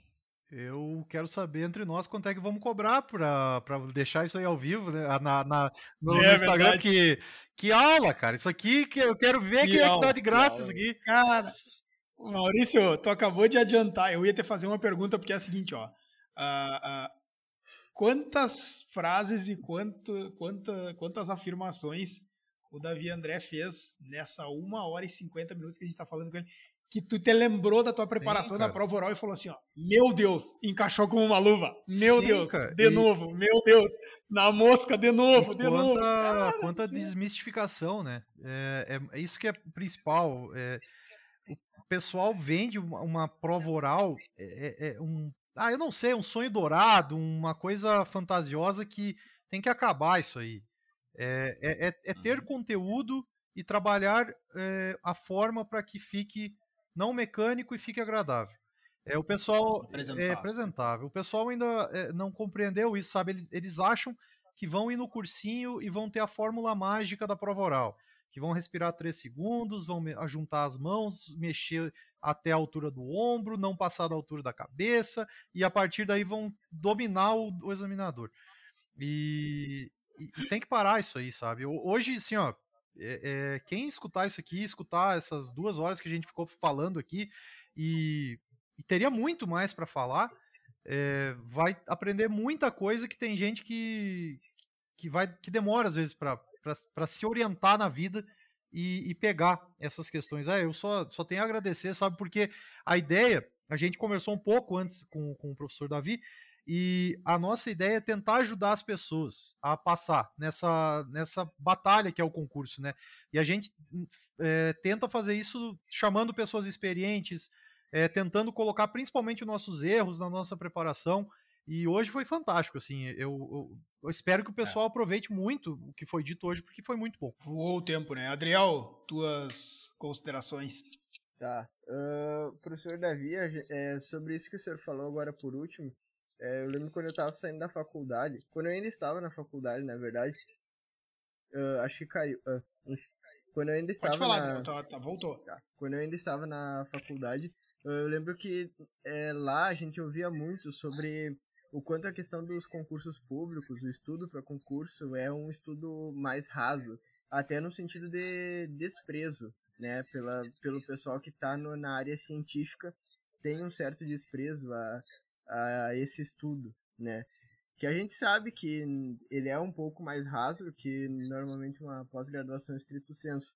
Eu quero saber entre nós quanto é que vamos cobrar para deixar isso aí ao vivo, né? na, na, no, é, no Instagram. Que, que aula, cara. Isso aqui, que eu quero ver que quem é que dá de graça isso aqui. Cara, Maurício, tu acabou de adiantar. Eu ia te fazer uma pergunta, porque é a seguinte, ó. Uh, uh, quantas frases e quanto, quanta, quantas afirmações o Davi André fez nessa uma hora e cinquenta minutos que a gente está falando com ele, que tu te lembrou da tua preparação Sim, da prova oral e falou assim, ó, meu Deus, encaixou como uma luva, meu Sim, Deus, cara. de e... novo, meu Deus, na mosca, de novo, e de quanta, novo. Cara, quanta desmistificação, né? É, é, é isso que é principal. É, o pessoal vende uma, uma prova oral, é, é um, ah, eu não sei, um sonho dourado, uma coisa fantasiosa que tem que acabar isso aí. É, é, é ter conteúdo e trabalhar é, a forma para que fique não mecânico e fique agradável. É, o pessoal apresentável. é apresentável. O pessoal ainda é, não compreendeu isso, sabe? Eles, eles acham que vão ir no cursinho e vão ter a fórmula mágica da prova oral, que vão respirar três segundos, vão juntar as mãos, mexer até a altura do ombro, não passar da altura da cabeça, e a partir daí vão dominar o, o examinador. E, e, e tem que parar isso aí, sabe? Hoje, assim, ó, É, é, quem escutar isso aqui, escutar essas duas horas que a gente ficou falando aqui e, e teria muito mais para falar, é, vai aprender muita coisa que tem gente que, que, vai, que demora às vezes para se orientar na vida e, e pegar essas questões. Ah, eu só, só tenho a agradecer, sabe, porque a ideia a gente conversou um pouco antes com, com o professor Davi, e a nossa ideia é tentar ajudar as pessoas a passar nessa, nessa batalha que é o concurso, né? E a gente é, tenta fazer isso chamando pessoas experientes, é, tentando colocar principalmente os nossos erros na nossa preparação. E hoje foi fantástico, assim. Eu, eu, eu espero que o pessoal é. aproveite muito o que foi dito hoje, porque foi muito bom. Voou o tempo, né? Adriel, tuas considerações. Tá. Uh, professor Davi, é, sobre isso que o senhor falou agora por último, é, eu lembro quando eu estava saindo da faculdade, quando eu ainda estava na faculdade, na verdade, uh, acho que caiu. Uh, quando eu ainda estava Pode falar, na... Adriel, tá, tá, voltou. Tá. Quando eu ainda estava na faculdade, uh, eu lembro que é, lá a gente ouvia muito sobre o quanto a questão dos concursos públicos, o estudo para concurso é um estudo mais raso, até no sentido de desprezo, né, pela, pelo pessoal que está na área científica, tem um certo desprezo a, a esse estudo, né, que a gente sabe que ele é um pouco mais raso que normalmente uma pós-graduação estricto sensu,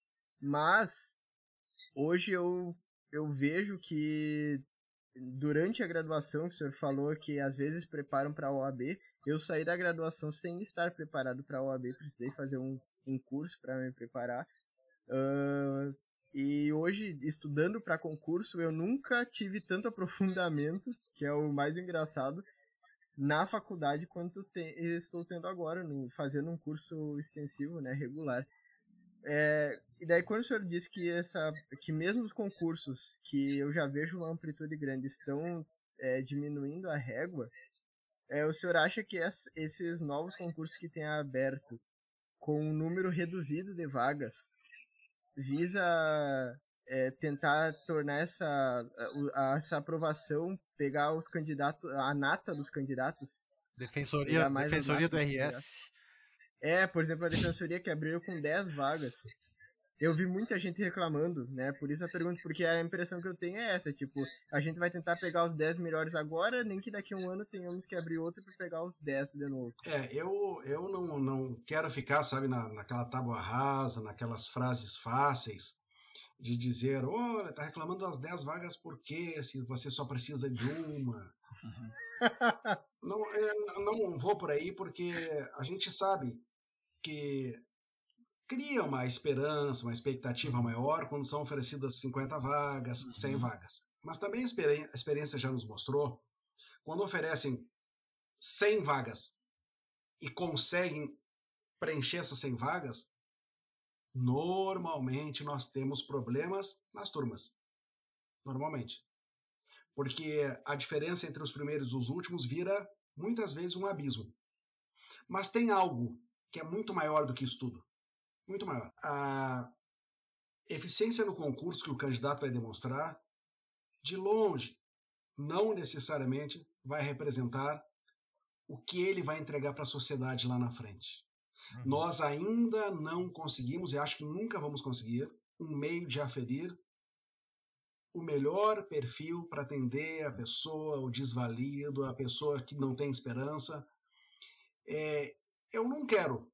mas hoje eu, eu vejo que durante a graduação, que o senhor falou que às vezes preparam para a O A B, eu saí da graduação sem estar preparado para a O A B, precisei fazer um, um curso para me preparar. Uh, e hoje, estudando para concurso, eu nunca tive tanto aprofundamento, que é o mais engraçado, na faculdade quanto te, estou tendo agora, no, fazendo um curso extensivo, né, regular. É, e daí quando o senhor disse que, essa, que mesmo os concursos que eu já vejo uma amplitude grande estão é, diminuindo a régua, é, o senhor acha que essa, esses novos concursos que tem aberto com um número reduzido de vagas visa é, tentar tornar essa, a, essa aprovação, pegar os candidatos, a nata dos candidatos? Defensoria, defensoria do R S. É, por exemplo, a defensoria que abriu com dez vagas. Eu vi muita gente reclamando, né? Por isso a pergunta, porque a impressão que eu tenho é essa, tipo, a gente vai tentar pegar os dez melhores agora, nem que daqui a um ano tenhamos que abrir outro para pegar os dez de novo. É, eu, eu não, não quero ficar, sabe, na, naquela tábua rasa, naquelas frases fáceis de dizer, olha, tá reclamando das dez vagas por quê? Se você só precisa de uma. não, eu não vou por aí, porque a gente sabe que cria uma esperança, uma expectativa maior quando são oferecidas cinquenta vagas, uhum. cem vagas. Mas também a experiência já nos mostrou, quando oferecem cem vagas e conseguem preencher essas cem vagas, normalmente nós temos problemas nas turmas. Normalmente. Porque a diferença entre os primeiros e os últimos vira, muitas vezes, um abismo. Mas tem algo que é muito maior do que isso tudo. Muito maior. A eficiência no concurso que o candidato vai demonstrar, de longe, não necessariamente vai representar o que ele vai entregar para a sociedade lá na frente. Uhum. Nós ainda não conseguimos, e acho que nunca vamos conseguir, um meio de aferir o melhor perfil para atender a pessoa, o desvalido, a pessoa que não tem esperança. É, eu não quero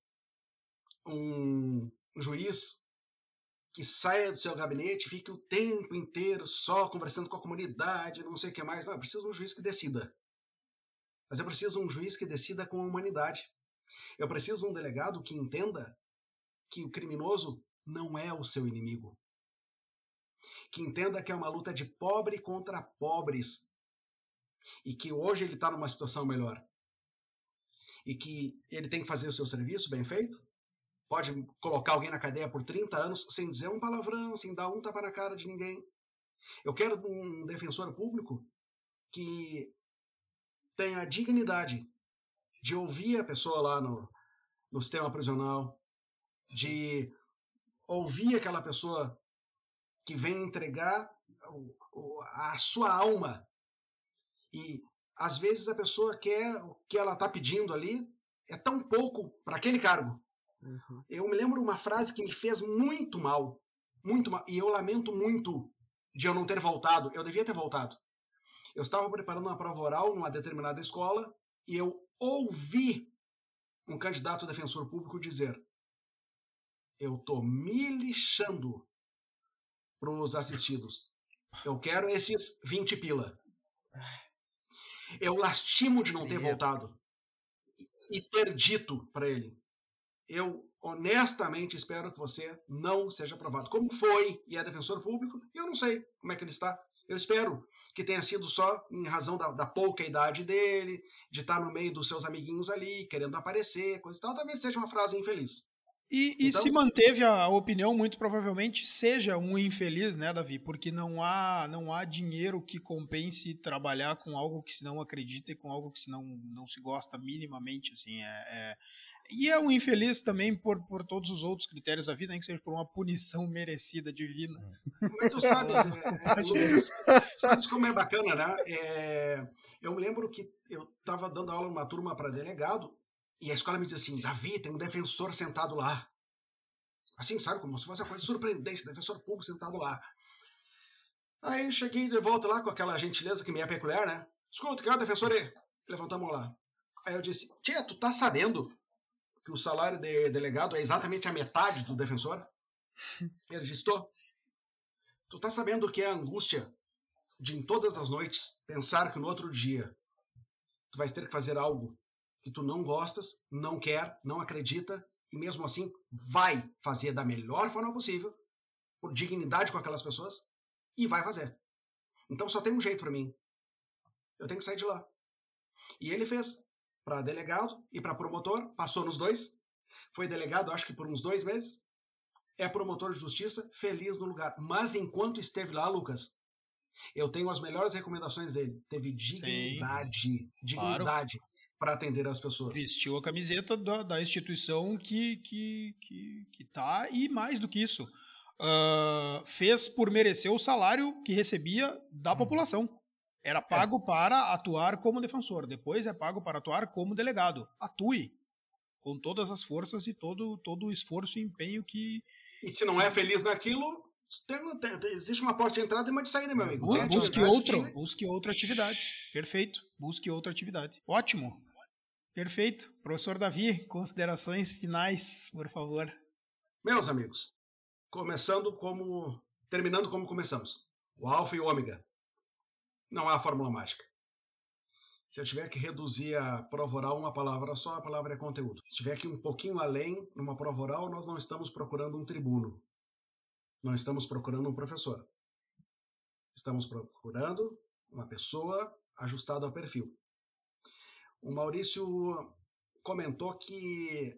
um juiz que saia do seu gabinete e fique o tempo inteiro só conversando com a comunidade, não sei o que mais. Não, eu preciso de um juiz que decida. Mas eu preciso de um juiz que decida com a humanidade. Eu preciso de um delegado que entenda que o criminoso não é o seu inimigo. Que entenda que é uma luta de pobre contra pobres. E que hoje ele está numa situação melhor. E que ele tem que fazer o seu serviço bem feito. Pode colocar alguém na cadeia por trinta anos sem dizer um palavrão, sem dar um tapa na cara de ninguém. Eu quero um defensor público que tenha a dignidade de ouvir a pessoa lá no, no sistema prisional, de ouvir aquela pessoa que vem entregar o, o, a sua alma. E, às vezes, a pessoa quer o que ela está pedindo ali é tão pouco para aquele cargo. Uhum. Eu me lembro uma frase que me fez muito mal, muito mal, e eu lamento muito de eu não ter voltado. Eu devia ter voltado. Eu estava preparando uma prova oral numa determinada escola e eu ouvi um candidato defensor público dizer: eu tô me lixando para os assistidos. Eu quero esses vinte pila. Eu lastimo de não ter voltado e ter dito para ele. Eu honestamente espero que você não seja aprovado. Como foi e é defensor público, eu não sei como é que ele está. Eu espero que tenha sido só em razão da, da pouca idade dele, de estar no meio dos seus amiguinhos ali, querendo aparecer, coisa e tal. Talvez seja uma frase infeliz. E, e então, se manteve a opinião, muito provavelmente seja um infeliz, né, Davi? Porque não há, não há dinheiro que compense trabalhar com algo que se não acredita e com algo que se não, não se gosta minimamente, assim. É, é... E é um infeliz também por, por todos os outros critérios da vida, nem que seja por uma punição merecida divina. Mas tu sabes, é, Lucas, sabes como é bacana, né? É, eu me lembro que eu estava dando aula numa turma para delegado, e a escola me diz assim, Davi, tem um defensor sentado lá. Assim, sabe, como se fosse uma coisa surpreendente, defensor público sentado lá. Aí cheguei de volta lá com aquela gentileza que me é peculiar, né? Escuta, que é o defensor aí? Levantou a mão lá. Aí eu disse, tia, tu tá sabendo que o salário de delegado é exatamente a metade do defensor? Ele disse, tô. Tu tá sabendo o que é a angústia de em todas as noites pensar que no outro dia tu vais ter que fazer algo que tu não gostas, não quer, não acredita, e mesmo assim vai fazer da melhor forma possível, por dignidade com aquelas pessoas, e vai fazer. Então só tem um jeito para mim. Eu tenho que sair de lá. E ele fez para delegado e para promotor, passou nos dois, foi delegado acho que por uns dois meses, é promotor de justiça, feliz no lugar. Mas enquanto esteve lá, Lucas, eu tenho as melhores recomendações dele. Teve dignidade, Sim, dignidade claro. Para atender as pessoas. Vestiu a camiseta da, da instituição que, que, que, que tá, e mais do que isso, uh, fez por merecer o salário que recebia da hum. população. Era pago é. para atuar como defensor, depois é pago para atuar como delegado. Atue com todas as forças e todo, todo o esforço e empenho que... E se não é feliz naquilo, tem, tem, tem, existe uma porta de entrada e uma de saída, meu amigo. Bu busque outra, de... busque outra atividade. Perfeito, busque outra atividade. Ótimo. Perfeito. Professor Davi, considerações finais, por favor. Meus amigos, começando como... terminando como começamos. O alfa e o ômega. Não há fórmula mágica. Se eu tiver que reduzir a prova oral uma palavra só, a palavra é conteúdo. Se tiver que ir um pouquinho além, numa prova oral, nós não estamos procurando um tribuno. Não estamos procurando um professor. Estamos procurando uma pessoa ajustada ao perfil. O Maurício comentou que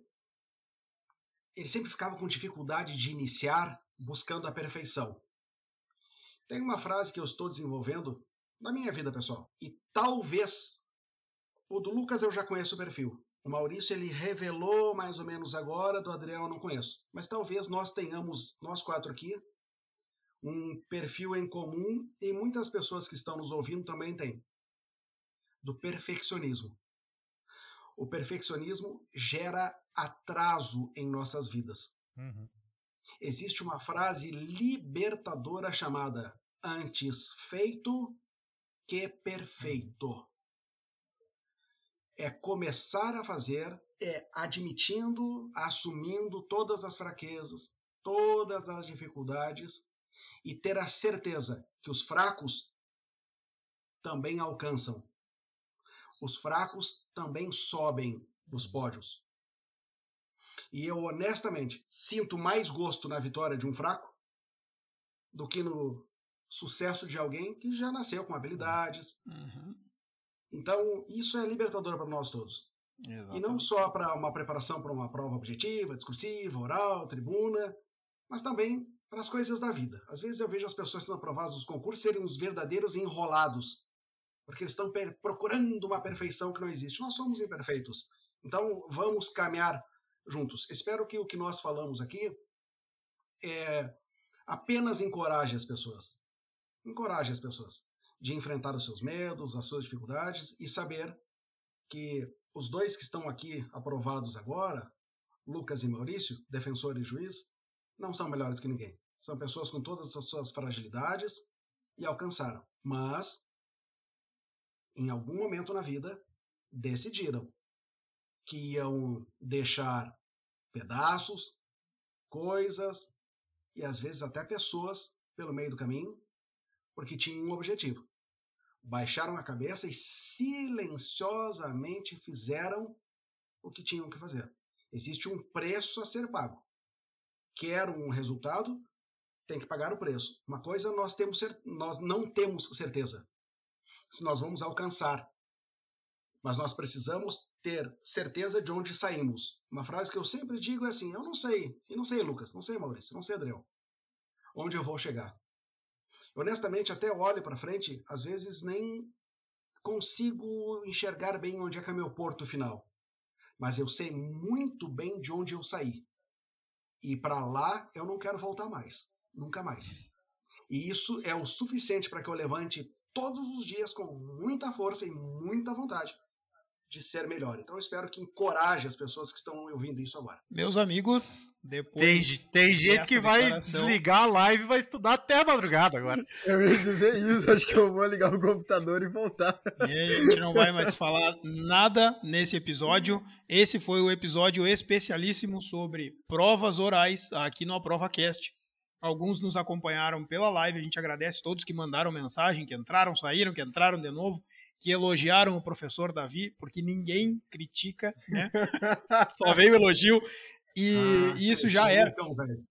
ele sempre ficava com dificuldade de iniciar buscando a perfeição. Tem uma frase que eu estou desenvolvendo na minha vida, pessoal. E talvez, o do Lucas eu já conheço o perfil. O Maurício, ele revelou mais ou menos agora, do Adriel eu não conheço. Mas talvez nós tenhamos, nós quatro aqui, um perfil em comum, e muitas pessoas que estão nos ouvindo também têm. Do perfeccionismo. O perfeccionismo gera atraso em nossas vidas. Uhum. Existe uma frase libertadora chamada antes feito que perfeito. É começar a fazer, é admitindo, assumindo todas as fraquezas, todas as dificuldades e ter a certeza que os fracos também alcançam. Os fracos também sobem nos pódios. E eu, honestamente, sinto mais gosto na vitória de um fraco do que no sucesso de alguém que já nasceu com habilidades. Uhum. Então, isso é libertador para nós todos. Exatamente. E não só para uma preparação para uma prova objetiva, discursiva, oral, tribuna, mas também para as coisas da vida. Às vezes eu vejo as pessoas sendo aprovadas nos concursos serem os verdadeiros enrolados, porque eles estão procurando uma perfeição que não existe. Nós somos imperfeitos. Então, vamos caminhar juntos. Espero que o que nós falamos aqui é, apenas encoraje as pessoas. Encoraje as pessoas de enfrentar os seus medos, as suas dificuldades e saber que os dois que estão aqui aprovados agora, Lucas e Maurício, defensor e juiz, não são melhores que ninguém. São pessoas com todas as suas fragilidades e alcançaram. Mas, em algum momento na vida, decidiram que iam deixar pedaços, coisas e às vezes até pessoas pelo meio do caminho porque tinham um objetivo. Baixaram a cabeça e silenciosamente fizeram o que tinham que fazer. Existe um preço a ser pago. Quer um resultado, tem que pagar o preço. Uma coisa nós, temos, nós não temos certeza se nós vamos alcançar, mas nós precisamos ter certeza de onde saímos. Uma frase que eu sempre digo é assim, eu não sei, e não sei, Lucas, não sei, Maurício, não sei, Adriel, onde eu vou chegar. Honestamente, até olho para frente, às vezes nem consigo enxergar bem onde é que é meu porto final, mas eu sei muito bem de onde eu saí. E para lá eu não quero voltar mais, nunca mais. E isso é o suficiente para que eu levante todos os dias com muita força e muita vontade de ser melhor. Então eu espero que encoraje as pessoas que estão ouvindo isso agora. Meus amigos, depois... Tem, tem gente que vai declaração... desligar a live e vai estudar até a madrugada agora. Eu ia dizer isso, acho que eu vou ligar o computador e voltar. E aí, a gente não vai mais falar nada nesse episódio. Esse foi o episódio especialíssimo sobre provas orais aqui no AprovaCast. Alguns nos acompanharam pela live, a gente agradece todos que mandaram mensagem, que entraram, saíram, que entraram de novo, que elogiaram o professor Davi, porque ninguém critica, né? Só veio elogio, e ah, isso já era. Então, velho.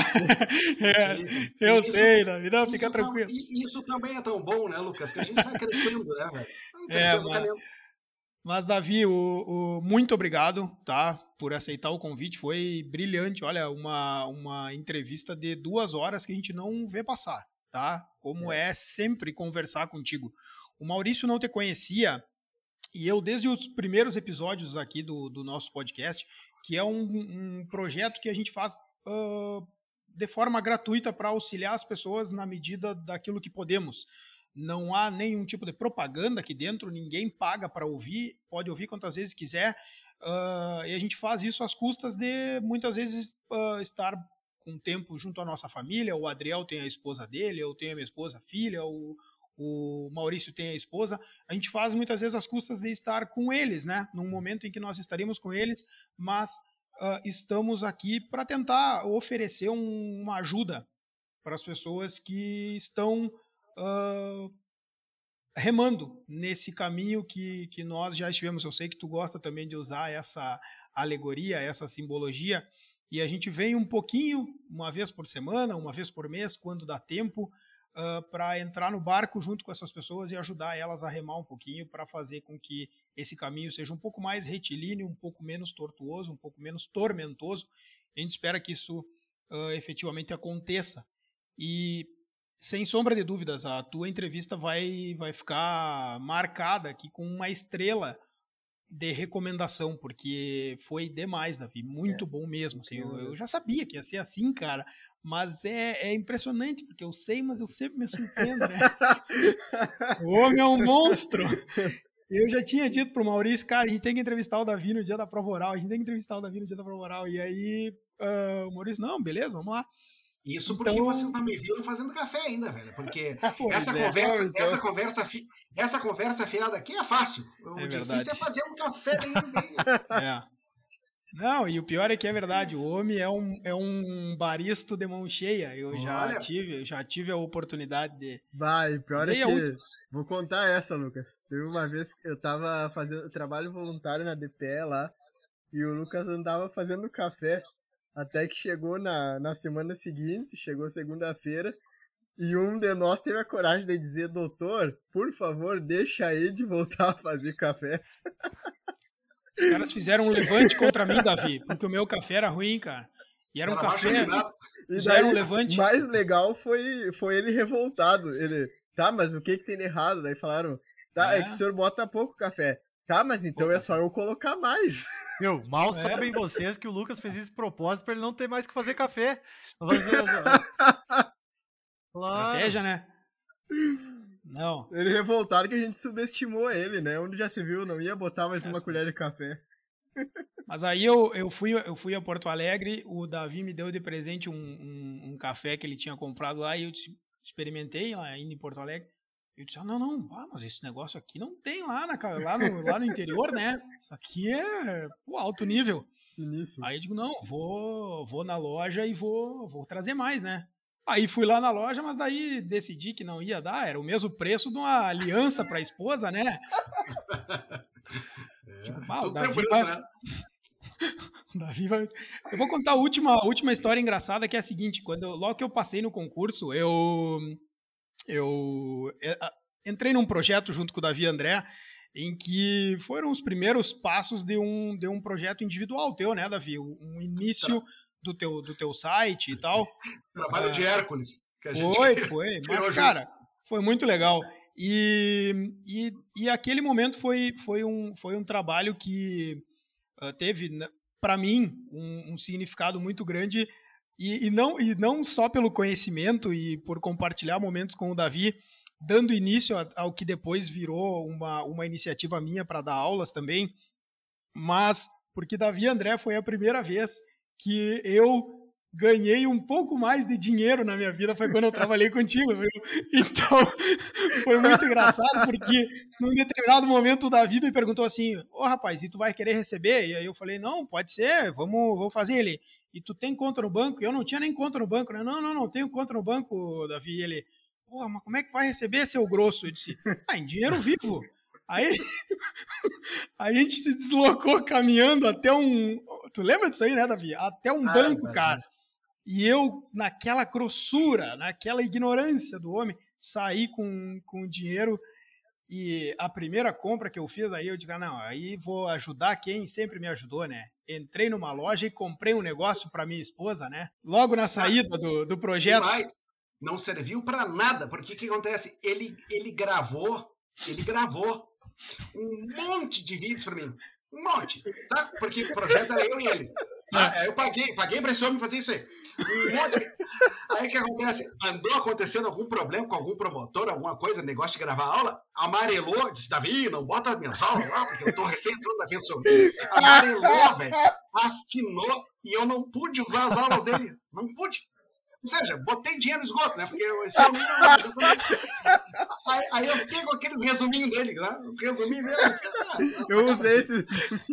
é, eu isso, sei, Davi, não, fica tranquilo. Não, isso também é tão bom, né, Lucas, que a gente vai crescendo, né, velho? Crescendo é, mas... Mas, Davi, o, o, muito obrigado, tá, por aceitar o convite, foi brilhante, olha, uma, uma entrevista de duas horas que a gente não vê passar, tá, como é, é sempre conversar contigo. O Maurício não te conhecia, e eu, desde os primeiros episódios aqui do, do nosso podcast, que é um, um projeto que a gente faz uh, de forma gratuita para auxiliar as pessoas na medida daquilo que podemos. Não há nenhum tipo de propaganda aqui dentro, ninguém paga para ouvir, pode ouvir quantas vezes quiser, uh, e a gente faz isso às custas de, muitas vezes, uh, estar com tempo junto à nossa família. O Adriel tem a esposa dele, eu tenho a minha esposa, a filha, o, o Maurício tem a esposa. A gente faz muitas vezes às custas de estar com eles, né? Num momento em que nós estaríamos com eles, mas uh, estamos aqui para tentar oferecer um, uma ajuda para as pessoas que estão... Uh, remando nesse caminho que, que nós já estivemos. Eu sei que tu gosta também de usar essa alegoria, essa simbologia, e a gente vem um pouquinho, uma vez por semana, uma vez por mês, quando dá tempo, uh, para entrar no barco junto com essas pessoas e ajudar elas a remar um pouquinho para fazer com que esse caminho seja um pouco mais retilíneo, um pouco menos tortuoso, um pouco menos tormentoso. A gente espera que isso uh, efetivamente aconteça. E sem sombra de dúvidas, a tua entrevista vai, vai ficar marcada aqui com uma estrela de recomendação, porque foi demais, Davi, muito é. bom mesmo. Assim, eu, eu já sabia que ia ser assim, cara, mas é, é impressionante, porque eu sei, mas eu sempre me surpreendo, né? O homem é um monstro! Eu já tinha dito pro Maurício, cara, a gente tem que entrevistar o Davi no dia da prova oral, a gente tem que entrevistar o Davi no dia da prova oral, e aí uh, o Maurício, não, beleza, vamos lá. Isso porque então... vocês não me viram fazendo café ainda, velho. Porque essa, é, conversa, então... essa, conversa, fi... essa conversa fiada aqui é fácil. O é difícil verdade. é fazer um café bem, bem. É. Não, e o pior é que é verdade. O homem é um, é um barista de mão cheia. Eu já tive, eu já tive a oportunidade de... Vai, pior é que... Eu... Vou contar essa, Lucas. Teve uma vez que eu tava fazendo trabalho voluntário na D P E lá, e o Lucas andava fazendo café. Até que chegou na, na semana seguinte, chegou segunda-feira, e um de nós teve a coragem de dizer, doutor, por favor, deixa aí de voltar a fazer café. Os caras fizeram um levante contra mim, Davi, porque o meu café era ruim, cara. E era um era café, fizeram um levante. O mais legal foi, foi ele revoltado. Ele, tá, mas o que que tem de errado? Daí falaram, tá, é, é que o senhor bota pouco café. Tá, mas então Opa. é só eu colocar mais. Meu, mal é. sabem vocês que o Lucas fez esse propósito pra ele não ter mais que fazer café. Fazer... Estratégia, né? Não. Ele revoltado que a gente subestimou ele, né? Onde já se viu, não ia botar mais Essa. uma colher de café. Mas aí eu, eu, fui, eu fui a Porto Alegre, o Davi me deu de presente um, um, um café que ele tinha comprado lá e eu experimentei lá indo em Porto Alegre. Eu disse, não, não, ah, mas esse negócio aqui não tem lá, na, lá, no, lá no interior, né? Isso aqui é pô, alto nível. Início. Aí eu digo, não, vou, vou na loja e vou, vou trazer mais, né? Aí fui lá na loja, mas daí decidi que não ia dar, era o mesmo preço de uma aliança para a esposa, né? É, tipo, ah, o tudo Davi tem vai... preço, né? o Davi vai... Eu vou contar a última, a última história engraçada, que é a seguinte, quando eu, logo que eu passei no concurso, eu, eu entrei num projeto junto com o Davi e André, em que foram os primeiros passos de um, de um projeto individual teu, né, Davi? Um início... Tá. Do teu, do teu site e tal. Trabalho é, de Hércules. Que a foi, gente foi. Mas, cara, junto. Foi muito legal. E, e, e aquele momento foi, foi, um, foi um trabalho que uh, teve, para mim, um, um significado muito grande. E, e, não, e não só pelo conhecimento e por compartilhar momentos com o Davi, dando início ao que depois virou uma, uma iniciativa minha para dar aulas também, mas porque Davi e André foi a primeira vez que eu ganhei um pouco mais de dinheiro na minha vida, foi quando eu trabalhei contigo, viu? Então, foi muito engraçado, porque num determinado momento o Davi me perguntou assim, ô oh, rapaz, e tu vai querer receber? E aí eu falei, não, pode ser, vamos, vamos fazer. Ele, e tu tem conta no banco? E eu não tinha nem conta no banco, né? Não, não, não, tenho conta no banco, Davi. E ele, pô, mas como é que vai receber, seu grosso? Eu disse, ah, em dinheiro vivo. Aí a gente se deslocou caminhando até um... Tu lembra disso aí, né, Davi? Até um ah, banco, cara. E eu, naquela grossura, naquela ignorância do homem, saí com, com dinheiro. E a primeira compra que eu fiz, aí eu digo, ah, não, aí vou ajudar quem sempre me ajudou, né? Entrei numa loja e comprei um negócio para minha esposa, né? Logo na saída do, do projeto. Mas não serviu para nada, porque o que acontece? Ele, ele gravou, ele gravou um monte de vídeos para mim. Um monte, tá? Porque o projeto era eu e ele. Ah, eu paguei, paguei para esse homem fazer isso aí. Um monte. Aí o que acontece? Andou acontecendo algum problema com algum promotor, alguma coisa, negócio de gravar aula, amarelou, disse, Davi, não bota minhas aulas lá, porque eu tô recém entrando na vida sobre. Amarelou, velho, afinou, e eu não pude usar as aulas dele. Não pude. Ou seja, botei dinheiro no esgoto, né? Porque esse homem não... aí, aí eu fiquei com aqueles resuminhos dele, né? Os resuminhos dele. Ah, eu usei esse.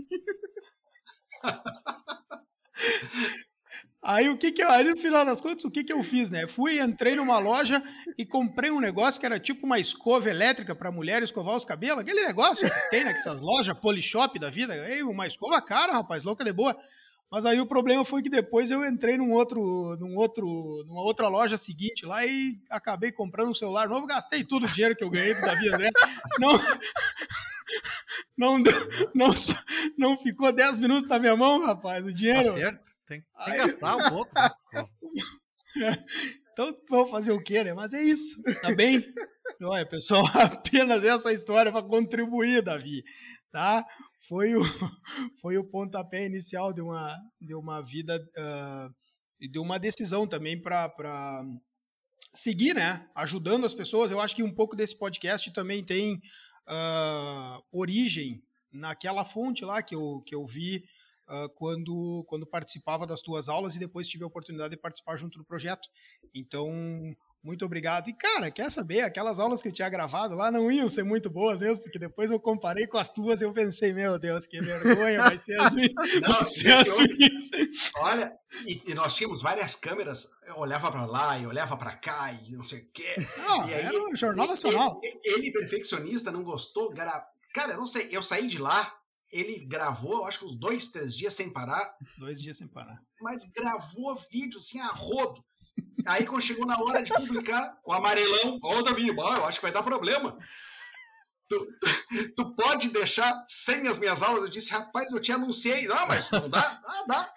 Aí o que que eu, aí no final das contas, o que que eu fiz, né? Fui, entrei numa loja e comprei um negócio que era tipo uma escova elétrica para mulher escovar os cabelos, aquele negócio que tem nessas lojas, Polishop da vida, aí uma escova cara, rapaz, louca de boa. Mas aí o problema foi que depois eu entrei num outro, num outro, numa outra loja seguinte lá e acabei comprando um celular novo, gastei todo o dinheiro que eu ganhei do Davi André. Não, não, não, não ficou dez minutos na minha mão, rapaz, o dinheiro. Tá certo, tem, tem que gastar um pouco. Né? Então, vamos fazer o quê, né? Mas é isso, tá bem? Olha, pessoal, apenas essa história para contribuir, Davi, tá? Foi o, foi o pontapé inicial de uma, de uma vida e uh, de uma decisão também para seguir, né? Ajudando as pessoas. Eu acho que um pouco desse podcast também tem uh, origem naquela fonte lá que eu, que eu vi uh, quando, quando participava das tuas aulas e depois tive a oportunidade de participar junto do projeto. Então, muito obrigado. E, cara, quer saber? Aquelas aulas que eu tinha gravado lá não iam ser muito boas mesmo, porque depois eu comparei com as tuas e eu pensei, meu Deus, que vergonha, vai ser as minhas. Olha, e, e nós tínhamos várias câmeras, eu olhava para lá e olhava para cá e não sei o quê. Não, e aí, era um jornal nacional. Ele, ele, perfeccionista, não gostou. Gra... Cara, eu não sei, eu saí de lá, ele gravou, acho que uns dois, três dias sem parar. Dois dias sem parar. Mas gravou vídeo assim a rodo. Aí quando chegou na hora de publicar, o amarelão, ó, oh, Davi, oh, eu acho que vai dar problema. Tu, tu, tu pode deixar sem as minhas aulas? Eu disse, rapaz, eu te anunciei. Não, mas não dá? Ah, dá.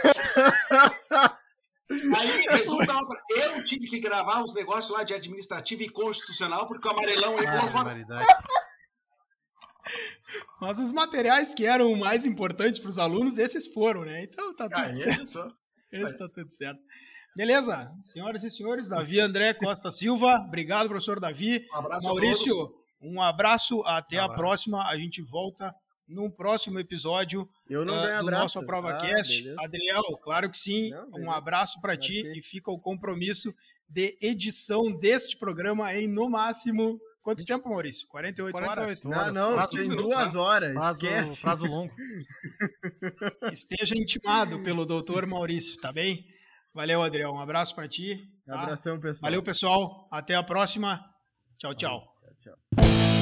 Aí, resumo da obra, eu tive que gravar os negócios lá de administrativo e constitucional, porque o amarelão ele pulou fora. Mas os materiais que eram mais importantes para os alunos, esses foram, né? Então tá tudo ah, certo. Esse, esse tá tudo certo. Beleza, senhoras e senhores, Davi André Costa Silva, obrigado, professor Davi. Um abraço Maurício, a todos. Um abraço, até um abraço. A próxima, a gente volta num próximo episódio Eu não uh, do abraço. nosso AprovaCast. Ah, Adriel, claro que sim, não, um abraço para ti e fica o compromisso de edição deste programa em, no máximo, quanto tempo, Maurício? quarenta e oito horas? Não, não, prazo tem duas horas, prazo, esquece. Prazo longo. Esteja intimado pelo doutor Maurício, tá bem? Valeu, Adriel. Um abraço para ti. Tá? Abração, pessoal. Valeu, pessoal. Até a próxima. Tchau, tchau. Tchau, tchau.